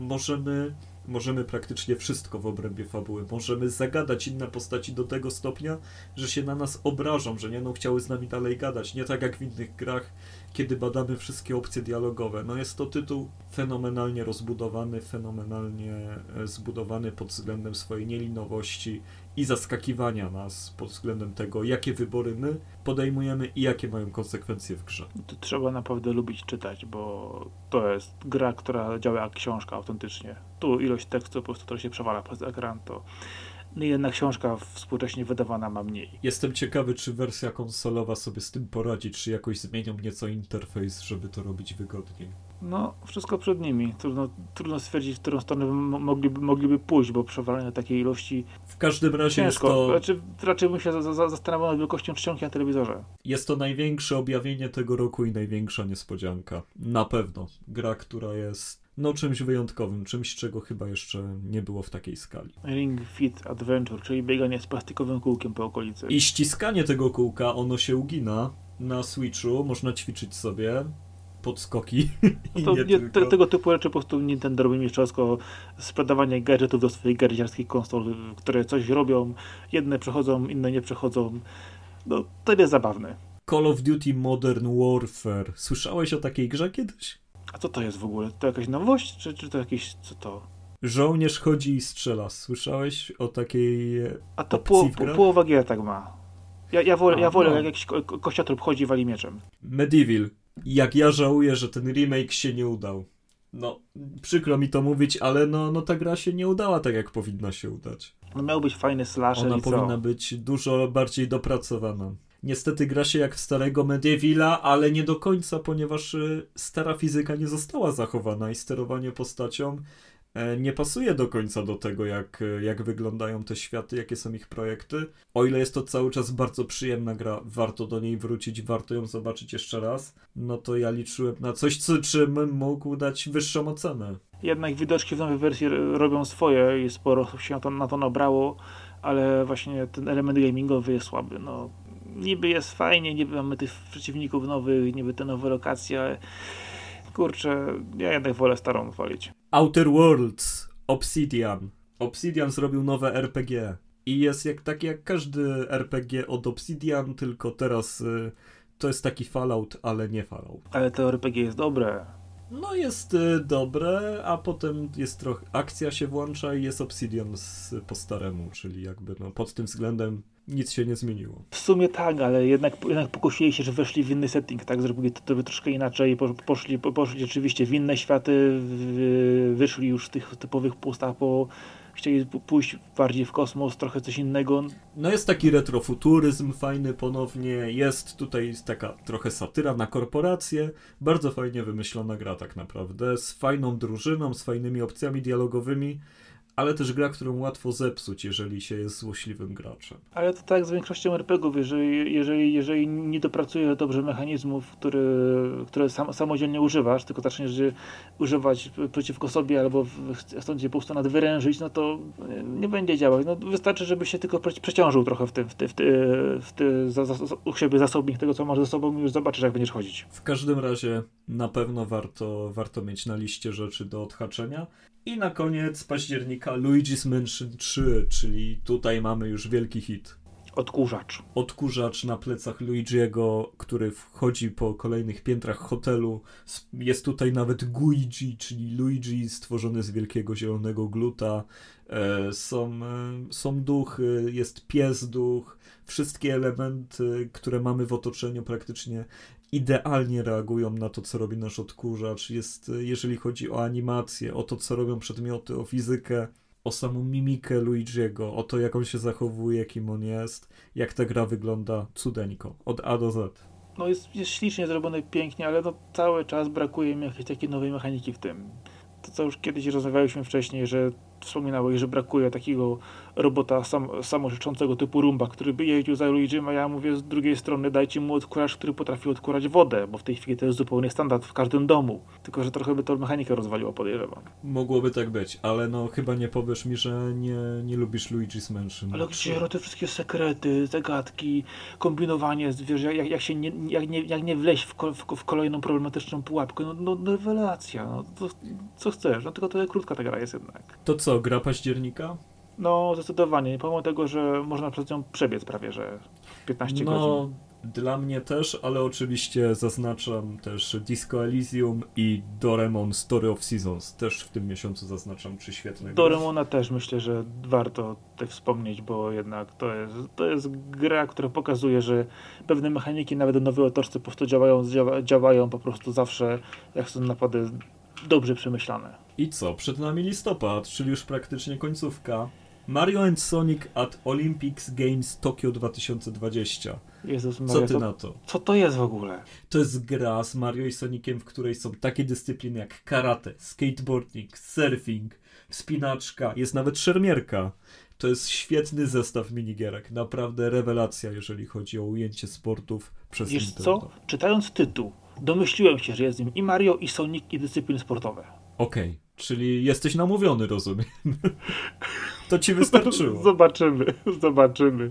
Możemy praktycznie wszystko w obrębie fabuły. Możemy zagadać inne postaci do tego stopnia, że się na nas obrażą, że nie będą chciały z nami dalej gadać. Nie tak jak w innych grach, kiedy badamy wszystkie opcje dialogowe. No jest to tytuł fenomenalnie rozbudowany, fenomenalnie zbudowany pod względem swojej nielinowości i zaskakiwania nas pod względem tego, jakie wybory my podejmujemy i jakie mają konsekwencje w grze.
To trzeba naprawdę lubić czytać, bo to jest gra, która działa jak książka autentycznie. Tu ilość tekstu po prostu, która się przewala przez ekran, to jedna książka współcześnie wydawana ma mniej.
Jestem ciekawy, czy wersja konsolowa sobie z tym poradzi, czy jakoś zmienią nieco interfejs, żeby to robić wygodniej.
No, wszystko przed nimi. Trudno stwierdzić, w którą stronę mogliby pójść, bo przewalenie takiej ilości
w każdym razie
ciężko.
jest to...
Znaczy, raczej bym się zastanawiał nad wielkością czcionki na telewizorze.
Jest to największe objawienie tego roku i największa niespodzianka. Na pewno. Gra, która jest czymś wyjątkowym, czymś, czego chyba jeszcze nie było w takiej skali.
Ring Fit Adventure, czyli bieganie z plastikowym kółkiem po okolicy.
I ściskanie tego kółka, ono się ugina na Switchu, można ćwiczyć sobie podskoki.
Tego typu rzeczy po prostu Nintendo robi mistrzowsko, sprzedawanie gadżetów do swoich gardziarskich konsol, które coś robią, jedne przechodzą, inne nie przechodzą. No, to jest zabawne.
Call of Duty Modern Warfare. Słyszałeś o takiej grze kiedyś?
A co to jest w ogóle? To jakaś nowość? Czy to jakieś... co to?
Żołnierz chodzi i strzela. Słyszałeś o takiej
A to
połowa
gier tak ma. Ja wolę jak jakiś kościotrup chodzi i wali mieczem.
Medieval. Jak ja żałuję, że ten remake się nie udał. No, przykro mi to mówić, ale ta gra się nie udała tak, jak powinna się udać.
No miał być fajny slasher.
Ona
i co?
powinna być dużo bardziej dopracowana. Niestety gra się jak w starego Medievala, ale nie do końca, ponieważ stara fizyka nie została zachowana i sterowanie postacią nie pasuje do końca do tego, jak wyglądają te światy, jakie są ich projekty. O ile jest to cały czas bardzo przyjemna gra, warto do niej wrócić, warto ją zobaczyć jeszcze raz, no to ja liczyłem na coś, czym mógł dać wyższą ocenę.
Jednak widoczki w nowej wersji robią swoje i sporo się na to nabrało, ale właśnie ten element gamingowy jest słaby. No, niby jest fajnie, niby mamy tych przeciwników nowych, niby te nowe lokacje. Kurczę, ja jednak wolę starą walić.
Outer Worlds, Obsidian. Obsidian zrobił nowe RPG i jest tak jak każdy RPG od Obsidian, tylko teraz to jest taki Fallout, ale nie Fallout.
Ale to RPG jest dobre.
No jest dobre, a potem jest trochę akcja się włącza i jest Obsidian po staremu, czyli jakby pod tym względem nic się nie zmieniło.
W sumie tak, ale jednak pokusili się, że weszli w inny setting, tak? Zrobili to troszkę inaczej, poszli rzeczywiście w inne światy, wyszli już z tych typowych pustach, bo chcieli pójść bardziej w kosmos, trochę coś innego.
No jest taki retrofuturyzm fajny ponownie, jest tutaj taka trochę satyra na korporacje, bardzo fajnie wymyślona gra tak naprawdę, z fajną drużyną, z fajnymi opcjami dialogowymi, ale też gra, którą łatwo zepsuć, jeżeli się jest złośliwym graczem.
Ale to tak z większością RPGów, jeżeli nie dopracujesz dobrze mechanizmów, które samodzielnie używasz, tylko zaczniesz używać przeciwko sobie albo chcąc je po prostu nadwyrężyć, no to nie będzie działać. No, wystarczy, żeby się tylko przeciążył trochę u siebie zasobnik tego, co masz ze sobą i już zobaczysz, jak będziesz chodzić.
W każdym razie na pewno warto mieć na liście rzeczy do odhaczenia. I na koniec października Luigi's Mansion 3, czyli tutaj mamy już wielki hit. Odkurzacz na plecach Luigiego, który wchodzi po kolejnych piętrach hotelu. Jest tutaj nawet Guigi, czyli Luigi stworzony z wielkiego zielonego gluta. Są duchy, jest pies duch. Wszystkie elementy, które mamy w otoczeniu praktycznie idealnie reagują na to, co robi nasz odkurzacz. Jeżeli chodzi o animację, o to, co robią przedmioty, o fizykę, o samą mimikę Luigiego, o to, jak on się zachowuje, kim on jest, jak ta gra wygląda, cudeńko, od A do Z.
No jest ślicznie zrobione, pięknie, ale cały czas brakuje mi jakiejś takiej nowej mechaniki w tym. To, co już kiedyś rozmawialiśmy wcześniej, że wspominałeś, że brakuje takiego robota samożyczącego typu Roomba, który by jeździł za Luigi'm, a ja mówię z drugiej strony dajcie mu odkurzacz, który potrafi odkurać wodę, bo w tej chwili to jest zupełnie standard w każdym domu. Tylko, że trochę by to mechanikę rozwaliło, podejrzewam.
Mogłoby tak być, ale no chyba nie powiesz mi, że nie lubisz Luigi's Mansion.
Ale gdzie te wszystkie sekrety, zagadki, kombinowanie, wiesz, jak nie wleźć w kolejną problematyczną pułapkę, no rewelacja, no to, co chcesz, no tylko to krótka ta gra jest jednak.
To co, gra października?
No zdecydowanie, pomimo tego, że można przez nią przebiec prawie, że 15 godzin.
No, dla mnie też, ale oczywiście zaznaczam też Disco Elysium i Doraemon Story of Seasons. Też w tym miesiącu zaznaczam 3 świetne gry.
Doraemona też myślę, że warto tutaj wspomnieć, bo jednak to jest gra, która pokazuje, że pewne mechaniki nawet w nowej otoczce po prostu działają po prostu zawsze, jak są napady dobrze przemyślane.
I co? Przed nami listopad, czyli już praktycznie końcówka. Mario and Sonic at Olympics Games Tokyo 2020.
Jezus Maria,
Co ty na to?
Co to jest w ogóle?
To jest gra z Mario i Soniciem, w której są takie dyscypliny jak karate, skateboarding, surfing, wspinaczka, jest nawet szermierka. To jest świetny zestaw minigierek. Naprawdę rewelacja, jeżeli chodzi o ujęcie sportów przez
Wiesz
Nintendo.
co? Czytając tytuł, domyśliłem się, że jest nim i Mario, i Sonic, i dyscypliny sportowe.
Okej, czyli jesteś namówiony, rozumiem. To ci wystarczyło.
Zobaczymy.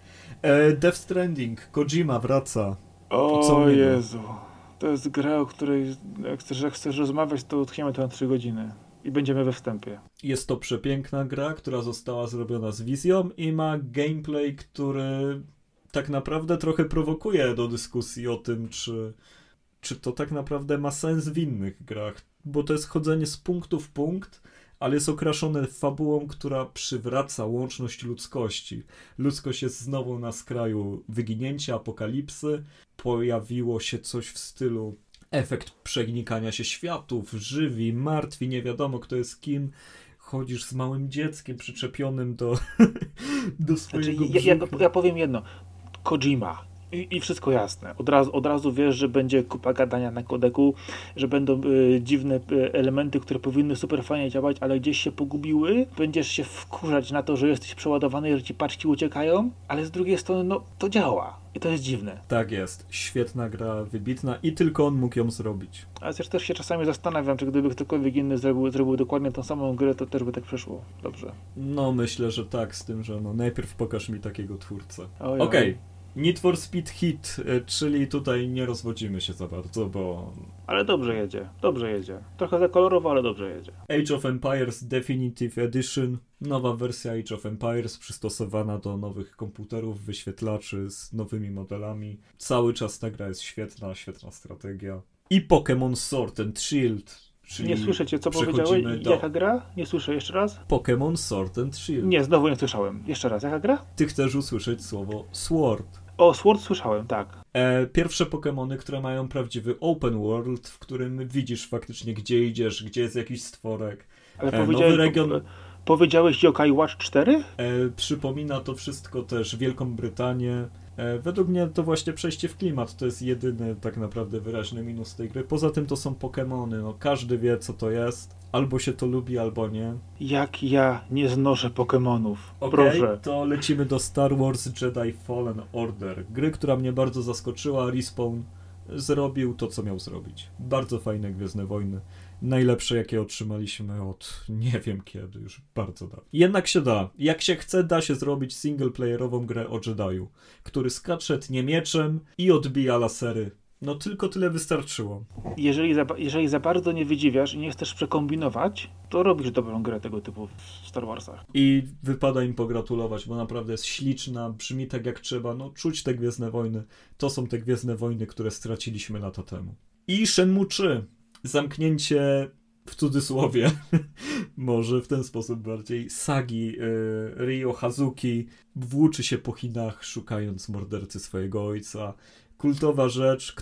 Death Stranding, Kojima wraca.
O Jezu. To jest gra, o której jak chcesz rozmawiać, to utchniemy to na 3 godziny. I będziemy we wstępie.
Jest to przepiękna gra, która została zrobiona z wizją i ma gameplay, który tak naprawdę trochę prowokuje do dyskusji o tym, czy to tak naprawdę ma sens w innych grach. Bo to jest chodzenie z punktu w punkt, ale jest okraszone fabułą, która przywraca łączność ludzkości. Ludzkość jest znowu na skraju wyginięcia, apokalipsy. Pojawiło się coś w stylu efekt przenikania się światów, żywi, martwi, nie wiadomo kto jest kim. Chodzisz z małym dzieckiem przyczepionym do swojego
ja powiem jedno. Kojima. I wszystko jasne. Od razu wiesz, że będzie kupa gadania na kodeku, że będą dziwne elementy, które powinny super fajnie działać, ale gdzieś się pogubiły. Będziesz się wkurzać na to, że jesteś przeładowany, że ci paczki uciekają, ale z drugiej strony, no, to działa. I to jest dziwne.
Tak jest. Świetna gra, wybitna i tylko on mógł ją zrobić.
Ale też się czasami zastanawiam, czy gdyby ktokolwiek inny zrobił dokładnie tą samą grę, to też by tak przyszło. Dobrze.
No, myślę, że tak, z tym, że najpierw pokaż mi takiego twórcę.
Okej.
Okay. Need for Speed Heat, czyli tutaj nie rozwodzimy się za bardzo, bo...
Ale dobrze jedzie. Trochę za kolorowo, ale dobrze jedzie.
Age of Empires Definitive Edition, nowa wersja Age of Empires przystosowana do nowych komputerów, wyświetlaczy z nowymi modelami. Cały czas ta gra jest świetna strategia. I Pokémon Sword and Shield. Czyli
nie słyszycie, co powiedziałeś? Jaka gra? Nie słyszę, jeszcze raz?
Pokémon Sword and Shield.
Nie, znowu nie słyszałem. Jeszcze raz, jaka gra?
Ty chcesz usłyszeć słowo Sword.
O, Sword słyszałem, tak.
Pierwsze Pokémony, które mają prawdziwy open world, w którym widzisz faktycznie, gdzie idziesz, gdzie jest jakiś stworek.
Ale
nowy region...
powiedziałeś Yokai Watch 4?
Przypomina to wszystko też Wielką Brytanię. Według mnie to właśnie przejście w klimat to jest jedyny tak naprawdę wyraźny minus tej gry. Poza tym to są Pokémony, no każdy wie co to jest. Albo się to lubi, albo nie.
Jak ja nie znoszę Pokémonów.
Okej,
proszę.
To lecimy do Star Wars Jedi Fallen Order. Gry, która mnie bardzo zaskoczyła. Respawn zrobił to, co miał zrobić. Bardzo fajne Gwiezdne Wojny. Najlepsze, jakie otrzymaliśmy od nie wiem kiedy, już bardzo dawno. Jednak się da. Jak się chce, da się zrobić singleplayerową grę o Jediu, który skacze, tnie mieczem i odbija lasery. No tylko tyle wystarczyło.
Jeżeli za bardzo nie wydziwiasz i nie chcesz przekombinować, to robisz dobrą grę tego typu w Star Warsach.
I wypada im pogratulować, bo naprawdę jest śliczna, brzmi tak jak trzeba, no czuć te Gwiezdne Wojny. To są te Gwiezdne Wojny, które straciliśmy lata temu. I Shenmue 3. Zamknięcie w cudzysłowie, może w ten sposób bardziej, sagi Ryo Hazuki włóczy się po Chinach, szukając mordercy swojego ojca. Kultowa rzecz,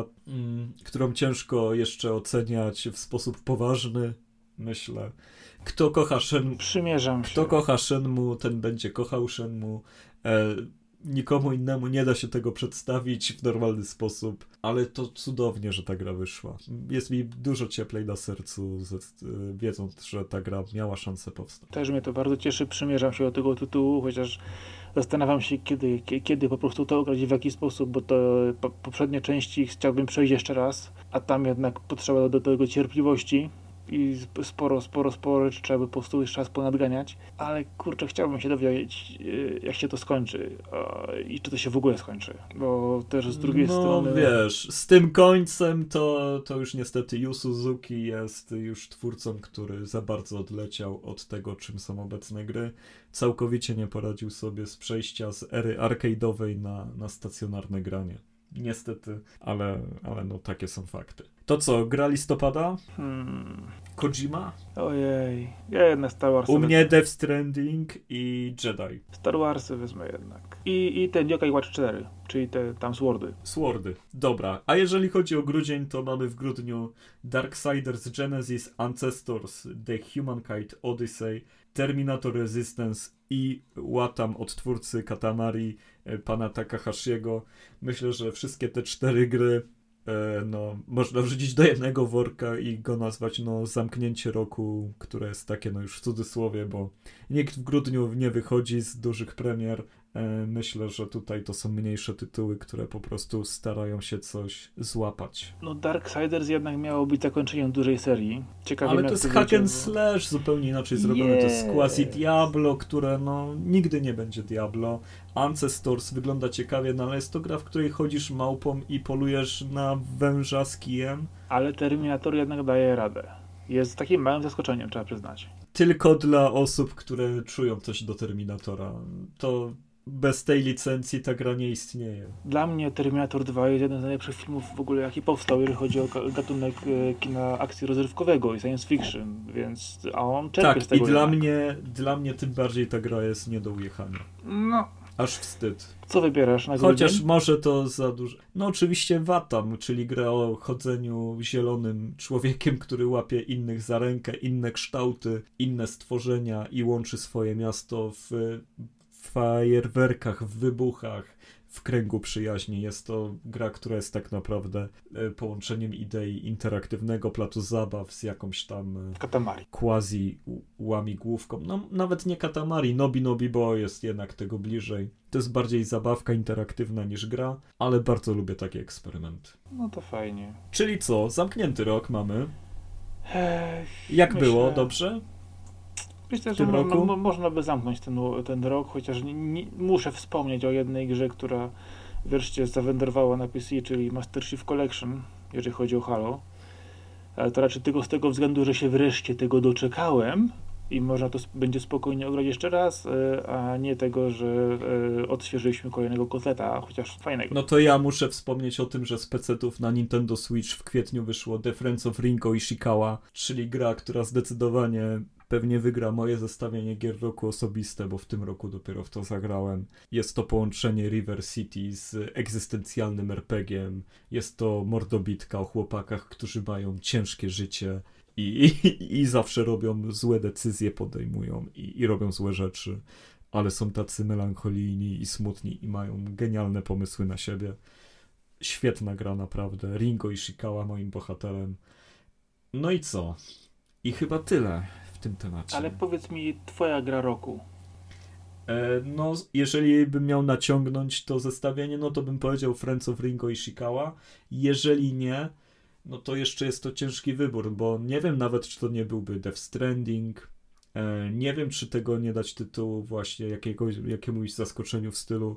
którą ciężko jeszcze oceniać w sposób poważny, myślę. Kto kocha Shenmue,
Przymierzam się.
Kto kocha Shenmue, ten będzie kochał Shenmue. nikomu innemu nie da się tego przedstawić w normalny sposób, ale to cudownie, że ta gra wyszła. Jest mi dużo cieplej na sercu, wiedząc, że ta gra miała szansę powstać.
Też mnie to bardzo cieszy, przymierzam się do tego tytułu, chociaż zastanawiam się, kiedy po prostu to ograć i w jaki sposób, bo to poprzednie części chciałbym przejść jeszcze raz, a tam jednak potrzeba do tego cierpliwości i sporo rzeczy trzeba by po prostu jeszcze raz ponadganiać, ale kurczę, chciałbym się dowiedzieć, jak się to skończy i czy to się w ogóle skończy, bo też z drugiej strony...
No wiesz, z tym końcem to już niestety Yu Suzuki jest już twórcą, który za bardzo odleciał od tego, czym są obecne gry. Całkowicie nie poradził sobie z przejścia z ery arcade'owej na stacjonarne granie. Niestety, ale no takie są fakty. To co, gra listopada? Kojima?
Ojej, ja jednak Star Warsy
U mnie Death Stranding i Jedi.
Star Warsy wezmę jednak. I ten Yokai Watch 4, czyli te tam Swordy.
Swordy, dobra. A jeżeli chodzi o grudzień, to mamy w grudniu Darksiders Genesis, Ancestors, The Humankind Odyssey, Terminator Resistance i Watam od twórcy Katamari, pana Takahashiego. Myślę, że wszystkie te 4 gry można wrzucić do jednego worka i go nazwać zamknięcie roku, które jest takie już w cudzysłowie, bo nikt w grudniu nie wychodzi z dużych premier. Myślę, że tutaj to są mniejsze tytuły, które po prostu starają się coś złapać.
No Darksiders jednak miało być zakończeniem dużej serii. Ciekawie,
ale to jest hack and slash zupełnie inaczej zrobione. To jest quasi Diablo, które nigdy nie będzie Diablo. Ancestors wygląda ciekawie, ale jest to gra, w której chodzisz małpą i polujesz na węża z kijem.
Ale Terminator jednak daje radę. Jest takim małym zaskoczeniem, trzeba przyznać.
Tylko dla osób, które czują coś do Terminatora. To bez tej licencji ta gra nie istnieje.
Dla mnie Terminator 2 jest jeden z najlepszych filmów w ogóle, jaki powstał, jeżeli chodzi o gatunek kina akcji rozrywkowego i science fiction, więc a on czerpie z tego.
Tak, i dla mnie tym bardziej ta gra jest nie do ujechania.
No.
Aż wstyd.
Co wybierasz na grudzień?
Chociaż może to za dużo. No oczywiście Watam, czyli gra o chodzeniu zielonym człowiekiem, który łapie innych za rękę, inne kształty, inne stworzenia i łączy swoje miasto w fajerwerkach, w wybuchach, w kręgu przyjaźni. Jest to gra, która jest tak naprawdę połączeniem idei interaktywnego platu zabaw z jakąś tam
Katamari.
quasi łamigłówką. No nawet nie Katamari, Nobi Nobi Bo jest jednak tego bliżej. To jest bardziej zabawka interaktywna niż gra, ale bardzo lubię takie eksperymenty.
No to fajnie.
Czyli co? Zamknięty rok mamy. Jak było? Dobrze?
Myślę, że można by zamknąć ten rok, chociaż muszę wspomnieć o jednej grze, która wreszcie zawędrowała na PC, czyli Master Chief Collection, jeżeli chodzi o Halo. Ale to raczej tylko z tego względu, że się wreszcie tego doczekałem i można to będzie spokojnie ograć jeszcze raz, a nie tego, że odświeżyliśmy kolejnego kotleta, chociaż fajnego.
No to ja muszę wspomnieć o tym, że z PC-ów na Nintendo Switch w kwietniu wyszło The Friends of Ringo Ishikawa, czyli gra, która zdecydowanie pewnie wygra moje zestawienie gier roku osobiste, bo w tym roku dopiero w to zagrałem. Jest to połączenie River City z egzystencjalnym RPG-iem. Jest to mordobitka o chłopakach, którzy mają ciężkie życie i zawsze robią złe decyzje, podejmują i robią złe rzeczy, ale są tacy melancholijni i smutni i mają genialne pomysły na siebie. Świetna gra naprawdę. Ringo Ishikawa moim bohaterem. No i co? I chyba tyle w tym temacie.
Ale powiedz mi, twoja gra roku.
No, jeżeli bym miał naciągnąć to zestawienie, no to bym powiedział Friends of Ringo Ishikawa. Jeżeli nie, no to jeszcze jest to ciężki wybór, bo nie wiem nawet, czy to nie byłby Death Stranding. Nie wiem, czy tego nie dać tytułu właśnie jakiemuś zaskoczeniu w stylu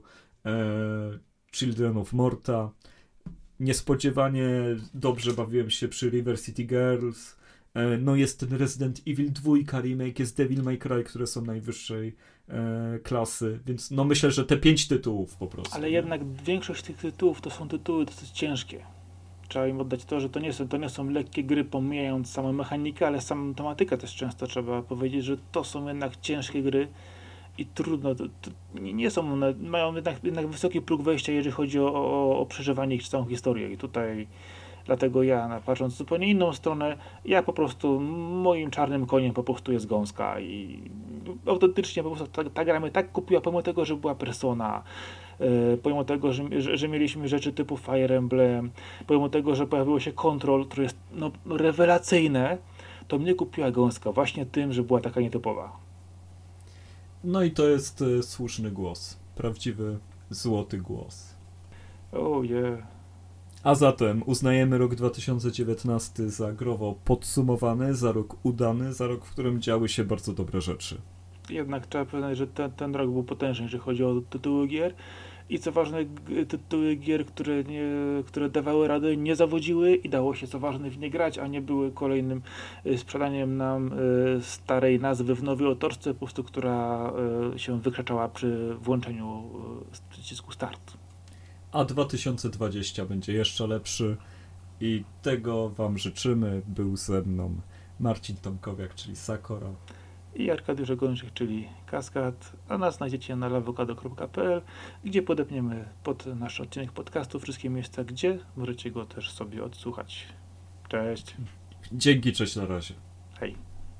Children of Morta. Niespodziewanie dobrze bawiłem się przy River City Girls. No jest ten Resident Evil 2 remake, jest Devil May Cry, które są najwyższej klasy, więc no myślę, że te 5 tytułów po prostu.
Ale jednak większość tych tytułów to są tytuły dosyć ciężkie. Trzeba im oddać to, że to nie są lekkie gry, pomijając samą mechanikę, ale samą tematykę też często trzeba powiedzieć, że to są jednak ciężkie gry i trudno, nie są one, mają jednak wysoki próg wejścia, jeżeli chodzi o przeżywanie ich całą historię i tutaj dlatego ja, patrząc w zupełnie inną stronę, ja po prostu, moim czarnym koniem po prostu jest gąska i autentycznie po prostu ta gra mnie tak kupiła, pomimo tego, że była Persona, pomimo tego, że mieliśmy rzeczy typu Fire Emblem, pomimo tego, że pojawiło się Control, które jest rewelacyjne, to mnie kupiła gąska właśnie tym, że była taka nietypowa.
No i to jest słuszny głos. Prawdziwy, złoty głos.
Ojej.
A zatem uznajemy rok 2019 za growo podsumowany, za rok udany, za rok, w którym działy się bardzo dobre rzeczy.
Jednak trzeba powiedzieć, że ten rok był potężny, jeżeli chodzi o tytuły gier. I co ważne, tytuły gier, które dawały radę, nie zawodziły i dało się, co ważne, w nie grać, a nie były kolejnym sprzedaniem nam starej nazwy w nowej otoczce, po prostu, która się wykraczała przy włączeniu przycisku start.
A 2020 będzie jeszcze lepszy i tego wam życzymy. Był ze mną Marcin Tomkowiak, czyli Sakora.
I Arkadiusz Ogończyk, czyli Kaskad, a nas znajdziecie na lawokado.pl, gdzie podepniemy pod nasz odcinek podcastu wszystkie miejsca, gdzie możecie go też sobie odsłuchać. Cześć.
Dzięki, cześć, na razie.
Hej.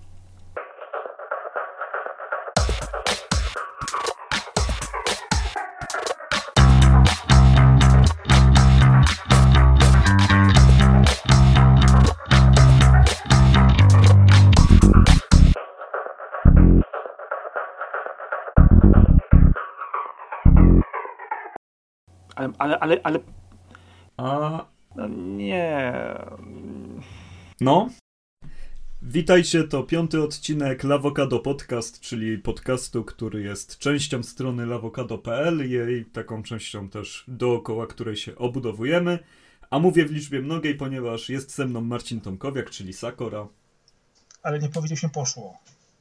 Ale...
A...
No nie...
No? Witajcie, to 5. odcinek Lawokado Podcast, czyli podcastu, który jest częścią strony lawokado.pl, jej taką częścią też dookoła której się obudowujemy. A mówię w liczbie mnogiej, ponieważ jest ze mną Marcin Tomkowiak, czyli Sakora.
Ale nie powiedział się poszło.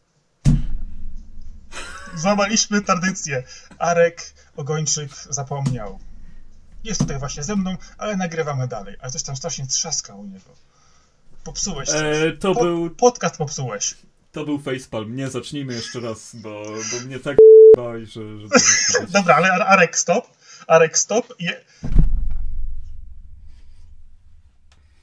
Złamaliśmy tradycję. Arek Ogończyk zapomniał. Jest tutaj właśnie ze mną, ale nagrywamy dalej. Ale coś tam strasznie trzaska u niego. Popsułeś coś. Podcast popsułeś.
To był facepalm. Nie, zacznijmy jeszcze raz, bo mnie tak że to
Dobra, ale Arek stop.